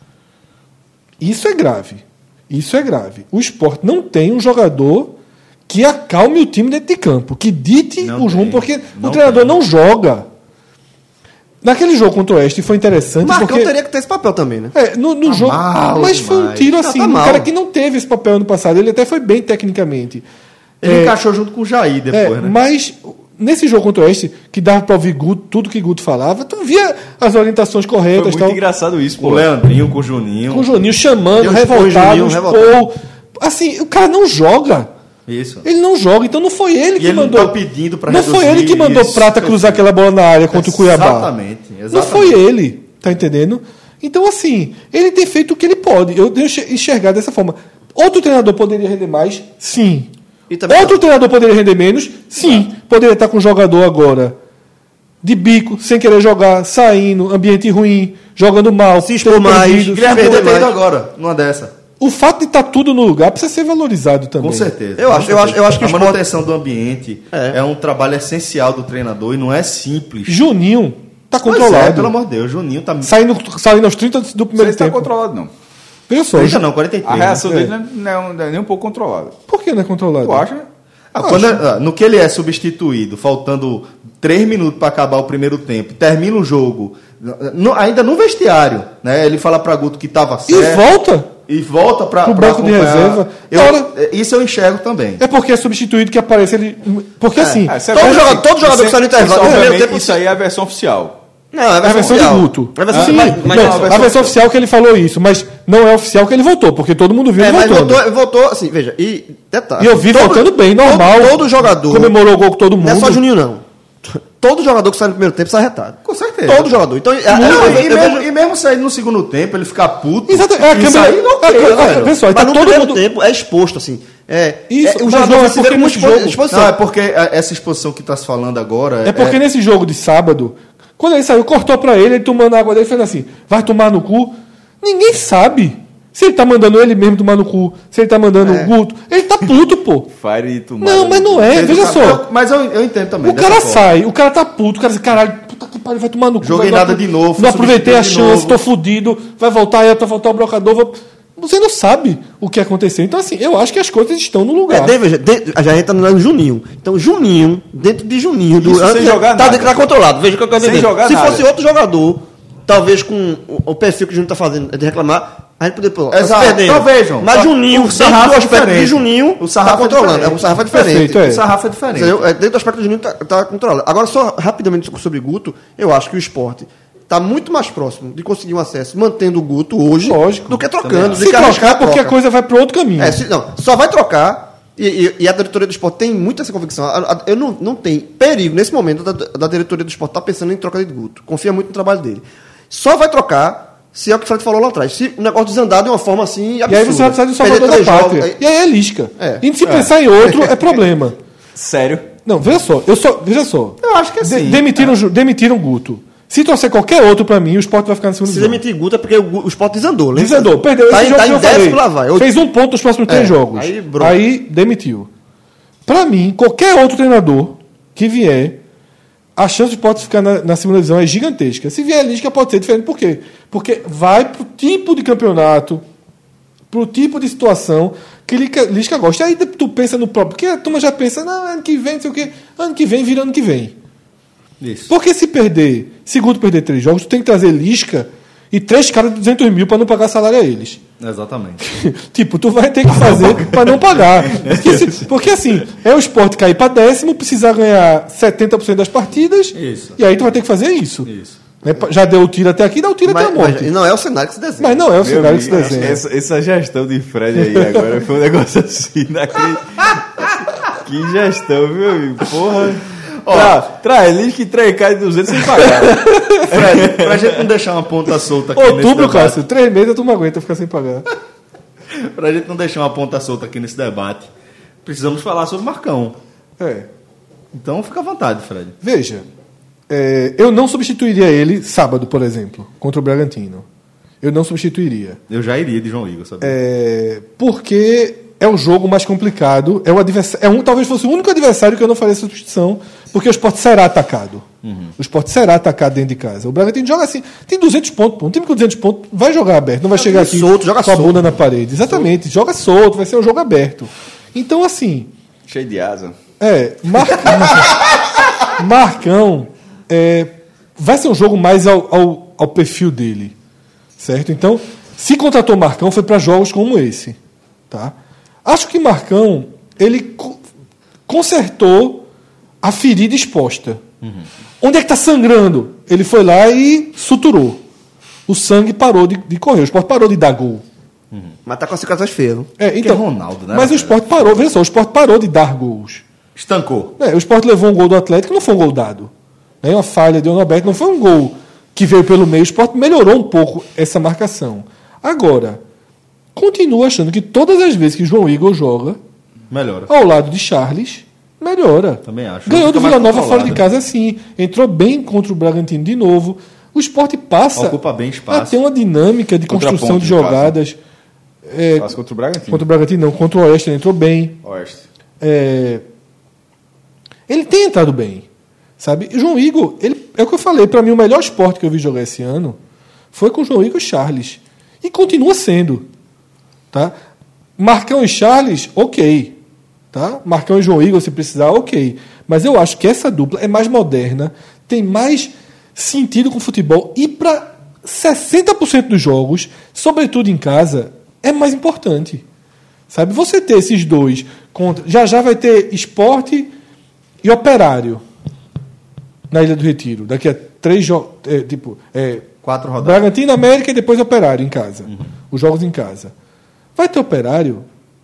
Isso é grave. Isso é grave. O Sport não tem um jogador que acalme o time dentro de campo, que dite Não os tem. rumos, porque Não o treinador tem. não joga. Naquele jogo contra o Oeste foi interessante. O Marcão porque, teria que ter esse papel também, né? é, no, no Tá jogo, mal mas foi um demais. tiro Já assim, tá um mal. cara que não teve esse papel ano passado. Ele até foi bem tecnicamente. Ele É, encaixou junto com o Jair é, depois, né? Mas nesse jogo contra o Oeste, que dava para ouvir Guto, tudo que Guto falava, tu via as orientações Foi corretas. muito Tal, engraçado isso, Com o pô. Leandrinho, com o Juninho. com o Juninho chamando, Deu expor, revoltado, Juninho, expor. Assim, o cara não joga. Isso. Ele não joga, então não foi ele E que ele não mandou. tá pedindo pra Não foi reduzir ele que mandou isso. Prata cruzar aquela bola na área contra o Cuiabá. Exatamente, exatamente. Não foi ele, tá entendendo? Então, assim, ele tem feito o que ele pode. Eu tenho enxergado dessa forma. Outro treinador poderia render mais? Sim. E também- Outro treinador poderia render menos? Sim. Poderia estar com o jogador agora de bico, sem querer jogar, saindo, ambiente ruim, jogando mal, Se expor tendo mais, perdido. Guilherme Perder podia ter ido mais. agora, numa dessa. O fato de estar tudo no lugar precisa ser valorizado também. Com certeza. Eu com acho- eu certeza. acho- eu acho que a o esporte- manutenção do ambiente É. é. um trabalho essencial do treinador e não é simples. Juninho tá Pois controlado. é, pelo amor de Deus, Juninho tá. Saindo, saindo aos trinta do Não primeiro sei se tá tempo. controlado, não. Veja só. trinta não, quarenta e três. A reação né? dele não é, não é- não é nem um pouco controlada. Por que não é controlado? Tu acha? Ah, quando é- ah, no que ele é substituído, faltando três minutos para acabar o primeiro tempo, termina o jogo, no- ainda no vestiário, né? Ele fala para Guto que estava E certo. volta. E volta para Pro banco de reserva. Eu, Ora- isso eu enxergo também. É porque é substituído que aparece ele. Porque assim. Ah, isso é todo verdade. jogador- todo jogador Isso que sai no é- intervalo, isso, no primeiro obviamente, tempo- isso aí é a versão oficial. Não, é É a versão de oficial. Guto. É a versão, Sim, mas, não, mas, a não, versão, oficial que ele falou isso, mas não é oficial que ele voltou, porque todo mundo viu é, ele mas voltando. voltou, voltou, assim, veja, e detalhe. E eu vi voltando bem, normal. Todo, todo jogador. Comemorou o gol com todo mundo. Não é só Juninho, não. Todo jogador que sai no primeiro tempo sai retado. Com certeza. Todo jogador. Então, é- Não, é- e, eu mesmo, vejo- e mesmo sair no segundo tempo, ele ficar puto. Exato, é a isso câmera- aí não a- queira, a- velho. pessoal, mas tá no todo primeiro mundo. tempo é exposto, assim. É, Isso, é, o mas jogador não, é se vê porque como nesse expo- jogo- exposição. Não, é porque a- essa exposição que está se falando agora É porque nesse jogo de sábado, quando ele saiu, cortou pra ele, ele tomando água dele, fez assim: vai tomar no cu. Ninguém sabe se ele tá mandando ele mesmo tomar no cu, se ele tá mandando É. o Guto. Ele tá puto, pô. Fire e tomada. Não, mas não é, veja só. Mas eu, eu entendo também. O dessa cara forma. sai, o cara tá puto, o cara diz, caralho, puta que pariu, vai tomar no cu. Joguei vai- nada não- de novo, fui Não aproveitei a substituído de chance, novo. tô fudido, vai voltar, aí vai voltar o brocador. Vou... Você não sabe o que aconteceu. Então, assim, eu acho que as coisas estão no É, lugar. de- veja, de- a gente tá no Juninho. Então, Juninho, dentro de Juninho, do, Isso sem jogar tá, nada. tá controlado. Veja o que eu quero Sem dizer. jogar Se nada. fosse outro jogador, talvez com o, o perfil que o Juninho tá fazendo de reclamar, a gente poderia, pô, tá se Exato. perdendo. Então vejam, Mas o- Juninho, o dentro sarrafo do é aspecto diferente. de Juninho, O sarrafo tá é controlando. diferente. É, o sarrafo é diferente. Perfeito, é. O sarrafo é diferente. Entendeu? É, dentro do aspecto do Juninho tá, tá controlado. Agora, só rapidamente sobre Guto, eu acho que o esporte está muito mais próximo de conseguir um acesso mantendo o Guto hoje Lógico. do que trocando. Se de que arriscar trocar, porque a troca. coisa vai pro outro caminho. É, se- não, só vai trocar. E, e- e a diretoria do esporte tem muito essa convicção. A- a- Eu não, não tem perigo nesse momento da, da diretoria do esporte estar pensando em troca de Guto. Confia muito no trabalho dele. Só vai trocar se é o que o Fred falou lá atrás, se o negócio desandar de uma forma assim absurda. E aí você vai precisar de um salvador da pátria. Jogos, aí... E aí é Lisca. É. E se pensar é. em outro, é problema. Sério? Não, veja só. Eu só veja só. Eu acho que é assim. De, demitiram, é. demitiram Guto. Se trouxer qualquer outro pra mim, o Sport vai ficar na segunda divisão. Se demitir Guto é porque o, o Sport desandou. Lembra? Desandou. Perdeu tá esse em, jogo tá que eu em décimo, falei. Lá vai. Eu... Fez um ponto nos próximos três é. jogos. Aí, aí demitiu. Pra mim, qualquer outro treinador que vier, a chance de Sport ficar na, na segunda divisão é gigantesca. Se vier a Lisca, pode ser diferente. Por quê? Porque vai pro tipo de campeonato, pro tipo de situação que Lisca gosta. Aí tu pensa no próprio. Porque a turma já pensa, não, ano que vem, não sei o quê. Ano que vem, vira ano que vem. Isso. Porque se perder, se Guto perder três jogos, tu tem que trazer Lisca e três caras de duzentos mil para não pagar salário a eles. Exatamente. Tipo, tu vai ter que fazer para não pagar. Porque, se, porque assim, é o Sport cair para décimo, precisar ganhar setenta por cento das partidas. Isso. E aí tu vai ter que fazer isso. Isso. Já deu o tiro até aqui, dá o tiro mas, até a morte. Mas não é o cenário que se desenha. Mas não é o Meu cenário amigo, que se desenha. Essa, essa gestão de Fred aí agora foi um negócio assim, naquele... Que gestão, viu, amigo? Porra... Ó, traz Lisca e três caras de duzentos sem pagar. Fred, pra gente não deixar uma ponta solta aqui Outubro, nesse debate. Cássio, três meses tu não aguenta ficar sem pagar. Pra gente não deixar uma ponta solta aqui nesse debate, precisamos falar sobre Marcão. É. Então fica à vontade, Fred. Veja, é, eu não substituiria ele sábado, por exemplo, contra o Bragantino. Eu não substituiria. Eu já iria de João Igor, sabe? É, porque é o jogo mais complicado. É, o adversário, é um, talvez fosse o único adversário que eu não faria substituição, porque o Sport será atacado. Uhum. O Sport será atacado dentro de casa. O Bragantino joga assim, tem duzentos pontos. Pô. Um time com duzentos pontos vai jogar aberto, não vai chegar aqui solto, joga com a solto. bunda na parede. Exatamente, solto. Joga solto, vai ser um jogo aberto. Então, assim. Cheio de asa. É, Marcão, Marcão é, vai ser um jogo mais ao, ao, ao perfil dele. Certo? Então, se contratou Marcão, foi para jogos como esse. Tá? Acho que Marcão, ele consertou a ferida exposta. Uhum. Onde é que está sangrando? Ele foi lá e suturou. O sangue parou de, de correr. O Sport parou de dar gol. Uhum. Mas tá com as cicatriz feias. É, então, é Ronaldo, né? Mas o Sport parou. Veja só, o Sport parou de dar gols. Estancou. É, o Sport levou um gol do Atlético, não foi um gol dado. Né? Uma falha de Roberto, não foi um gol que veio pelo meio. O Sport melhorou um pouco essa marcação. Agora, continuo achando que todas as vezes que João Igor joga, melhora. Ao lado de Charles, melhora. Também acho. Ganhou do Vila Nova fora de casa, sim. Entrou bem contra o Bragantino de novo. O Sport passa Ocupa bem espaço. a ter uma dinâmica de construção de jogadas. É, passa contra o Bragantino. Contra o Bragantino, não. Contra o Oeste, ele entrou bem. Oeste. É, ele tem entrado bem. Sabe? E o João Igor, ele, é o que eu falei, para mim o melhor esporte que eu vi jogar esse ano foi com o João Igor e Charles. E continua sendo. Tá? Marcão e Charles, ok. Tá? Marcão e João Igor, se precisar, ok. Mas eu acho que essa dupla é mais moderna, tem mais sentido com o futebol e para sessenta por cento dos jogos, sobretudo em casa, é mais importante. Sabe? Você ter esses dois contra. Já já vai ter Sport e Operário na Ilha do Retiro. Daqui a três jogos. É, tipo, é, quatro rodadas. Bragantino, América e depois Operário em casa. Uhum. Os jogos em casa. Vai ter Operário.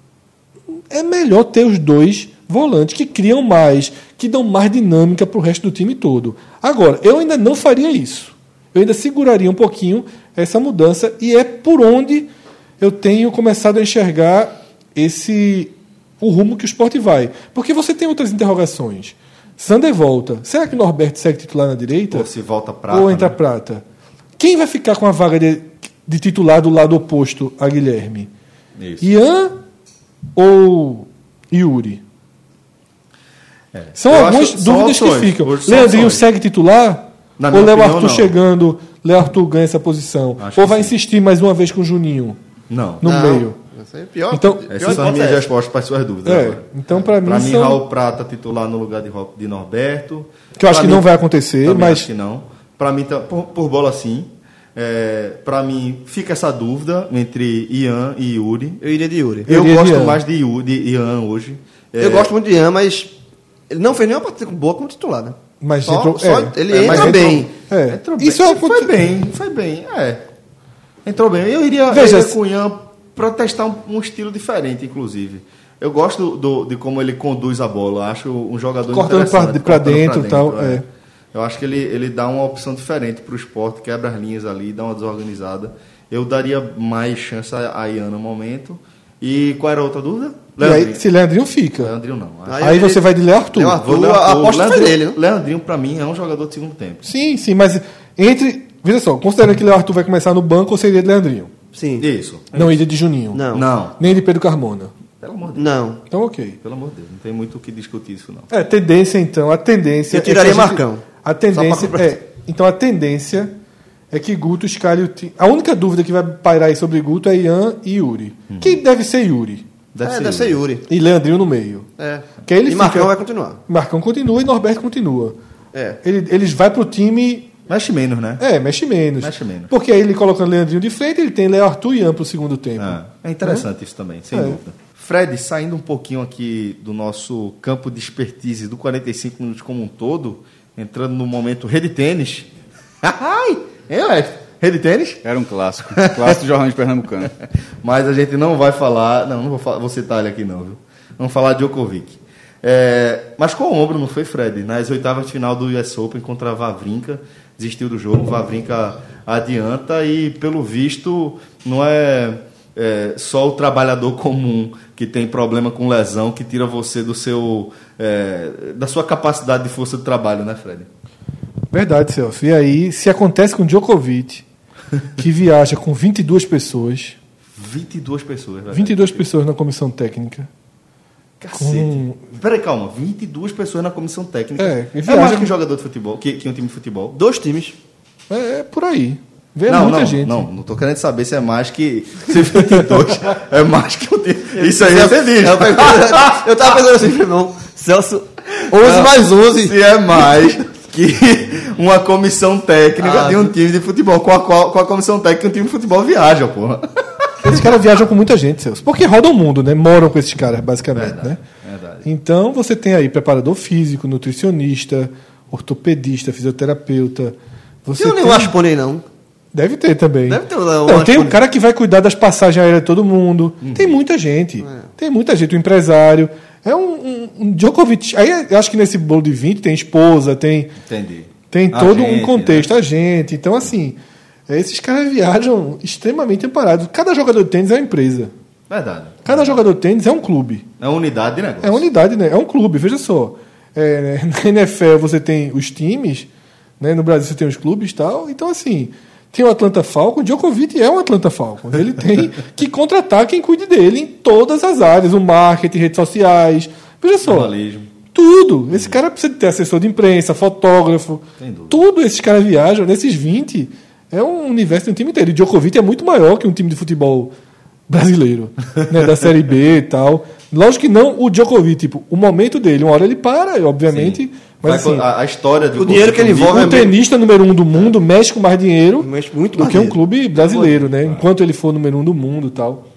É melhor ter os dois volantes que criam mais, que dão mais dinâmica para o resto do time todo. Agora, eu ainda não faria isso. Eu ainda seguraria um pouquinho essa mudança e é por onde eu tenho começado a enxergar esse o rumo que o Sport vai. Porque você tem outras interrogações. Sander volta. Será que Norberto segue titular na direita? Ou se volta Prata. Ou entra né? Prata? Quem vai ficar com a vaga de, de titular do lado oposto a Guilherme? Isso. Ian ou Yuri? É. São Eu algumas acho, dúvidas são que opções. ficam. Hoje são Leandrinho opções. segue titular? Na Ou minha Léo opinião, Arthur não. chegando, Léo Arthur ganha essa posição? Acho Ou que vai sim. insistir mais uma vez com o Juninho? Não. No Não. meio? Isso aí é pior. Então, pior Essas são as minhas respostas para as suas dúvidas. É, agora. então para mim Para mim, são... Raul Prata titular no lugar de, Ro- de Norberto. Que eu acho Pra que mim, não vai acontecer, também mas... acho que não. Para mim, tá- por, por bola sim. É, para mim, fica essa dúvida entre Ian e Yuri. Eu iria de Yuri. Eu Eu, iria de gosto Ian. mais de, Yuri, de Ian hoje. É, Eu gosto muito de Ian, mas ele não fez nenhuma partida boa como titular, né? Mas Só- entrou, só é, ele é, entra mas bem. é. Entrou bem. Isso é uma foi bem, foi bem. É. Entrou bem. Eu iria, Veja, eu iria com o Ian para testar um, um estilo diferente, inclusive. Eu gosto do, do- de como ele conduz a bola. Acho um jogador Cortando interessante. pra- pra dentro e tal, é. Eu acho que ele, ele dá uma opção diferente para o Sport, quebra as linhas ali, dá uma desorganizada. Eu daria mais chance a, a Ian no momento. E qual era a outra dúvida? E aí, se Leandrinho fica. Leandrinho não. Aí, aí você vai de Léo Arthur. Léo Arthur, Léo Arthur. a aposta foi Leandrinho, dele, né? Leandrinho, para mim, é um jogador de segundo tempo. Sim, sim, mas entre... Veja só, considerando que Léo Arthur vai começar no banco, ou seria de Leandrinho? Sim. Isso. Não iria de Juninho. Não. Não. Nem de Pedro Carmona. Pelo amor de Deus. Não. Então, ok. Pelo amor de Deus. Não tem muito o que discutir isso, não. É, tendência, então, a tendência... Eu tiraria é que a gente- Marcão. A tendência Só pra- é... Então, a tendência é que Guto escalhe o time... A única dúvida que vai pairar aí sobre Guto é Ian e Yuri. Uhum. Que deve ser Yuri. Deve é, ser deve ser Yuri. E Leandrinho no meio. É. Que aí ele e fica- Marcão vai continuar. Marcão continua e Norberto continua. É. Ele, eles vai pro time... Mexe menos, né? É, mexe menos. Mexe menos. Porque aí ele colocando Leandrinho de frente, ele tem Léo Arthur e Ian pro segundo tempo. É, é interessante isso também, sem É. dúvida. Fred, saindo um pouquinho aqui do nosso campo de expertise do quarenta e cinco minutos como um todo, entrando no momento rede tênis. Ai! É, West? Rede tênis? Era um clássico. Clássico do Jornal de Pernambucano. Mas a gente não vai falar. Não, não vou, falar, vou citar ele aqui, não, viu? Vamos falar de Djokovic. É, mas com o ombro, não foi, Fred? Nas oitavas de final do U S Open contra a Wawrinka, desistiu do jogo, Wawrinka adianta e, pelo visto, não é, é só o trabalhador comum que tem problema com lesão que tira você do seu, é, da sua capacidade de força de trabalho, né, Fred? Verdade, Celso. E aí, se acontece com Djokovic, que viaja com vinte e duas pessoas, vinte e duas pessoas, velho. vinte e duas pessoas na comissão técnica. Cacete. Com- Peraí, calma. vinte e duas pessoas na comissão técnica. É, e é viaja mais que com- um jogador de futebol, que, que um time de futebol. Dois times. É, é por aí. Vê não, muita não, gente. não, não tô querendo saber se é mais que. Se vinte e dois é mais que um time. Isso aí você diz. Eu, eu tava pensando assim, irmão. Celso, onze mais onze. Se é mais que uma comissão técnica Ah, de um time de futebol. Com a, qual, com a comissão técnica de um time de futebol viaja, porra. Esses caras viajam com muita gente, Celso. Porque rodam o mundo, né? Moram com esses caras, basicamente, Verdade, né? verdade. Então, você tem aí preparador físico, nutricionista, ortopedista, fisioterapeuta. Você Tem nenhum Aspone aí, não. Deve ter também. Deve ter um Não, tem Aspone. um cara que vai cuidar das passagens aéreas de todo mundo. Tem muita gente. Tem muita gente. O empresário. É um, um, um Djokovic. Aí eu acho que nesse bolo de vinte tem esposa, tem, Entendi. tem A todo gente, um contexto, né? a gente. Então, assim, esses caras viajam extremamente amparados. Cada jogador de tênis é uma empresa. Verdade. Cada jogador de tênis é um clube. É uma unidade de negócio. É uma unidade, né? É um clube, veja só. É, na N F L você tem os times, né? No Brasil você tem os clubes e tal. Então, assim, tem o Atlanta Falcons. O Djokovic é um Atlanta Falcons. Ele tem que contratar quem cuide dele em todas as áreas. O marketing, redes sociais. Veja só. Jornalismo. Tudo. Esse cara precisa ter assessor de imprensa, fotógrafo. Sem dúvida. Tudo esses caras viajam. Nesses vinte, é um universo de um time inteiro. E o Djokovic é muito maior que um time de futebol brasileiro, né, da Série B e tal. Lógico que não o Djokovic, tipo, o momento dele, uma hora ele para, obviamente, Sim. mas Vai assim, com- a, a história do o dinheiro que ele envolve o é tenista número um do mundo mexe com mais dinheiro Mexe muito do mais que um dinheiro. clube brasileiro, né? Enquanto ele for número um do mundo e tal.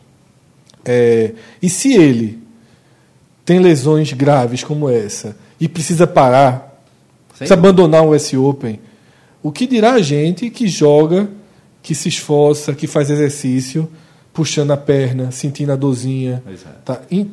É, e se ele tem lesões graves como essa e precisa parar, precisa dúvida. abandonar o U S Open, o que dirá a gente que joga, que se esforça, que faz exercício, puxando a perna, sentindo a dorzinha. Pois é. Tá? Em-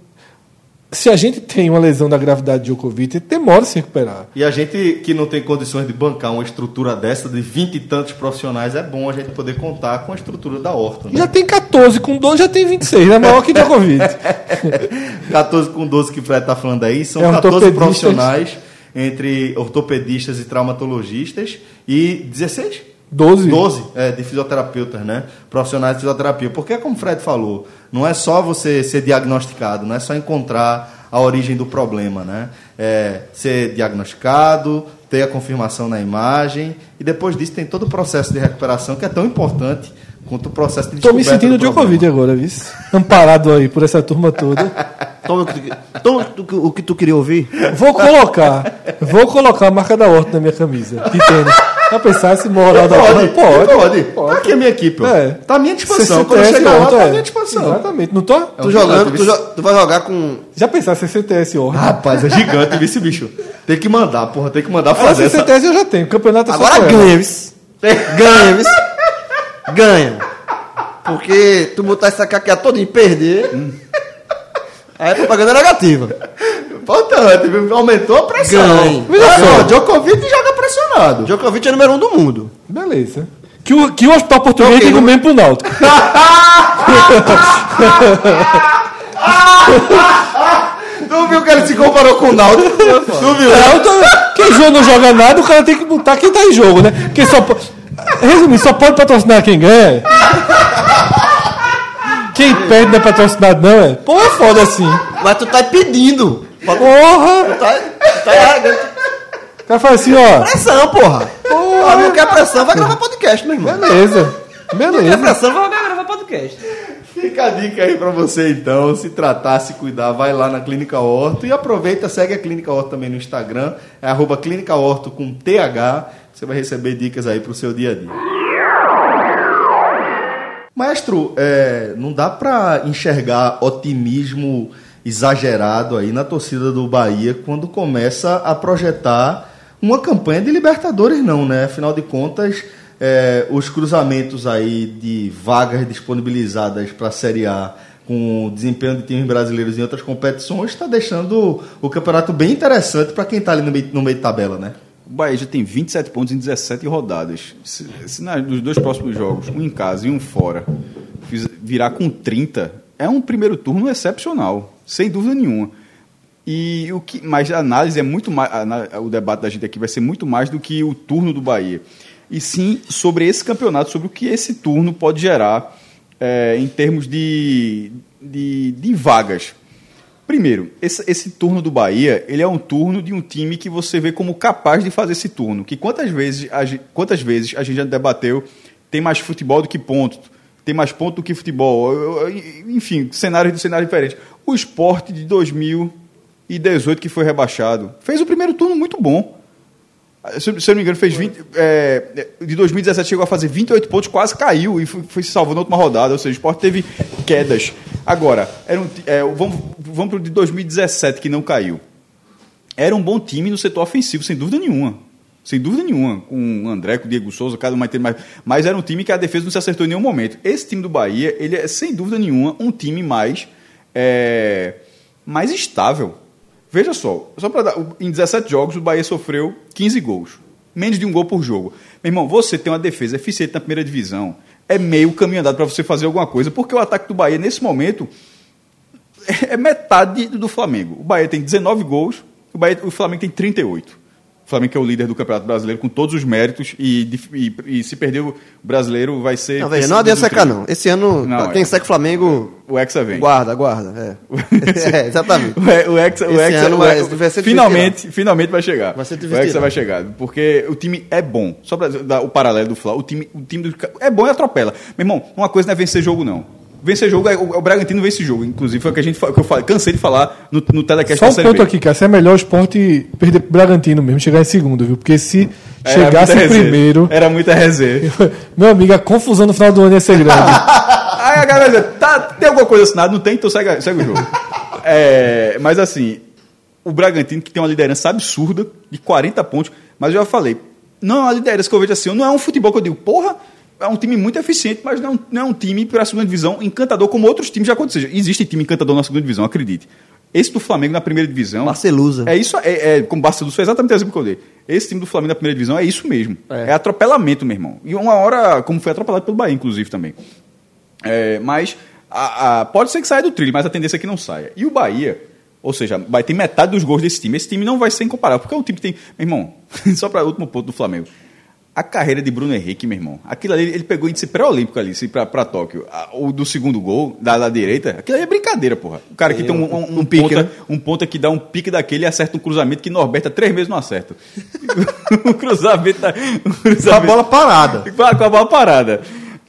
se a gente tem uma lesão da gravidade de Djokovic, demora a se recuperar. E a gente que não tem condições de bancar uma estrutura dessa de vinte e tantos profissionais, é bom a gente poder contar com a estrutura da Orton. Né? Já tem catorze, com doze já tem vinte e seis, é maior que Djokovic. catorze com doze que o Fred está falando aí, são É, catorze ortopedistas. profissionais entre ortopedistas e traumatologistas e dezesseis? doze. doze é, de fisioterapeutas, né? Profissionais de fisioterapia. Porque, como o Fred falou, não é só você ser diagnosticado, não é só encontrar a origem do problema, né? É ser diagnosticado, ter a confirmação na imagem e depois disso tem todo o processo de recuperação que é tão importante quanto o processo de Tô me descoberta sentindo do problema. Djokovic agora, viu? Amparado aí por essa turma toda. Toma o que tu, toma o que- o que tu queria ouvir. Vou colocar, vou colocar a marca da Horta na minha camisa de tênis. Pra pensar se moral da Pode, pode. pode, pode. Tá aqui a minha equipe, ó. É. Tá à minha disposição. C C T S Quando eu chegar lá, Horta, tá à é. minha disposição. Exatamente. Não tô? Tu jogando, tu, jo- tu vai jogar com. Já pensar C C T S Horta? Rapaz, é gigante esse bicho. Tem que mandar, porra, tem que mandar A fazer C C essa... T S eu já tenho. Campeonato é só Agora com ela. ganha, vis. Ganha, vis. Ganha. Porque tu botar essa caqueada toda e perder. Aí é propaganda negativa. Importante, viu? Aumentou a pressão. Ganhe. Ah, o Djokovic joga pressionado. Djokovic é número um do mundo. Beleza. Que o, que o hospital português Ok, diga o não- mesmo pro Náutico. Tu viu que ele se comparou com o Náutico? Tu viu? É, eu tô- quem joga não joga nada, o cara tem que botar quem tá em jogo, né? Porque só po- resumindo, só pode patrocinar quem ganha. Quem perde não é patrocinado, não, é? Pô, é foda assim. Mas tu tá pedindo. Porra! Tá, tá O cara fala assim, ó. pressão, porra. Porra. Não quer pressão, vai gravar podcast, meu irmão. Beleza. Quer Beleza. pressão, vai gravar podcast. Fica a dica aí pra você então, se tratar, se cuidar, vai lá na Clínica Horto e aproveita, segue a Clínica Horto também no Instagram, é arroba Clínica Horto com T H, você vai receber dicas aí pro seu dia a dia. Maestro, é, não dá pra enxergar otimismo exagerado aí na torcida do Bahia quando começa a projetar uma campanha de Libertadores não, né? Afinal de contas, é, os cruzamentos aí de vagas disponibilizadas para a Série A com o desempenho de times brasileiros em outras competições está deixando o campeonato bem interessante para quem está ali no meio, no meio de tabela, né? O Bahia já tem vinte e sete pontos em dezessete rodadas. Se, se na, nos dois próximos jogos, um em casa e um fora, fiz- virar com trinta, é um primeiro turno excepcional, sem dúvida nenhuma. E o que, mas a análise é muito mais, a, o debate da gente aqui vai ser muito mais do que o turno do Bahia. E sim sobre esse campeonato, sobre o que esse turno pode gerar é, em termos de, de, de vagas. Primeiro, esse, esse turno do Bahia, ele é um turno de um time que você vê como capaz de fazer esse turno. Que quantas vezes a gente, quantas vezes a gente já debateu, tem mais futebol do que ponto, tem mais ponto do que futebol. Eu, eu, enfim, cenários de cenário diferentes. O Sport de dois mil e dezoito, que foi rebaixado, fez o primeiro turno muito bom. Se, se eu não me engano, fez vinte, é, de dois mil e dezessete chegou a fazer vinte e oito pontos, quase caiu e foi, foi se salvou na última rodada. Ou seja, o Sport teve quedas. Agora, era um, é, vamos, vamos para o de dois mil e dezessete, que não caiu. Era um bom time no setor ofensivo, sem dúvida nenhuma. Sem dúvida nenhuma. Com o André, com o Diego Souza, cada um mais, mais. Mas era um time que a defesa não se acertou em nenhum momento. Esse time do Bahia, ele é, sem dúvida nenhuma, um time mais, é, mais estável. Veja só, só para dar, em dezessete jogos o Bahia sofreu quinze gols, menos de um gol por jogo. Meu irmão, você tem uma defesa eficiente na primeira divisão, é meio caminho andado para você fazer alguma coisa, porque o ataque do Bahia nesse momento é metade do Flamengo. O Bahia tem dezenove gols, o, Bahia, o Flamengo tem trinta e oito. O Flamengo que é o líder do Campeonato Brasileiro com todos os méritos e, e, e se perder o brasileiro vai ser... Não, veja, não adianta secar, não. Esse ano, Não, quem é. seca o Flamengo, O Hexa vem. guarda, guarda. É, é exatamente. O, He- o Hexa, o Esse Hexa, ano o vai- Hexa- vai ser difícil finalmente, finalmente vai chegar. Vai ser o difícil Hexa tirar. vai chegar, porque o time é bom. Só para dar o paralelo do Fla, o time, o time do, é bom e atropela. Meu irmão, uma coisa não é vencer jogo, não. Vencer jogo, é, o, o Bragantino vence jogo. Inclusive, foi o que, a gente, fa- que eu falei, cansei de falar no, no telecast Só da um Série ponto B. aqui, cara. Se é melhor o Sport perder pro Bragantino mesmo, chegar em segundo, viu? Porque se Era chegasse muita resenha. primeiro. Era muita resenha. Meu amigo, a confusão no final do ano ia ser grande. Aí a galera diz, tá, tem alguma coisa assinada? Não tem, então segue, segue o jogo. É, mas assim, o Bragantino, que tem uma liderança absurda, de quarenta pontos, mas eu já falei, não é uma liderança que eu vejo assim, não é um futebol que eu digo, porra, é um time muito eficiente, mas não, não é um time para a segunda divisão encantador, como outros times já aconteceram. Existe time encantador na segunda divisão, acredite. Esse do Flamengo na primeira divisão... Barcelusa. É isso, é, é, como Barcelusa foi exatamente o exemplo que eu dei. Esse time do Flamengo na primeira divisão é isso mesmo. É, é atropelamento, meu irmão. E uma hora, como foi atropelado pelo Bahia, inclusive, também. É, mas a, a, pode ser que saia do trilho, mas a tendência é que não saia. E o Bahia, ou seja, vai ter metade dos gols desse time. Esse time não vai ser incomparável, porque é um time que tem... Meu irmão, só para o último ponto do Flamengo. A carreira de Bruno Henrique, meu irmão, aquilo ali, ele pegou índice pré-olímpico ali, para Tóquio. A, o do segundo gol, da, da direita, aquilo ali é brincadeira, porra. O cara que tem um, um, um, um pique, ponta, né? um ponta que dá um pique daquele e acerta um cruzamento que Norberto há três meses não acerta. o cruzamento... Um cruzamento com a bola parada. Com a, com a bola parada.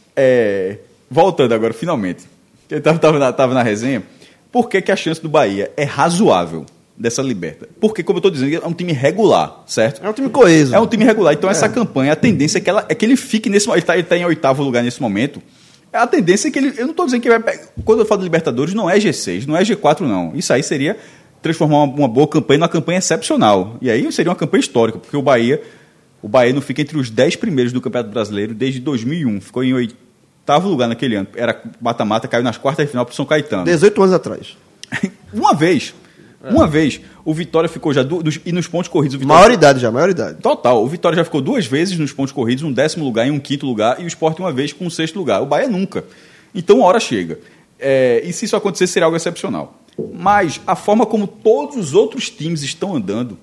É, voltando agora, finalmente. Eu estava tava na, tava na resenha. Por que, que a chance do Bahia é razoável dessa liberta? Porque, como eu estou dizendo, é um time regular, certo? É um time coeso. É um time regular. Então, é. essa É. campanha, a tendência é que, ela, é que ele fique nesse momento. Ele está tá em oitavo lugar nesse momento. A tendência é que ele... Eu não estou dizendo que vai... Quando eu falo de Libertadores, não é G seis, não é G quatro, não. Isso aí seria transformar uma, uma boa campanha numa campanha excepcional. E aí seria uma campanha histórica, porque o Bahia... O Bahia não fica entre os dez primeiros do Campeonato Brasileiro desde dois mil e um. Ficou em oitavo lugar naquele ano. Era mata-mata, caiu nas quartas de final para o São Caetano. dezoito anos atrás. Uma vez... É. Uma vez, o Vitória ficou já... Du- dos, e nos pontos corridos... O Vitória Maioridade já, maioridade. Total. O Vitória já ficou duas vezes nos pontos corridos, um décimo lugar e um quinto lugar, e o Sport uma vez com um sexto lugar. O Bahia nunca. Então, uma hora chega. É, e se isso acontecer, seria algo excepcional. Mas a forma como todos os outros times estão andando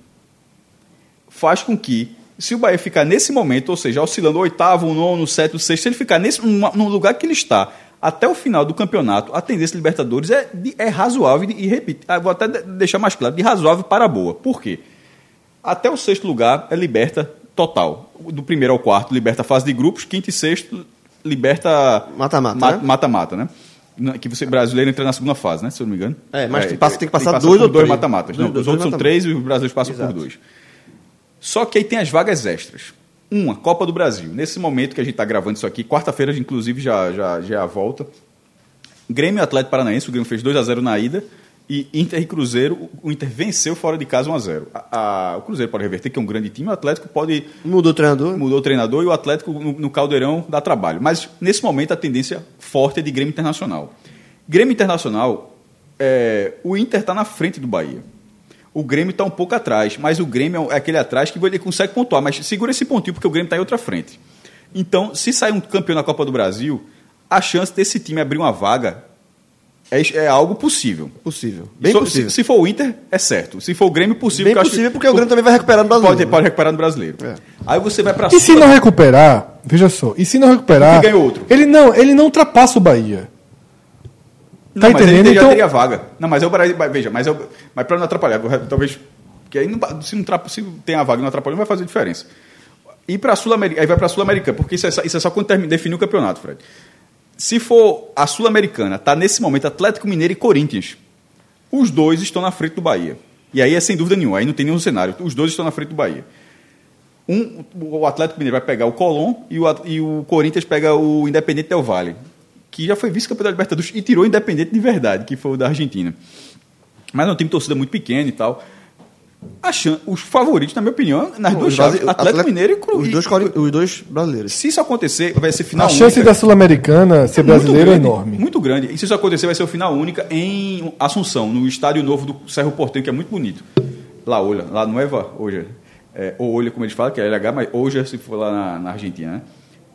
faz com que, se o Bahia ficar nesse momento, ou seja, oscilando o oitavo, o nono, o sétimo, o sexto, se ele ficar nesse, no lugar que ele está até o final do campeonato, a tendência de Libertadores é, de, é razoável, e repito, vou até deixar mais claro, de razoável para boa. Por quê? Até o sexto lugar é liberta total. Do primeiro ao quarto, liberta a fase de grupos, quinto e sexto, liberta mata-mata, ma- né? mata-mata, né? Que você brasileiro entra na segunda fase, né? Se eu não me engano. É, mas é, tem, passa, tem que passar tem que dois ou dois três. mata-matas. Não, Dois, os dois outros são mata-matas. três e os brasileiros passam Exato. por dois. Só que aí tem as vagas extras. Uma, Copa do Brasil. Nesse momento que a gente está gravando isso aqui, quarta-feira, inclusive, já, já, já é a volta. Grêmio e Atlético Paranaense, o Grêmio fez dois a zero na ida. E Inter e Cruzeiro, o Inter venceu fora de casa um a zero. A, a, o Cruzeiro pode reverter, que é um grande time, o Atlético pode... Mudou o treinador. Mudou o treinador e o Atlético no, no Caldeirão dá trabalho. Mas, nesse momento, a tendência forte é de Grêmio Internacional. Grêmio Internacional, é, o Inter está na frente do Bahia. O Grêmio está um pouco atrás, mas o Grêmio é aquele atrás que ele consegue pontuar. Mas segura esse pontinho, porque o Grêmio está em outra frente. Então, se sair um campeão na Copa do Brasil, a chance desse time abrir uma vaga é, é algo possível. Possível. Bem So, possível. Se, se for o Inter, é certo. Se for o Grêmio, possível. Bem que eu possível, acho, porque o Grêmio também vai recuperar no brasileiro. Pode, pode recuperar no brasileiro. É. Aí você vai para E se não recuperar, veja só, e se não recuperar, Porque ganha outro. ele não, ele não ultrapassa o Bahia. Tá Não, mas entendendo? ele já Então- teria vaga. Não, mas eu veja, mas eu, mas para não atrapalhar, talvez que aí não, se não tra- se tem a vaga e não atrapalha, não vai fazer diferença. E para Sul-Americana, aí vai para a Sul-Americana, porque isso é, só- isso é só quando termina, definir o campeonato, Fred. Se for a Sul-Americana, tá nesse momento Atlético Mineiro e Corinthians. Os dois estão na frente do Bahia. E aí é sem dúvida nenhuma, aí não tem nenhum cenário. Os dois estão na frente do Bahia. Um, o Atlético Mineiro vai pegar o Colón e o, e o Corinthians pega o Independente Del Valle, que já foi vice-campeão da Libertadores e tirou o Independente de verdade, que foi o da Argentina. Mas é um time de torcida muito pequeno e tal. A chan- os favoritos, na minha opinião, nas Os duas chaves, brasi- Atlético, Atlético- Mineiro e Cru- Os e- dois, cori- os dois brasileiros. Se isso acontecer, vai ser final A chance única. da Sul-Americana ser Muito brasileiro é grande, enorme. Muito grande. E se isso acontecer, vai ser o final única em Assunção, no estádio novo do Cerro Porteño, que é muito bonito. La Olha, lá não é hoje, é, ou Olha, como eles falam, que é L H, mas hoje se for lá na, na Argentina, né?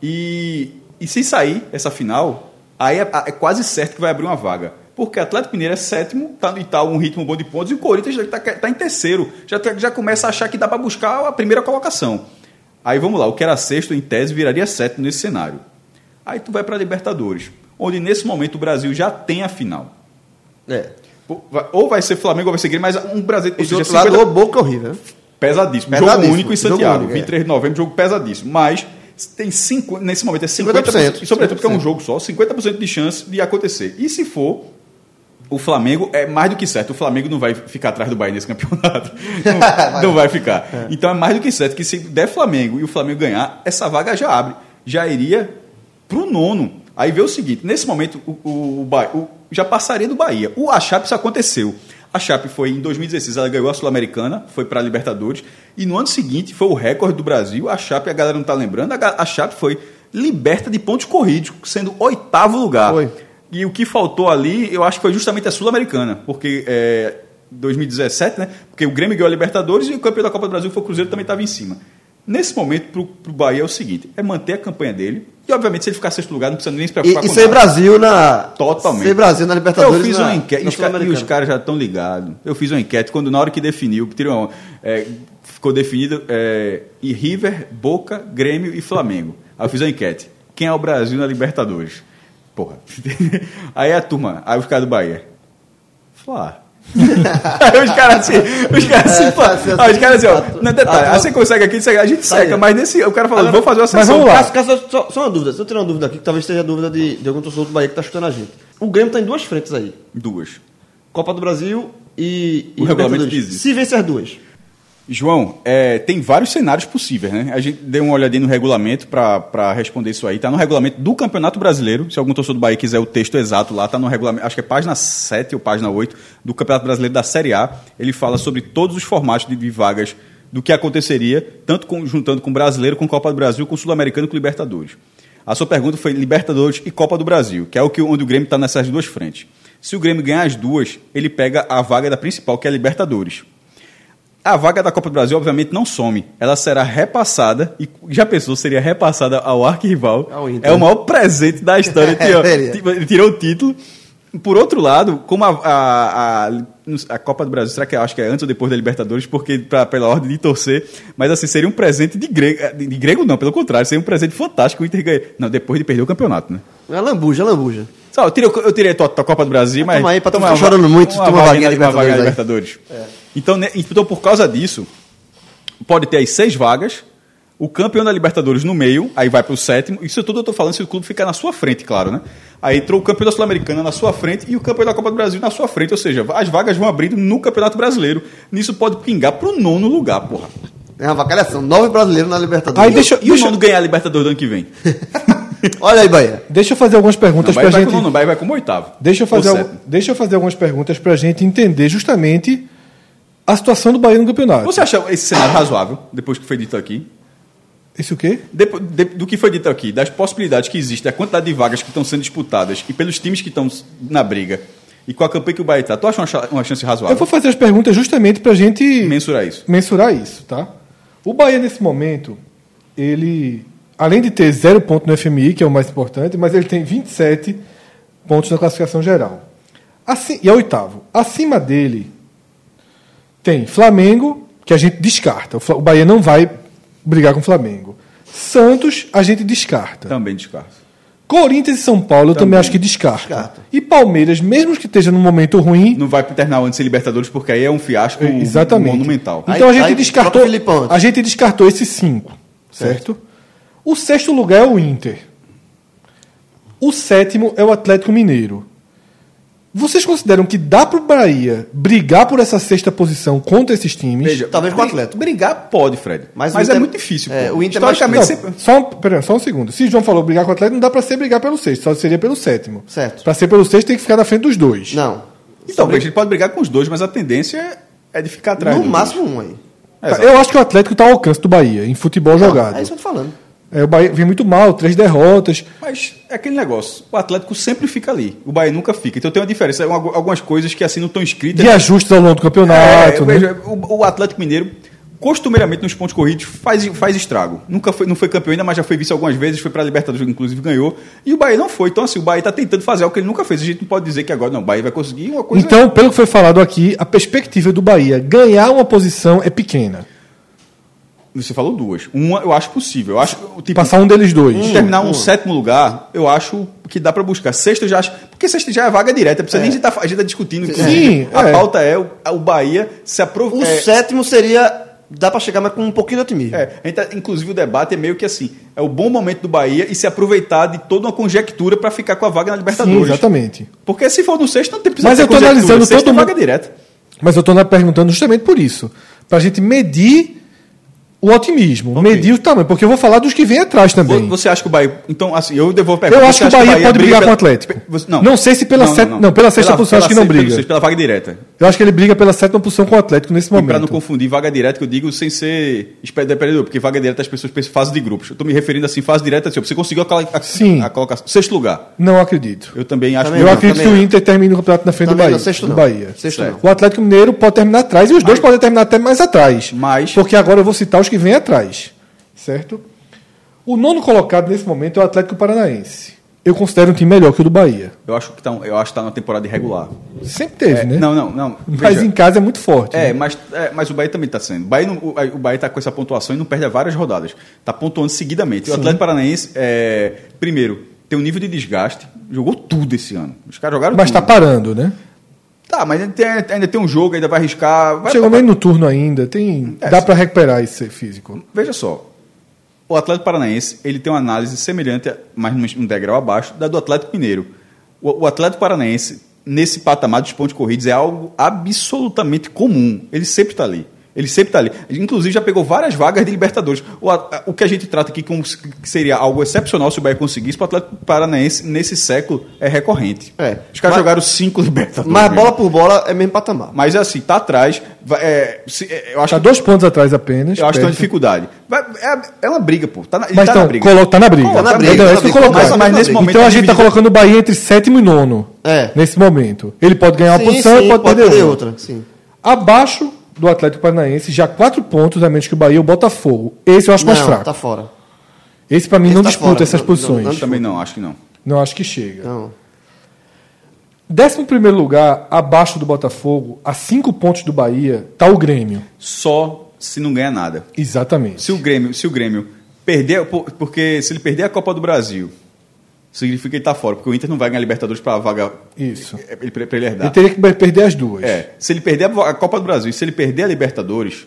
E, e se sair essa final, aí é, é quase certo que vai abrir uma vaga. Porque o Atlético Mineiro é sétimo, tá, e tá um ritmo bom de pontos, e o Corinthians está tá em terceiro. Já, tá- já começa a achar que dá para buscar a primeira colocação. Aí vamos lá, o que era sexto, em tese, viraria sétimo nesse cenário. Aí tu vai para a Libertadores, onde nesse momento o Brasil já tem a final. É. Ou vai ser Flamengo ou vai ser Grêmio, mas um Brasil... E do outro lado, o Boca é horrível, né? Pesadíssimo. Pesadíssimo. Jogo único em Jogo Santiago. único, é. vinte e três de novembro, jogo pesadíssimo. Mas tem cinco, nesse momento é cinquenta por cento. cinquenta por cento. E sobretudo porque é um jogo só, cinquenta por cento de chance de acontecer. E se for, o Flamengo é mais do que certo. O Flamengo não vai ficar atrás do Bahia nesse campeonato. Não, não vai ficar. É. Então é mais do que certo que se der Flamengo e o Flamengo ganhar, essa vaga já abre. Já iria pro nono. Aí vê o seguinte, nesse momento o, o, o, Bahia, o já passaria do Bahia. O a Chape isso aconteceu. A Chape foi em dois mil e dezesseis, ela ganhou a Sul-Americana, foi para a Libertadores, e no ano seguinte foi o recorde do Brasil. A Chape, a galera não está lembrando, a, a Chape foi liberta de pontos corridos, sendo oitavo lugar. Foi. E o que faltou ali, eu acho que foi justamente a Sul-Americana, porque é, dois mil e dezessete, né? Porque o Grêmio ganhou a Libertadores e o campeão da Copa do Brasil foi o Cruzeiro, também estava em cima. Nesse momento, para o Bahia é o seguinte, é manter a campanha dele, e obviamente se ele ficar em sexto lugar, não precisa nem se preocupar E, e com ser nada. Brasil na... Totalmente. Ser Brasil na Libertadores. Eu fiz na, uma enquete, na e os, ca- e os Sul-Americana. caras já estão ligados. Eu fiz uma enquete, quando na hora que definiu, tirou, é, ficou definido é, em River, Boca, Grêmio e Flamengo. Aí eu fiz uma enquete. Quem é o Brasil na Libertadores? Porra. Aí a turma, aí os caras do Bahia. Flá. Aí os caras assim, os caras assim, É, pô, assim, assim, aí os caras assim, ó, assim, não, detalhe, assim, aí você consegue aqui, a gente seca, aí. mas nesse, o cara falou, Agora, vou fazer uma mas sessão. vamos lá. Cássio, Cássio, só, só uma dúvida. Se eu tirar uma dúvida aqui, que talvez seja a dúvida de, de algum torcedor do Bahia que está chutando a gente. O Grêmio está em duas frentes aí. Duas. Copa do Brasil e, e O regulamento Libertadores. diz isso. Se vencer as duas. João, é, tem vários cenários possíveis, né? A gente deu uma olhadinha no regulamento para responder isso aí. Está no regulamento do Campeonato Brasileiro. Se algum torcedor do Bahia quiser o texto exato lá, está no regulamento, acho que é página sete ou página oito do Campeonato Brasileiro da Série A. Ele fala sobre todos os formatos de, de vagas do que aconteceria, tanto com, juntando com o Brasileiro, com Copa do Brasil, com o Sul-Americano e com o Libertadores. A sua pergunta foi Libertadores e Copa do Brasil, que é o que, onde o Grêmio está nessas duas frentes. Se o Grêmio ganhar as duas, ele pega a vaga da principal, que é a Libertadores. A vaga da Copa do Brasil, obviamente, não some. Ela será repassada, e já pensou, seria repassada ao arquirrival. Ao Inter. É o maior presente da história. Ele tirou o título. Por outro lado, como a, a, a, a Copa do Brasil, será que eu acho que é antes ou depois da Libertadores, porque pra, pela ordem de torcer, mas assim, seria um presente de grego, de, de grego não, pelo contrário, seria um presente fantástico o Inter ganhar. Não, depois de perder o campeonato, né? É lambuja, lambuja. Só, eu tirei, eu tirei a tua, tua Copa do Brasil, mas... Toma aí, pra tu toma ficar chorando muito, uma, toma uma vaguinha vaga, uma vaga Libertadores. Libertadores. É. Então, né, então, por causa disso, pode ter as seis vagas, o campeão da Libertadores no meio, aí vai para o sétimo. Isso tudo eu estou falando se o clube ficar na sua frente, claro, né? Aí entrou o campeão da Sul-Americana na sua frente e o campeão da Copa do Brasil na sua frente. Ou seja, as vagas vão abrindo no Campeonato Brasileiro. Nisso pode pingar para o nono lugar, porra. É uma vacalhação. Nove brasileiros na Libertadores. Aí deixa, E deixa, o nono ganhar a Libertadores do ano que vem? Olha aí, Bahia. deixa eu fazer algumas perguntas Não, pra vai, gente. vai, com, não, vai, vai como oitavo. Deixa eu, fazer Ou algu- sétimo. deixa eu fazer algumas perguntas pra gente entender justamente a situação do Bahia no campeonato. Você acha esse cenário razoável, depois que foi dito aqui? Isso o quê? Depois, de, do que foi dito aqui, das possibilidades que existem, da quantidade de vagas que estão sendo disputadas e pelos times que estão na briga e com a campanha que o Bahia está, tu acha uma, cha- uma chance razoável? Eu vou fazer as perguntas justamente pra gente mensurar isso. mensurar isso, tá? O Bahia, nesse momento, ele, além de ter zero ponto no F M I, que é o mais importante, mas ele tem vinte e sete pontos na classificação geral. Assim, e é o oitavo. Acima dele tem Flamengo, que a gente descarta. O, Fla- o Bahia não vai brigar com o Flamengo. Santos, a gente descarta. Também descarto. Corinthians e São Paulo, eu também, Também acho que descarta. descarta. E Palmeiras, mesmo que esteja num momento ruim, Não vai terminar antes de Libertadores, porque aí é um fiasco exatamente. monumental. Então Aí- a gente aí descartou. troca o Filipão antes. A gente descartou esses cinco, certo? O sexto lugar é o Inter. O sétimo é o Atlético Mineiro. Vocês consideram que dá para o Bahia brigar por essa sexta posição contra esses times? Veja, Talvez com o bri- Atlético. Brigar pode, Fred. Mas Mas, o Inter- é muito difícil. é, pô. o Inter é mais- Historicamente, Não, sempre... só, um- pera, só um segundo. Se João falou brigar com o Atlético, não dá para ser brigar pelo sexto, só seria pelo sétimo. Certo. Para ser pelo sexto, tem que ficar na frente dos dois. Não. Então, veja, ele pode brigar com os dois, mas a tendência é de ficar atrás. No dos máximo um aí. dois. Tá, eu acho que o Atlético está ao alcance do Bahia, em futebol jogado. É isso que eu tô falando. É, o Bahia vem muito mal, três derrotas. Mas é aquele negócio. O Atlético sempre fica ali. O Bahia nunca fica. Então tem uma diferença. Uma- algumas coisas que assim não estão escritas. De ajustes ao longo do campeonato, É, né? veja, o, o Atlético Mineiro, costumeiramente nos pontos corridos, faz, faz estrago. Nunca foi, não foi campeão ainda, mas já foi vice algumas vezes, foi para a Libertadores, inclusive ganhou. E o Bahia não foi. Então, assim, o Bahia está tentando fazer algo que ele nunca fez. A gente não pode dizer que agora não, o Bahia vai conseguir uma coisa. Então, pelo que foi falado aqui, a perspectiva do Bahia ganhar uma posição é pequena. Você falou duas. Uma eu acho possível. Eu acho tipo, Passar um deles dois. terminar um sétimo lugar, eu acho que dá para buscar. Sexto eu já acho. Porque sexto já é vaga direta. Precisa nem a gente tá, a gente tá discutindo. Sim, a é. pauta é o, o Bahia se O aproveitar. É, sétimo seria. Dá pra chegar mais com um pouquinho de otimismo. é, a gente tá- inclusive o debate é meio que assim: é o bom momento do Bahia e se aproveitar de toda uma conjectura para ficar com a vaga na Sim, Libertadores. exatamente. Porque se for no sexto, não tem precisa Mas ter eu tô conjectura. analisando Sexto todo é vaga mundo- direta. Mas eu estou perguntando justamente por isso. Para a gente medir o otimismo, Ok. medir o tamanho. Porque eu vou falar dos que vêm atrás também. Você acha que o Bahia. Então, assim, eu devolvo a pergunta. Eu acho Você que o acha Bahia pode briga brigar com o pela- Atlético. Pe- você- Não. Não sei se pela set- não, pela sexta posição acho que não pela briga. sexta- Pela vaga direta. Eu acho que ele briga pela sétima posição com o Atlético nesse E para não momento. confundir vaga direta, que eu digo sem ser dependedor, porque vaga direta as pessoas pensam fase de grupos. Eu estou me referindo assim, fase direta, assim, você conseguiu a, colo- a, Sim. a colocação. Sexto lugar. Não acredito. Eu também acho Também Eu não, acredito também que o não. Inter termine o campeonato na frente do Também Bahia. não, sexto do não. Bahia. Sexto Certo. não. O Atlético Mineiro pode terminar atrás e os dois podem terminar até mais atrás. Mas- Porque agora eu vou citar os que vêm atrás. Certo? O nono colocado nesse momento é o Atlético Paranaense. Eu considero um time melhor que o do Bahia. Eu acho que tá, eu acho que tá numa temporada irregular. Sempre teve, É, né? Não, não, não. Mas Veja, em casa é muito forte. É, né? mas, é, mas o Bahia também está sendo. O Bahia, não- o, o Bahia está com essa pontuação e não perde várias rodadas. Está pontuando seguidamente. O Atlético Paranaense, é, primeiro, tem um nível de desgaste. Jogou tudo esse ano. Os caras jogaram Mas tudo. está parando, né? Tá, mas ainda tem, ainda tem um jogo, ainda vai arriscar. Vai, Chegou vai- meio no turno ainda. Tem... É, Dá sim. para recuperar esse físico. Veja só. O Atlético Paranaense ele tem uma análise semelhante, mas num degrau abaixo, da do Atlético Mineiro. O, o Atlético Paranaense, nesse patamar dos pontos corridos, é algo absolutamente comum. Ele sempre está ali. Ele sempre tá ali. Inclusive, já pegou várias vagas de Libertadores. O, a, o que a gente trata aqui como que seria algo excepcional se o Bahia conseguisse, para o Atlético Paranaense, nesse século, é recorrente. É. Os caras Mas- jogaram cinco Libertadores. Mas mesmo. bola por bola é mesmo patamar. Mas é assim, tá atrás. vai- É, se- é, eu acho Tá que dois pontos atrás apenas. eu acho que tem uma perto. dificuldade. Vai- É, é uma briga, pô. Tá na, ele Mas tá então, na briga. colo- tá na briga. Tá na briga, Então, tá é na isso que eu briga. colocar. Mas- mas nesse momento Então a tá gente tá dividido. colocando o Bahia entre sétimo e nono. É. Nesse momento. Ele pode ganhar uma Sim, posição sim, e pode, perder, outra. outra. Sim. Abaixo do Atlético Paranaense, já quatro pontos a menos que o Bahia e o Botafogo. Esse eu acho mais Não, fraco. tá fora. Esse pra mim Esse não tá disputa fora. essas Não- posições. não- Não, Também não, acho que não. acho que chega. Não. Décimo primeiro lugar, abaixo do Botafogo, a cinco pontos do Bahia, tá o Grêmio. Só se não ganha nada. Exatamente. Se o Grêmio, se o Grêmio perder, por- porque se ele perder a Copa do Brasil, significa que ele tá fora, porque o Inter não vai ganhar Libertadores para a vaga Isso. ele, pra ele herdar. Ele teria que perder as duas. É, se ele perder a vo- a Copa do Brasil e se ele perder a Libertadores,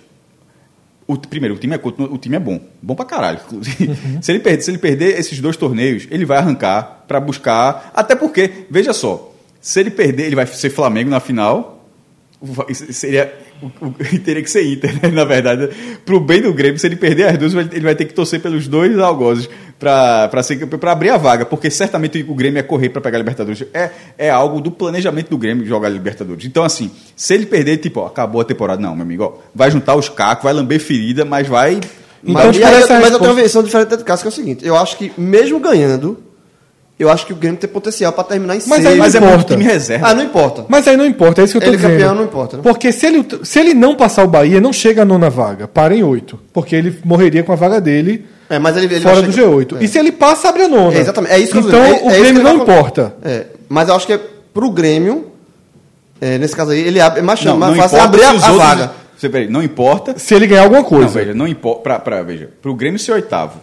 o, primeiro, o time, é, o time é bom. Bom pra caralho. inclusive. se, ele perder, se ele perder esses dois torneios, ele vai arrancar para buscar. Até porque, veja só, se ele perder, ele vai ser Flamengo na final. o- isso Seria, o- o- teria que ser Inter, né? Na verdade. Pro bem do Grêmio, se ele perder as duas, ele vai ter que torcer pelos dois algozes para abrir a vaga, porque certamente o Grêmio ia correr para pegar a Libertadores. É, é algo do planejamento do Grêmio jogar a Libertadores. Então, assim, se ele perder, tipo, ó, acabou a temporada, não, meu amigo, ó, vai juntar os cacos, vai lamber ferida, mas vai. Então, mas, e espera aí, essa eu- mas eu resposta. tenho uma versão diferente do caso, que é o seguinte: eu acho que, mesmo ganhando, eu acho que o Grêmio tem potencial para terminar em Mas seis. aí Mas é importa. muito time reserva. Ah, não importa. Mas aí não importa, é isso que eu tô Ele dizendo. campeão não importa, né? Porque se ele, se ele não passar o Bahia, não chega à nona vaga, para em oito. Porque ele morreria com a vaga dele É, mas ele, ele fora vai do chegar- G oito. É. E se ele passa, abre a nona. É, exatamente. É isso que eu tô Então dizendo. É- o é isso Grêmio que ele não vai- importa. É, mas eu acho que é pro Grêmio, é, nesse caso aí, ele abre, é mais, Não, mais não fácil importa abrir a, se os a outros- vaga. Você, peraí, não importa. Se ele ganhar alguma Não, coisa. veja, não importa. Pra, pra, veja, pro Grêmio ser oitavo,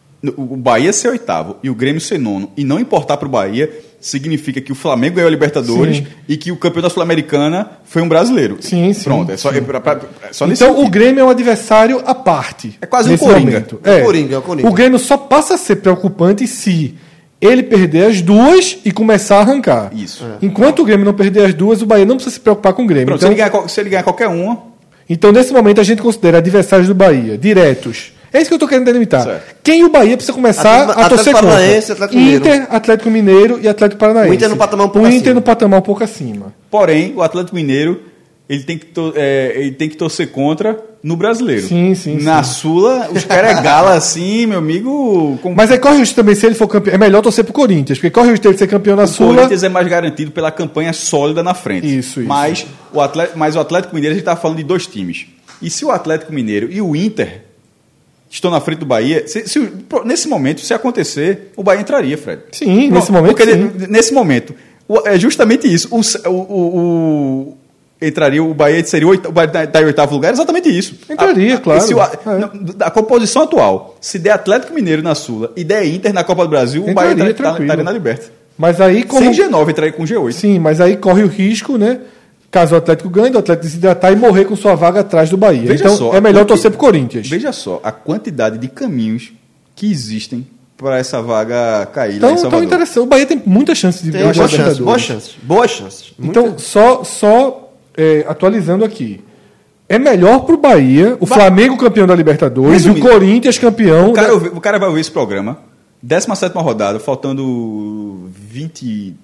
o Bahia ser oitavo e o Grêmio ser nono, e não importar pro Bahia, significa que o Flamengo ganhou a Libertadores Sim. e que o campeão da Sul-Americana foi um brasileiro. Sim, sim, Pronto, é só, sim. é pra- pra- é só nesse Então o sentido. Grêmio é um adversário à parte. É quase um nesse Coringa. momento. É o Coringa, é o Coringa. O Grêmio só passa a ser preocupante se ele perder as duas e começar a arrancar. Isso. Enquanto o Grêmio não perder as duas, o Bahia não precisa se preocupar com o Grêmio. Pronto, se, Então, ele ganhar, qual- se ele ganhar qualquer uma, então, nesse momento, a gente considera adversários do Bahia, diretos. É isso que eu estou querendo delimitar. Certo. Quem o Bahia precisa começar Atlético- a torcer Atlético contra? Paranaense, Atlético Mineiro. Inter, Atlético Mineiro e Atlético Paranaense. O Inter no patamar um pouco O Inter acima. no patamar um pouco acima. porém, o Atlético Mineiro ele tem que, to- é, ele tem que torcer contra no brasileiro. Sim, sim, Na Sula, os caras é gala assim, meu amigo. Com... Mas aí corre o risco também, se ele for campeão. É melhor torcer pro Corinthians, porque corre o risco dele ser campeão na O Sula. Corinthians é mais garantido pela campanha sólida na frente. Isso, isso. Mas o Atlético, mas o Atlético Mineiro, a gente está falando de dois times. E se o Atlético Mineiro e o Inter estão na frente do Bahia, se, se, pô, nesse momento, se acontecer, o Bahia entraria, Fred. Sim, Pô, nesse momento. Porque sim. ne- nesse momento, o- é justamente isso. O, o, o- o- entraria o Bahia seria o oita- o Bahia está em oitavo lugar, é exatamente isso. Entraria, A- a- claro. se o- a, É. não, da composição atual, se der Atlético Mineiro na Sula e der Inter na Copa do Brasil, o Bahia Entraria, entra- tá- tranquilo. estaria na Liberta. Mas aí, como. Sem G nove entraria com G oito. Sim, mas aí corre o risco, né? Caso o Atlético ganhe, o Atlético desidratar e morrer com sua vaga atrás do Bahia. Veja então só, é melhor a torcer quanti- pro Corinthians. Veja só a quantidade de caminhos que existem para essa vaga cair lá Então, em então Salvador. interessante. O Bahia tem muita chance de Tem ganhar boas a chances, Libertadores. boas chances. Boas chances. Então, Muita- só, só é, atualizando aqui. É melhor pro Bahia, o Vai- Flamengo campeão da Libertadores Resumindo, e o Corinthians campeão. O cara, da... ouvi- o cara vai ouvir esse programa, décima sétima rodada, faltando vinte.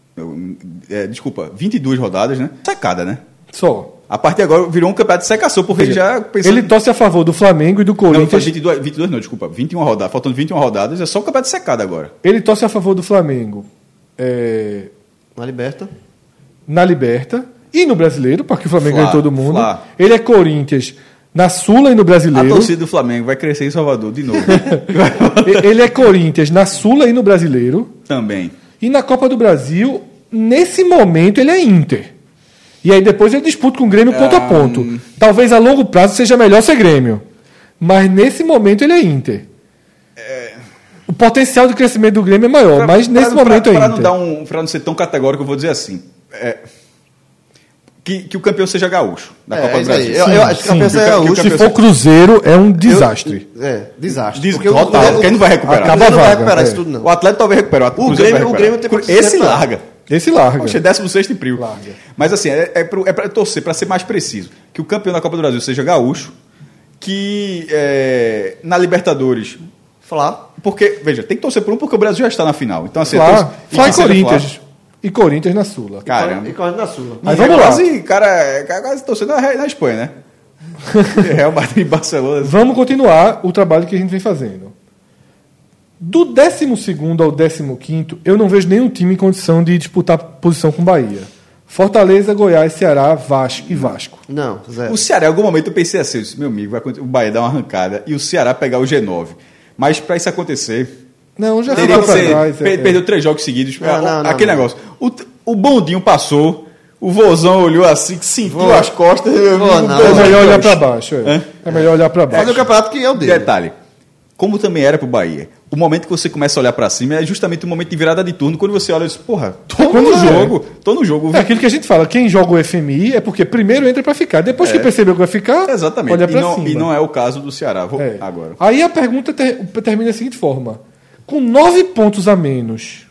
É, desculpa, vinte e duas rodadas, né? Secada, né? Só. A partir de agora virou um campeonato de secação, porque ele já pensou. Ele torce a favor do Flamengo e do Não, foi Corinthians. vinte e duas, vinte e duas não, desculpa, vinte e uma rodadas. Faltando vinte e uma rodadas, é só o campeonato de secada agora. Ele torce a favor do Flamengo é, Na Liberta. na Liberta e no Brasileiro, porque o Flamengo Flá, ganha todo mundo. Flá. Ele é Corinthians na Sula e no A Brasileiro. torcida do Flamengo vai crescer em Salvador de novo. Ele é Corinthians na Sula e no Brasileiro. Também. E na Copa do Brasil, nesse momento, ele é Inter. E aí depois ele disputa com o Grêmio ponto a ponto. Talvez a longo prazo seja melhor ser Grêmio. Mas nesse momento ele é Inter. O potencial de crescimento do Grêmio é maior, Pra- mas pra- nesse pra- momento é pra Inter. não dar um, Para não ser tão categórico, eu vou dizer assim. é, que, que o campeão seja gaúcho da É, Copa do isso aí. Brasil. Eu- eu acho que o campeão Sim, seja que o gaúcho. Se for Cruzeiro, é um desastre. É, desastre. Diz- Porque o- total, o- porque ele não vai recuperar. O Acaba Cruzeiro não a vai vaga, recuperar é. isso tudo, não. O Atlético talvez recupere. O Grêmio- Cruzeiro vai o Grêmio tem recuperar. potencial Esse pra- larga. Esse larga. Poxa, décimo sexto em Prio. Larga. Mas assim, é, é, pro, é para torcer, para ser mais preciso, que o campeão da Copa do Brasil seja gaúcho, que é, na Libertadores... Flá. Porque, veja, tem que torcer por um porque o Brasil já está na final. Então, assim, Flá, torce- Flá e que seja Corinthians. Flá. E Corinthians na Sula. Caramba. E Corinthians da Sula. Aí E vamos é lá. quase, cara, cara, quase torcendo na, na Espanha, né? Real Madrid e Barcelona. Vamos continuar o trabalho que a gente vem fazendo. Do décimo segundo ao décimo quinto, eu não vejo nenhum time em condição de disputar posição com Bahia. Fortaleza, Goiás, Ceará, Vasco e Vasco. Não, zero. O Ceará, em algum momento eu pensei assim, eu disse, meu amigo, vai acontecer- o Bahia dar uma arrancada e o Ceará pegar o G nove. Mas para isso acontecer, Não, já teria ficou que pra ser, trás. é, per- é. perdeu três jogos seguidos. Não, Ah, não, não, aquele não. negócio. O, o bondinho passou, o vozão olhou assim, que sentiu Vou. as costas. Eu vi Vou, um não. É bozão melhor olhar de para costa. baixo. É, Hã? é melhor olhar para baixo. Fazer o campeonato que é o dele. Detalhe, como também era pro Bahia, o momento que você começa a olhar para cima é justamente o momento de virada de turno, quando você olha e diz, porra, tô quando no é. jogo, tô no jogo. É aquilo que a gente fala, quem joga o F M I é porque primeiro entra para ficar. Depois que percebeu que vai ficar, Exatamente. olha E para não, cima. e não é o caso do Ceará. Vou É. agora. Aí a pergunta ter- termina da seguinte forma: com nove pontos a menos,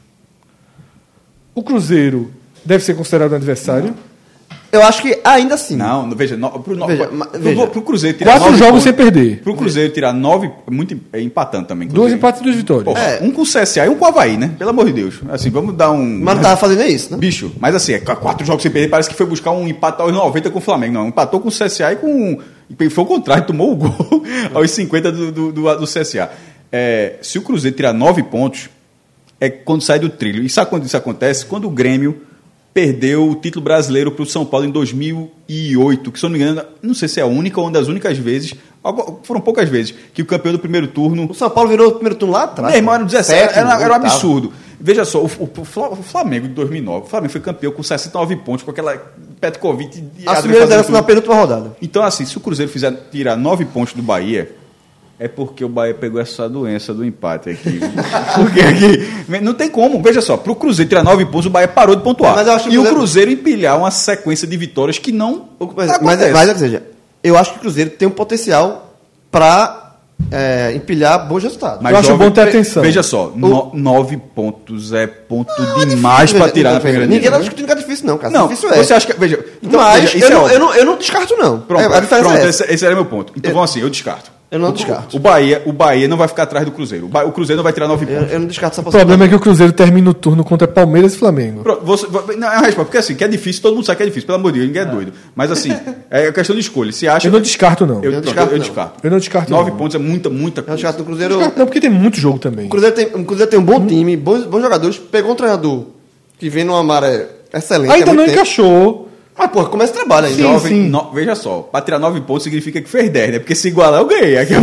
o Cruzeiro deve ser considerado um adversário? Eu acho que ainda assim. Não, veja, no, pro, no, Veja, pro, ma- pro- veja. pro Cruzeiro tirar Quatro nove jogos pontos- sem perder. Pro Cruzeiro tirar nove, muito é empatando também. Dois Cruzeiro. empates e duas vitórias. Porra, É. um com o C S A e um com o Avaí, né? Pelo amor de Deus. Assim, vamos dar um. Mas não tava fazendo isso, né? Bicho, mas assim, é quatro jogos sem perder, parece que foi buscar um empate aos noventa com o Flamengo. Não, empatou com o C S A e com. e Foi o contrário, tomou o gol aos cinquenta do, do, do, do C S A. É, se o Cruzeiro tirar nove pontos, é quando sai do trilho. E sabe quando isso acontece? Quando o Grêmio perdeu o título brasileiro para o São Paulo em dois mil e oito, que se eu não me engano, não sei se é a única ou uma das únicas vezes, algo- foram poucas vezes, que o campeão do primeiro turno. O São Paulo virou o primeiro turno lá atrás. Meu irmão, era um dezessete, era, era um oitavo. absurdo. Veja só, o, o- o Fla- o Flamengo de dois mil e nove, o Flamengo foi campeão com sessenta e nove pontos, com aquela Petkovic e Assumiu a fazendo liderança tudo. na penúltima rodada. Então, assim, se o Cruzeiro fizer tirar nove pontos do Bahia, é porque o Bahia pegou essa doença do empate aqui. Porque aqui. Não tem como. Veja só, para o Cruzeiro tirar nove pontos, o Bahia parou de pontuar. Mas eu acho que e o o Cruzeiro- Cruzeiro empilhar uma sequência de vitórias que não. Mas, acontece. mas, mas é que seja, eu acho que o Cruzeiro tem um potencial para é, empilhar bons resultados. Mas Eu acho jovem, bom ter ve- atenção. Veja só, no- nove pontos é ponto demais para Veja, tirar na veja, primeira Ninguém divisão. está discutindo que é difícil, não, cara. Não, difícil é. você acha que. Veja, então, Mas veja, isso eu, é não, óbvio. eu, não, eu não descarto, não. Pronto, É, a diferença pronto é essa. esse, esse era meu ponto. Então vamos assim, eu descarto. Eu não o, descarto. O Bahia, o Bahia não vai ficar atrás do Cruzeiro. O, Ba- o Cruzeiro não vai tirar nove Eu, pontos. eu não descarto essa O possibilidade. problema é que o Cruzeiro termina o turno contra Palmeiras e Flamengo. Pronto, você, não, é uma resposta, porque assim, que é difícil, todo mundo sabe que é difícil, pelo amor de Deus, ninguém é doido. Mas assim, é questão de escolha. Se acha. Eu não descarto, não. Eu, Eu, pronto, descarto, eu não. descarto. não descarto, Nove não. pontos é muita, muita Eu coisa. descarto no Cruzeiro. Descarto não, porque tem muito jogo também. O Cruzeiro tem, o Cruzeiro tem um bom time, bons, bons jogadores. Pegou um treinador que vem numa maré excelente. há Ainda muito não tempo. encaixou. Mas, porra, começa o trabalho ainda. Sim, Jovem, sim. no- veja só, para tirar nove pontos significa que fez dez, né? Porque se igualar, eu ganhei. Aqui,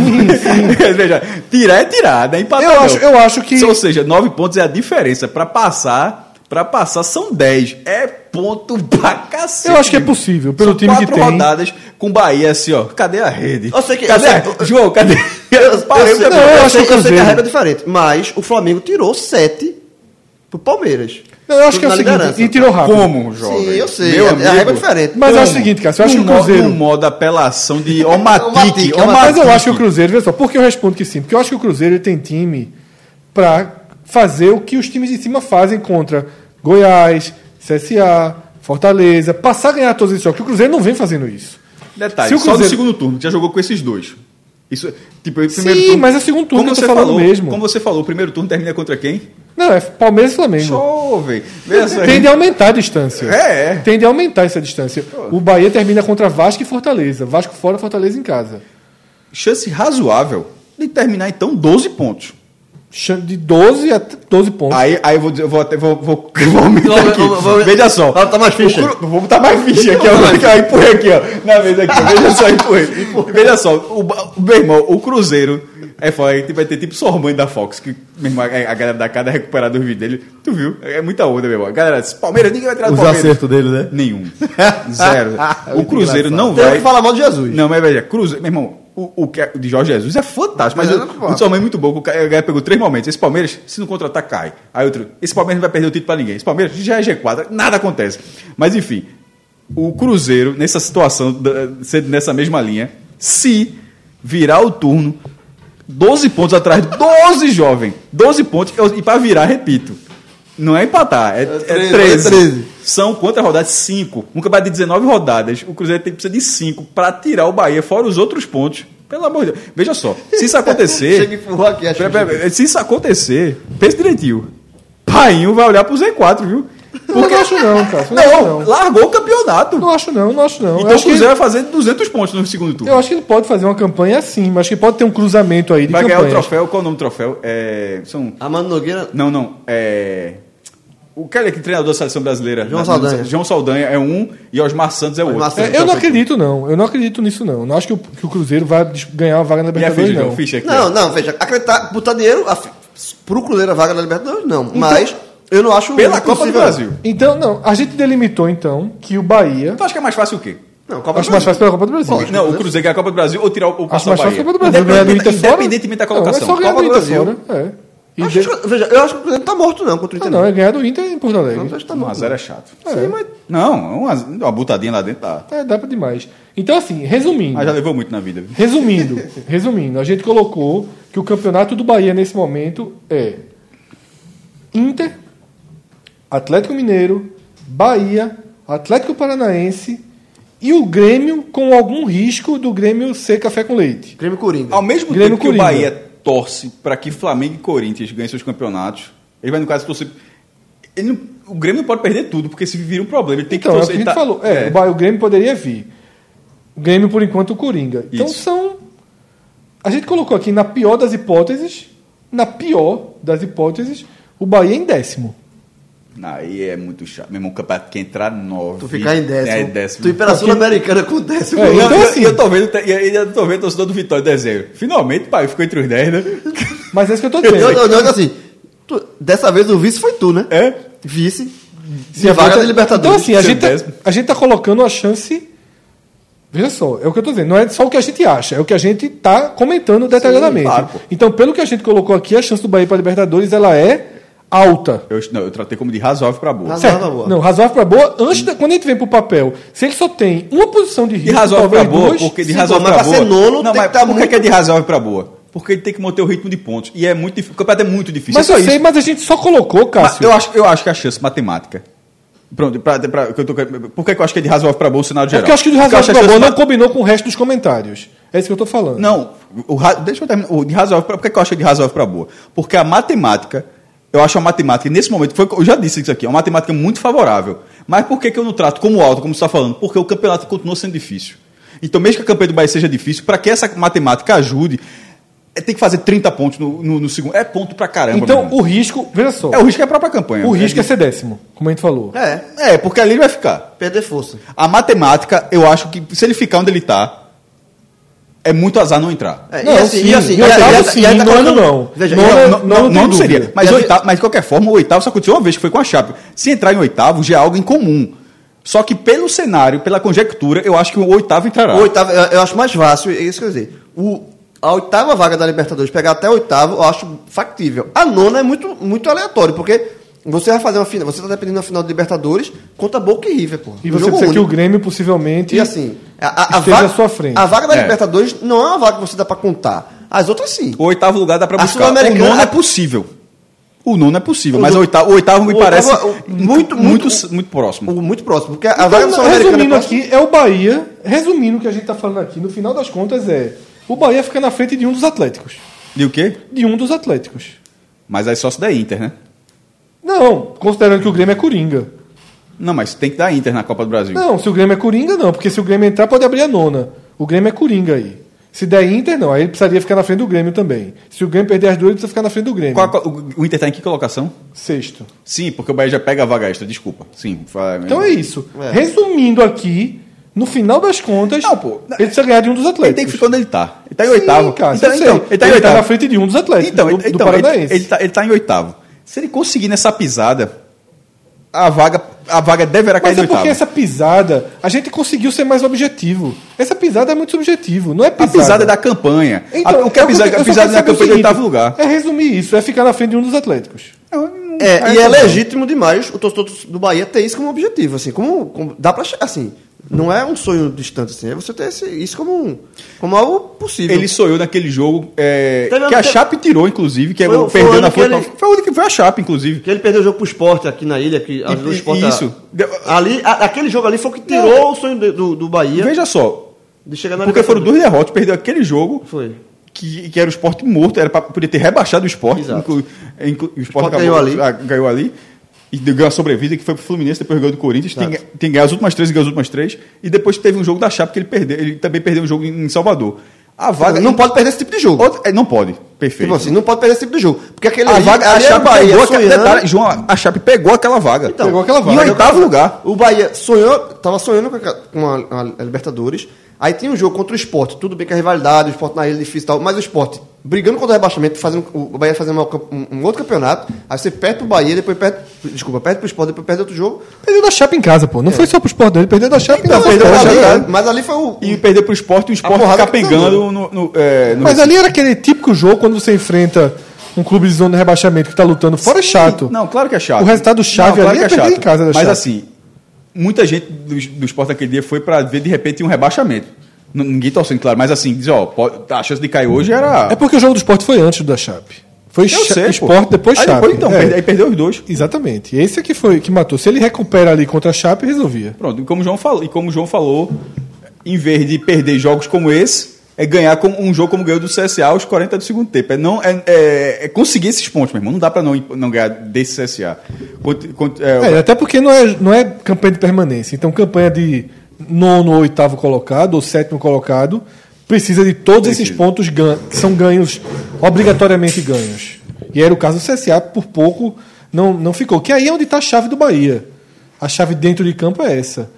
veja, tirar é tirar, né? Empatar Eu não. acho, eu acho que. Ou seja, nove pontos é a diferença. Para passar, para passar são dez. É ponto pra cacete. Eu acho que é possível, pelo São time que quatro tem. rodadas com Bahia assim, ó. Cadê a rede? Eu sei que- cadê eu a... sei- eu- João, cadê? Eu, Parei eu, sei, o não, campeonato. eu eu acho sei, que o eu sei que a Cruzeiro- regra é diferente. Mas o Flamengo tirou sete pro Palmeiras. Não, eu acho que é o Na seguinte, liderança. e tirou rápido. Como, jovem? Sim, eu sei. Meu a, amigo, a regra é diferente. Mas eu Como? acho o seguinte, cara, eu acho que No o mo- Cruzeiro. No modo apelação de Omatique, Omatique. Omatique. Mas eu acho que o Cruzeiro, veja só, por que eu respondo que sim? Porque eu acho que o Cruzeiro ele tem time para fazer o que os times de cima fazem contra Goiás, C S A, Fortaleza, passar a ganhar todos esses jogos. Que o Cruzeiro não vem fazendo isso. Detalhe, Se o só no Cruzeiro- segundo turno, que já jogou com esses dois. Isso, tipo, o Sim, primeiro turno, mas é o segundo turno como que eu você tô falando falou, mesmo. Como você falou, o primeiro turno termina contra quem? Não, é Palmeiras e Flamengo. Show, velho. Veja só aí. Tende a aumentar a distância. É, é. Tende a aumentar essa distância. O Bahia termina contra Vasco e Fortaleza. Vasco fora, Fortaleza em casa. Chance razoável de terminar, então, doze pontos. Chan- De doze a doze pontos. Aí, aí eu vou dizer, eu vou até vou, vou, eu vou aumentar Vamos- aqui. vamos- vamos- Veja só. Vamos botar mais ficha. O Cru- Vou botar mais ficha aqui, ó. ó, empurrei aqui, ó. Na mesa aqui, ó. Veja só, empurrei. Veja só, o, ba- o meu irmão, o Cruzeiro é foda, a gente vai ter tipo Sormãe da Fox, que meu irmão, a a galera da casa recuperar dos vídeos dele. Tu viu? É muita onda, meu irmão. A galera disse, Palmeiras, ninguém vai tirar do Os Palmeiras. acertos dele, né? Nenhum. Zero. O Cruzeiro não Tem vai. que falar mal de Jesus. Não, mas veja, Cruzeiro, meu irmão, o, o que é- de Jorge Jesus é fantástico, mas Mas o, eu não o de Sua Mãe é muito bom. O cara, a galera pegou três momentos. Esse Palmeiras, se não contratar, cai. Aí outro, esse Palmeiras não vai perder o título pra ninguém. Esse Palmeiras já é G quatro, nada acontece. Mas enfim, o Cruzeiro, nessa situação, da- sendo nessa mesma linha, se virar o turno, doze pontos atrás, doze jovem, doze pontos, eu- e pra virar, repito, Não é empatar, é, é treze, treze. é treze. São quantas rodadas? cinco. Um campeonato de dezenove rodadas. O Cruzeiro tem, precisa de cinco para tirar o Bahia, fora os outros pontos. Pelo amor de Deus. Veja só, se isso acontecer. Chega e empurrou aqui, acho pera, pera, se isso acontecer, pense direitinho. Painho vai olhar pro Z quatro, viu? Porque eu acho não, cara. Não, Não, acho não. largou o campeonato. Não acho não, não acho não. Então eu o acho que Cruzeiro vai fazer duzentos pontos no segundo turno. Eu acho que ele pode fazer uma campanha assim, mas que pode ter um cruzamento aí de Vai ganhar campanhas. o troféu. Qual é o nome do troféu? É, são... Amando Nogueira. Não, não. É... O cara que é treinador da seleção brasileira. João Na- Saldanha. João Saldanha é um e Osmar Santos é o outro. Osmar Santos. É, eu não acredito não, eu não acredito nisso não. Não acho que o, que o Cruzeiro vai dis- ganhar uma vaga na E a Libertadores ficha, não. não. Ficha aqui. Não, não, veja, acreditar, botar dinheiro a, fi- pro Cruzeiro a vaga da Libertadores, não. Mas eu não acho Pela Copa do impossível. Brasil. Então, não, a gente delimitou então que o Bahia... Tu acha que é mais fácil o quê? Não, Copa Acho do mais Brasil. fácil pela Copa do Brasil. Não, o Cruzeiro ganhar a Copa do Brasil ou tirar o, o Acho passar o mais fácil Bahia. a Copa do Brasil. Ganhar do Inter fora... Independentemente da colocação. Não, é só ganhar do Copa do Inter Brasil. fora. É. E Acho de... que- veja, eu acho que o Cruzeiro não tá morto, não, contra o Ah, Inter. não, é ganhar do Inter em Porto Alegre. Não, acho que tá um a morto. zero é chato. É. mas- Não, uma, uma botadinha lá dentro tá. É, dá pra demais. Então, assim, resumindo... Mas já levou muito na vida. viu? Resumindo, resumindo, a gente colocou que o campeonato do Bahia nesse momento é Inter, Atlético Mineiro, Bahia, Atlético Paranaense e o Grêmio com algum risco do Grêmio ser café com leite. Grêmio Coringa. Ao mesmo Grêmio tempo que Coringa. o Bahia torce para que Flamengo e Corinthians ganhem seus campeonatos, ele vai, no caso, torcer. Ele não- o Grêmio não pode perder tudo, porque se vira um problema, ele tem Então, que é o torcer. que a gente ele tá- falou. É, é. O, Bahia, o Grêmio poderia vir. O Grêmio, por enquanto, o Coringa. Então Isso. são... A gente colocou aqui, na pior das hipóteses, na pior das hipóteses, o Bahia em décimo. Aí é muito chato. Meu irmão, o campeonato que entrar nove. Tu ficar em décimo. É, décimo. Tu ir pela Sul-Americana com décimo. É, E eu- então, eu- assim- E eu tô vendo, e eu tô vendo o torcedor do Vitória de desenho. Finalmente, pai, ficou entre os dez, né? Mas é isso que eu tô Não, dizendo. não, não, assim, tu- dessa vez o vice foi tu, né? É? Vice. Se De a vaga gente- da Libertadores. Então, assim, a Seu gente, tá, décimo. a gente tá colocando a chance. Veja só, é o que eu tô dizendo. Não é só o que a gente acha, é o que a gente tá comentando detalhadamente. claro, pô. Então, pelo que a gente colocou aqui, a chance do Bahia para Libertadores ela é alta. Eu, não, eu tratei como de razoável pra boa. Razoável. Certo? boa. Não, razoável para boa. Antes da- quando a gente vem pro papel, se ele só tem uma posição de De risco, razoável pra talvez boa, duas, porque de sim, razoável mas pra pra boa. ser nono, não, tem mas que tá por que muito- que é de razoável pra boa? Porque ele tem que manter o ritmo de pontos. E é muito difícil. O campeonato é muito difícil. Mas é só eu sei, isso. mas a gente só colocou, Mas Cássio. eu, acho, eu acho que a chance matemática. Pronto, pra, pra, que eu tô, por que que eu acho que é de razoável pra boa o cenário É geral? porque eu acho que o Porque eu razoável acho para a boa chance não combinou com o resto dos comentários. É isso que eu tô falando. Não, o, ra- deixa eu terminar. O de razoável pra, por que que eu acho que é de razoável para boa? Porque a matemática, eu acho a matemática, nesse momento, foi, eu já disse isso aqui, é uma matemática muito favorável. Mas por que, que eu não trato como alto, como você está falando? Porque o campeonato continua sendo difícil. Então, mesmo que a campanha do Bahia seja difícil, para que essa matemática ajude, é, tem que fazer trinta pontos no, no, no segundo. É ponto pra caramba. meu Então, irmão. o risco, veja só. É, o risco é a própria campanha. O risco é de- ser décimo, como a gente falou. É, É, porque ali ele vai ficar. perder força. A matemática, eu acho que se ele ficar onde ele está, é muito azar não entrar. É, Não, e assim, sim, e assim, e e a- e a- oitavo e a- sim, e a- tá nono colocando- não. Veja, Nono e a- é- Não, não, não, não tem não seria. dúvida. Mas, E a- oitavo, mas de qualquer forma, o oitavo só aconteceu uma vez, que foi com a Chape. Se entrar em oitavo, já é algo incomum. Só que pelo cenário, pela conjectura, eu acho que o oitavo entrará. O oitavo, eu, eu acho mais fácil, é isso que eu ia dizer. O, a oitava vaga da Libertadores, pegar até o oitavo, eu acho factível. A nona é muito, muito aleatório, porque você vai fazer uma final, você está dependendo da final da Libertadores contra Boca e River, pô. E Um você jogo pensa que o único. Grêmio possivelmente. E assim, a, a, a esteja vaga, à sua frente. a vaga da É. Libertadores não é uma vaga que você dá pra contar. As outras sim. O oitavo lugar dá pra A buscar. O Sul-Americana- nono é possível. O nono é possível, O mas o no- oitavo, o oitavo me o parece oitavo, o- muito, muito- muito, muito- muito próximo. O- Muito próximo, porque a Então, vaga da Sul-Americana resumindo é próxima. aqui, é o Bahia. Resumindo o que a gente está falando aqui, no final das contas, é o Bahia fica na frente de um dos Atléticos. De o quê? De um dos Atléticos. Mas aí só se der Inter, né? Não, considerando que o Grêmio é Coringa. Não, mas tem que dar Inter na Copa do Brasil. Não, se o Grêmio é Coringa, não, porque se o Grêmio entrar, pode abrir a nona. O Grêmio é Coringa aí. Se der Inter, não, aí ele precisaria ficar na frente do Grêmio também. Se o Grêmio perder as duas, ele precisa ficar na frente do Grêmio. Qual- qual- o Inter tá em que colocação? Sexto. Sim, porque o Bahia já pega a vaga extra, desculpa. Sim. fa- Então é isso. É. Resumindo aqui, no final das contas, Não, pô. ele precisa ganhar de um dos Ele Atléticos. tem que ficar onde ele tá. Ele tá em Sim, oitavo. cara, então, eu sei. então, ele tá em Ele tá oitavo. na frente de um dos Atléticos, Então, do, ele- do então ele, Paranaense. ele, tá, ele tá em oitavo. Se ele conseguir nessa pisada, a vaga, a vaga deverá cair Mas em é porque oitavo. essa pisada, a gente conseguiu ser mais objetivo. Essa pisada é muito subjetivo, não é A pisada. pisada é da campanha. Então, A- o que é eu pisada, só a quero pisada na saber o campanha de seguinte, oitavo lugar. É resumir isso, é ficar na frente de um dos Atléticos. Eu não É, e é legítimo demais o torcedor do Bahia ter isso como objetivo, assim, como, como dá pra, assim, não é um sonho distante, assim, é você ter esse, isso como, um, como algo possível. Ele sonhou naquele jogo, é, Teve- que a teve- Chape tirou, inclusive, que Foi- é, foi o perdeu ano na que foi, ele- foi, o que foi a Chape, inclusive. Que ele perdeu o jogo pro Sport aqui na ilha, que ajudou o Sport a- Isso. Ali, a- aquele jogo ali foi o que tirou o sonho do, do, do Bahia Veja só, de chegar na porque foram Libertadores. duas derrotas, perdeu aquele jogo, Foi. que, que era o Sport morto, era pra, podia ter rebaixado o Sport. Exato. Inclu, inclu, o Sport Sport ganhou ali. ah, ganhou ali. E ganhou a sobrevida, que foi pro Fluminense, depois ganhou do Corinthians. Tem, Exato. tem ganhado as últimas três e ganhou as últimas três. E depois teve um jogo da Chape que ele perdeu. Ele também perdeu um jogo em Salvador. A vaga. Não pode perder esse tipo de jogo. Outra- é, não pode. Perfeito. Tipo assim, não pode perder esse tipo de jogo. Porque aquele a ali, vaga, a ali era o Chape Bahia pegou aquela, sonhando. detalhe, João, a Chape pegou aquela vaga. Então, Pegou aquela vaga. Em oitavo lugar. O Bahia sonhou, tava sonhando com a, com a- a Libertadores. Aí tem um jogo contra o Sport. Tudo bem que a rivalidade, o Sport na ilha é difícil e tal, mas o Sport brigando contra o rebaixamento, fazendo, o Bahia fazendo uma- um, um outro campeonato. Aí você perde pro Bahia, depois perde. Desculpa, perde pro Sport, depois perde outro jogo. Perdeu da Chape em casa, pô. Não foi só pro Sport, não. Ele perdeu da Chape em Então, casa. perdeu Pô, ali, já- mas ali foi o. E perdeu pro Sport e o Sport porrada ficar que pegando no, no, é, no Mas ali era aquele típico jogo quando você enfrenta um clube de zona de rebaixamento que tá lutando fora, é chato. Não, claro que é chato. O resultado chave ali é perder em casa da Mas Chape. assim, muita gente do, do Sport naquele dia foi pra ver de repente um rebaixamento. N- Ninguém torcendo, claro, mas assim, diz, ó, pode- a chance de cair hoje era. É porque o jogo do Sport foi antes do da Chape. Foi Eu Cha- sei, pô. Sport, depois Aí Chape. depois, então, É, perde- aí perdeu os dois. Exatamente. Esse aqui foi que matou. Se ele recupera ali contra a Chape, resolvia. Pronto, e como o João falou, e como o João falou, em vez de perder jogos como esse, é ganhar como um jogo como ganhou do C S A aos quarenta do segundo tempo. É, não, é, é- é conseguir esses pontos, meu irmão. Não dá pra não, não ganhar desse C S A. Cont- cont- é, É, até porque não é, não é campanha de permanência. Então, campanha de nono ou oitavo colocado, ou sétimo colocado, precisa de todos esses Precisa. pontos gan- que são ganhos, obrigatoriamente ganhos. E era o caso do C S A, por pouco não, não ficou. Que aí é onde está a chave do Bahia. A chave dentro de campo é essa.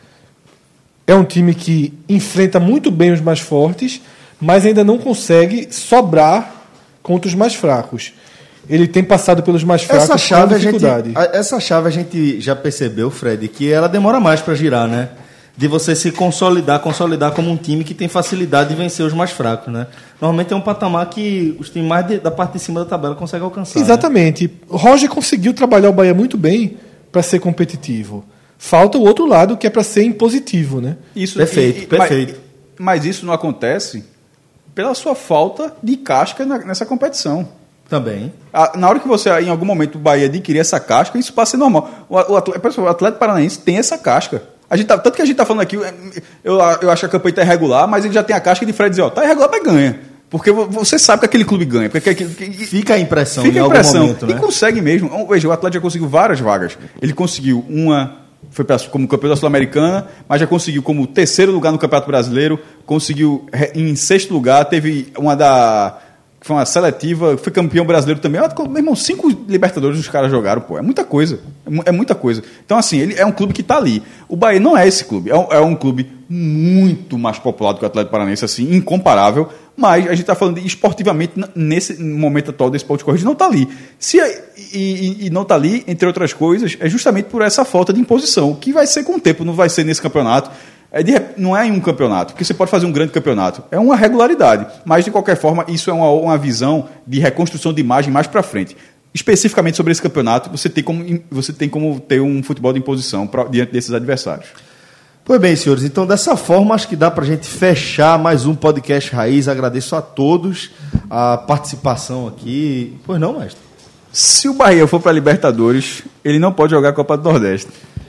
É um time que enfrenta muito bem os mais fortes, mas ainda não consegue sobrar contra os mais fracos. Ele tem passado pelos mais fracos Essa chave, com a gente, dificuldade. a- essa chave a gente já percebeu, Fred, que ela demora mais para girar, né? De você se consolidar, consolidar como um time que tem facilidade de vencer os mais fracos, né? Normalmente é um patamar que os times mais de- da parte de cima da tabela conseguem alcançar. né? Exatamente. O Roger conseguiu trabalhar o Bahia muito bem para ser competitivo. Falta o outro lado, que é para ser impositivo, né? Isso, Perfeito, perfeito. Mas, mas isso não acontece pela sua falta de casca na- nessa competição. Também. A- Na hora que você, em algum momento, o Bahia adquirir essa casca, isso passa a ser normal. O, o, atleta, o Atlético Paranaense tem essa casca. A gente tá, tanto que a gente está falando aqui, eu, eu acho que a campanha está irregular, mas ele já tem a casca de Fred dizer, ó, tá irregular, mas ganha. Porque vo- você sabe que aquele clube ganha. Porque aquele, que- Fica a impressão fica em a algum impressão. momento, né? E consegue mesmo. Um, Veja, o Atlético já conseguiu várias vagas. Ele conseguiu uma, foi pra, como campeão da Sul-Americana, mas já conseguiu como terceiro lugar no Campeonato Brasileiro, conseguiu re- em sexto lugar, teve uma da... Foi uma seletiva, foi campeão brasileiro também. Meu irmão, cinco Libertadores os caras jogaram, pô. É muita coisa. É, mu- é muita coisa. Então, assim, ele é um clube que está ali. O Bahia não é esse clube. É um, é um clube muito mais popular do que o Atlético Paranaense, assim, incomparável. Mas a gente está falando de esportivamente, n- nesse momento atual desse ponto de corrida, não está ali. Se, é- e, e- e não está ali, entre outras coisas, é justamente por essa falta de imposição, que vai ser com o tempo, não vai ser nesse campeonato. É de rep- não é em um campeonato, porque você pode fazer um grande campeonato. É uma regularidade. Mas, de qualquer forma, isso é uma, uma visão de reconstrução de imagem mais para frente. Especificamente sobre esse campeonato, você tem como, você tem como ter um futebol de imposição pra, diante desses adversários. Pois bem, senhores, então dessa forma acho que dá para a gente fechar mais um podcast Raiz. Agradeço a todos a participação aqui. Pois não, mestre? Se o Bahia for para a Libertadores, ele não pode jogar a Copa do Nordeste.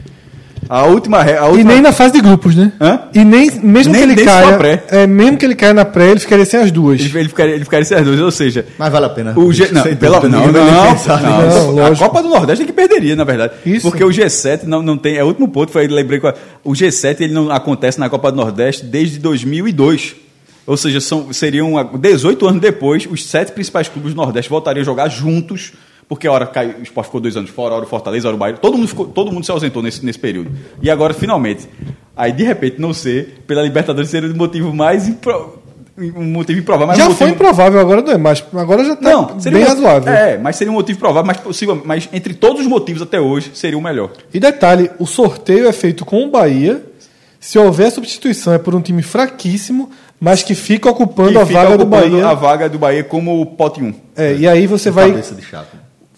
A última, re- a E última... nem na fase de grupos, né? Hã? E nem, mesmo Nem- que ele nem se for a caia, pré. é, mesmo que ele caia na pré, ele ficaria sem as duas. Ele, ele, ficaria, ele ficaria sem as duas, ou seja... Mas vale a pena. O G... Não, Sem pela... dúvida, não, ninguém não, vai não, pensar não. nisso. Não, A lógico. Copa do Nordeste é que perderia, na verdade. Isso. Porque o G sete não, não tem... É o último ponto, foi, lembrei que o G sete ele não acontece na Copa do Nordeste desde dois mil e dois. Ou seja, são, seriam dezoito anos depois, os sete principais clubes do Nordeste voltariam a jogar juntos, porque a hora cai, o Sport ficou dois anos fora, a hora o Fortaleza, a hora o Bahia, todo mundo, ficou, todo mundo se ausentou nesse, nesse período. E agora, finalmente, aí de repente, não ser, pela Libertadores seria o motivo mais impro, um motivo improvável. Mas Já um motivo, foi improvável, agora não é mais. Agora já está não, seria bem um, razoável. É, mas seria um motivo provável, mas possível, mas entre todos os motivos até hoje, seria o melhor. E detalhe, o sorteio é feito com o Bahia. Se houver substituição, é por um time fraquíssimo, mas que fica ocupando E a fica vaga do ocupando Bahia. a vaga do Bahia como pote um. É, e aí você vai, Cabeça de chato.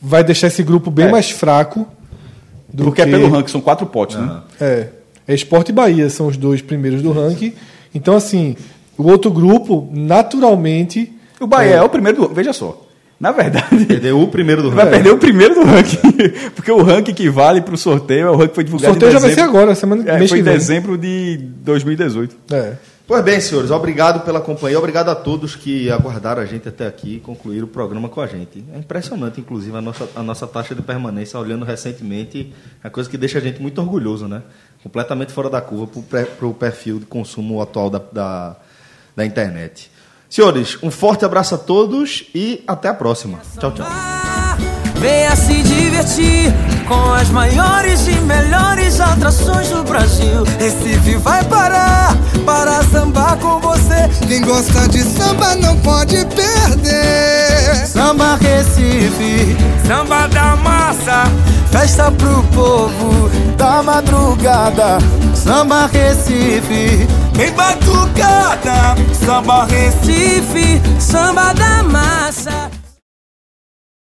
vai deixar esse grupo bem É. mais fraco. Do Porque que... é pelo ranking, são quatro potes, né? É. É Sport e Bahia são os dois primeiros do ranking. Então, assim, o outro grupo, naturalmente. O Bahia é, é o primeiro do... Veja só. Na verdade... Perdeu o primeiro do vai ranking. perder o primeiro do ranking. Porque o ranking que vale para o sorteio é o ranking que foi O divulgado sorteio em já vai dezembro. ser agora, semana É, mês foi que em vem. dezembro de dois mil e dezoito. É. Pois bem, senhores, obrigado pela companhia, obrigado a todos que aguardaram a gente até aqui e concluíram o programa com a gente. É impressionante, inclusive, a nossa, a nossa taxa de permanência, olhando recentemente, é coisa que deixa a gente muito orgulhoso, né? Completamente fora da curva para o perfil de consumo atual da, da, da internet. Senhores, um forte abraço a todos e até a próxima. Tchau, tchau. Venha se divertir com as maiores e melhores atrações do Brasil. Recife vai parar para sambar com você. Quem gosta de samba não pode perder. Samba Recife, Samba da massa, festa pro povo. da madrugada. Samba Recife, Bem batucada, samba Recife, samba da massa.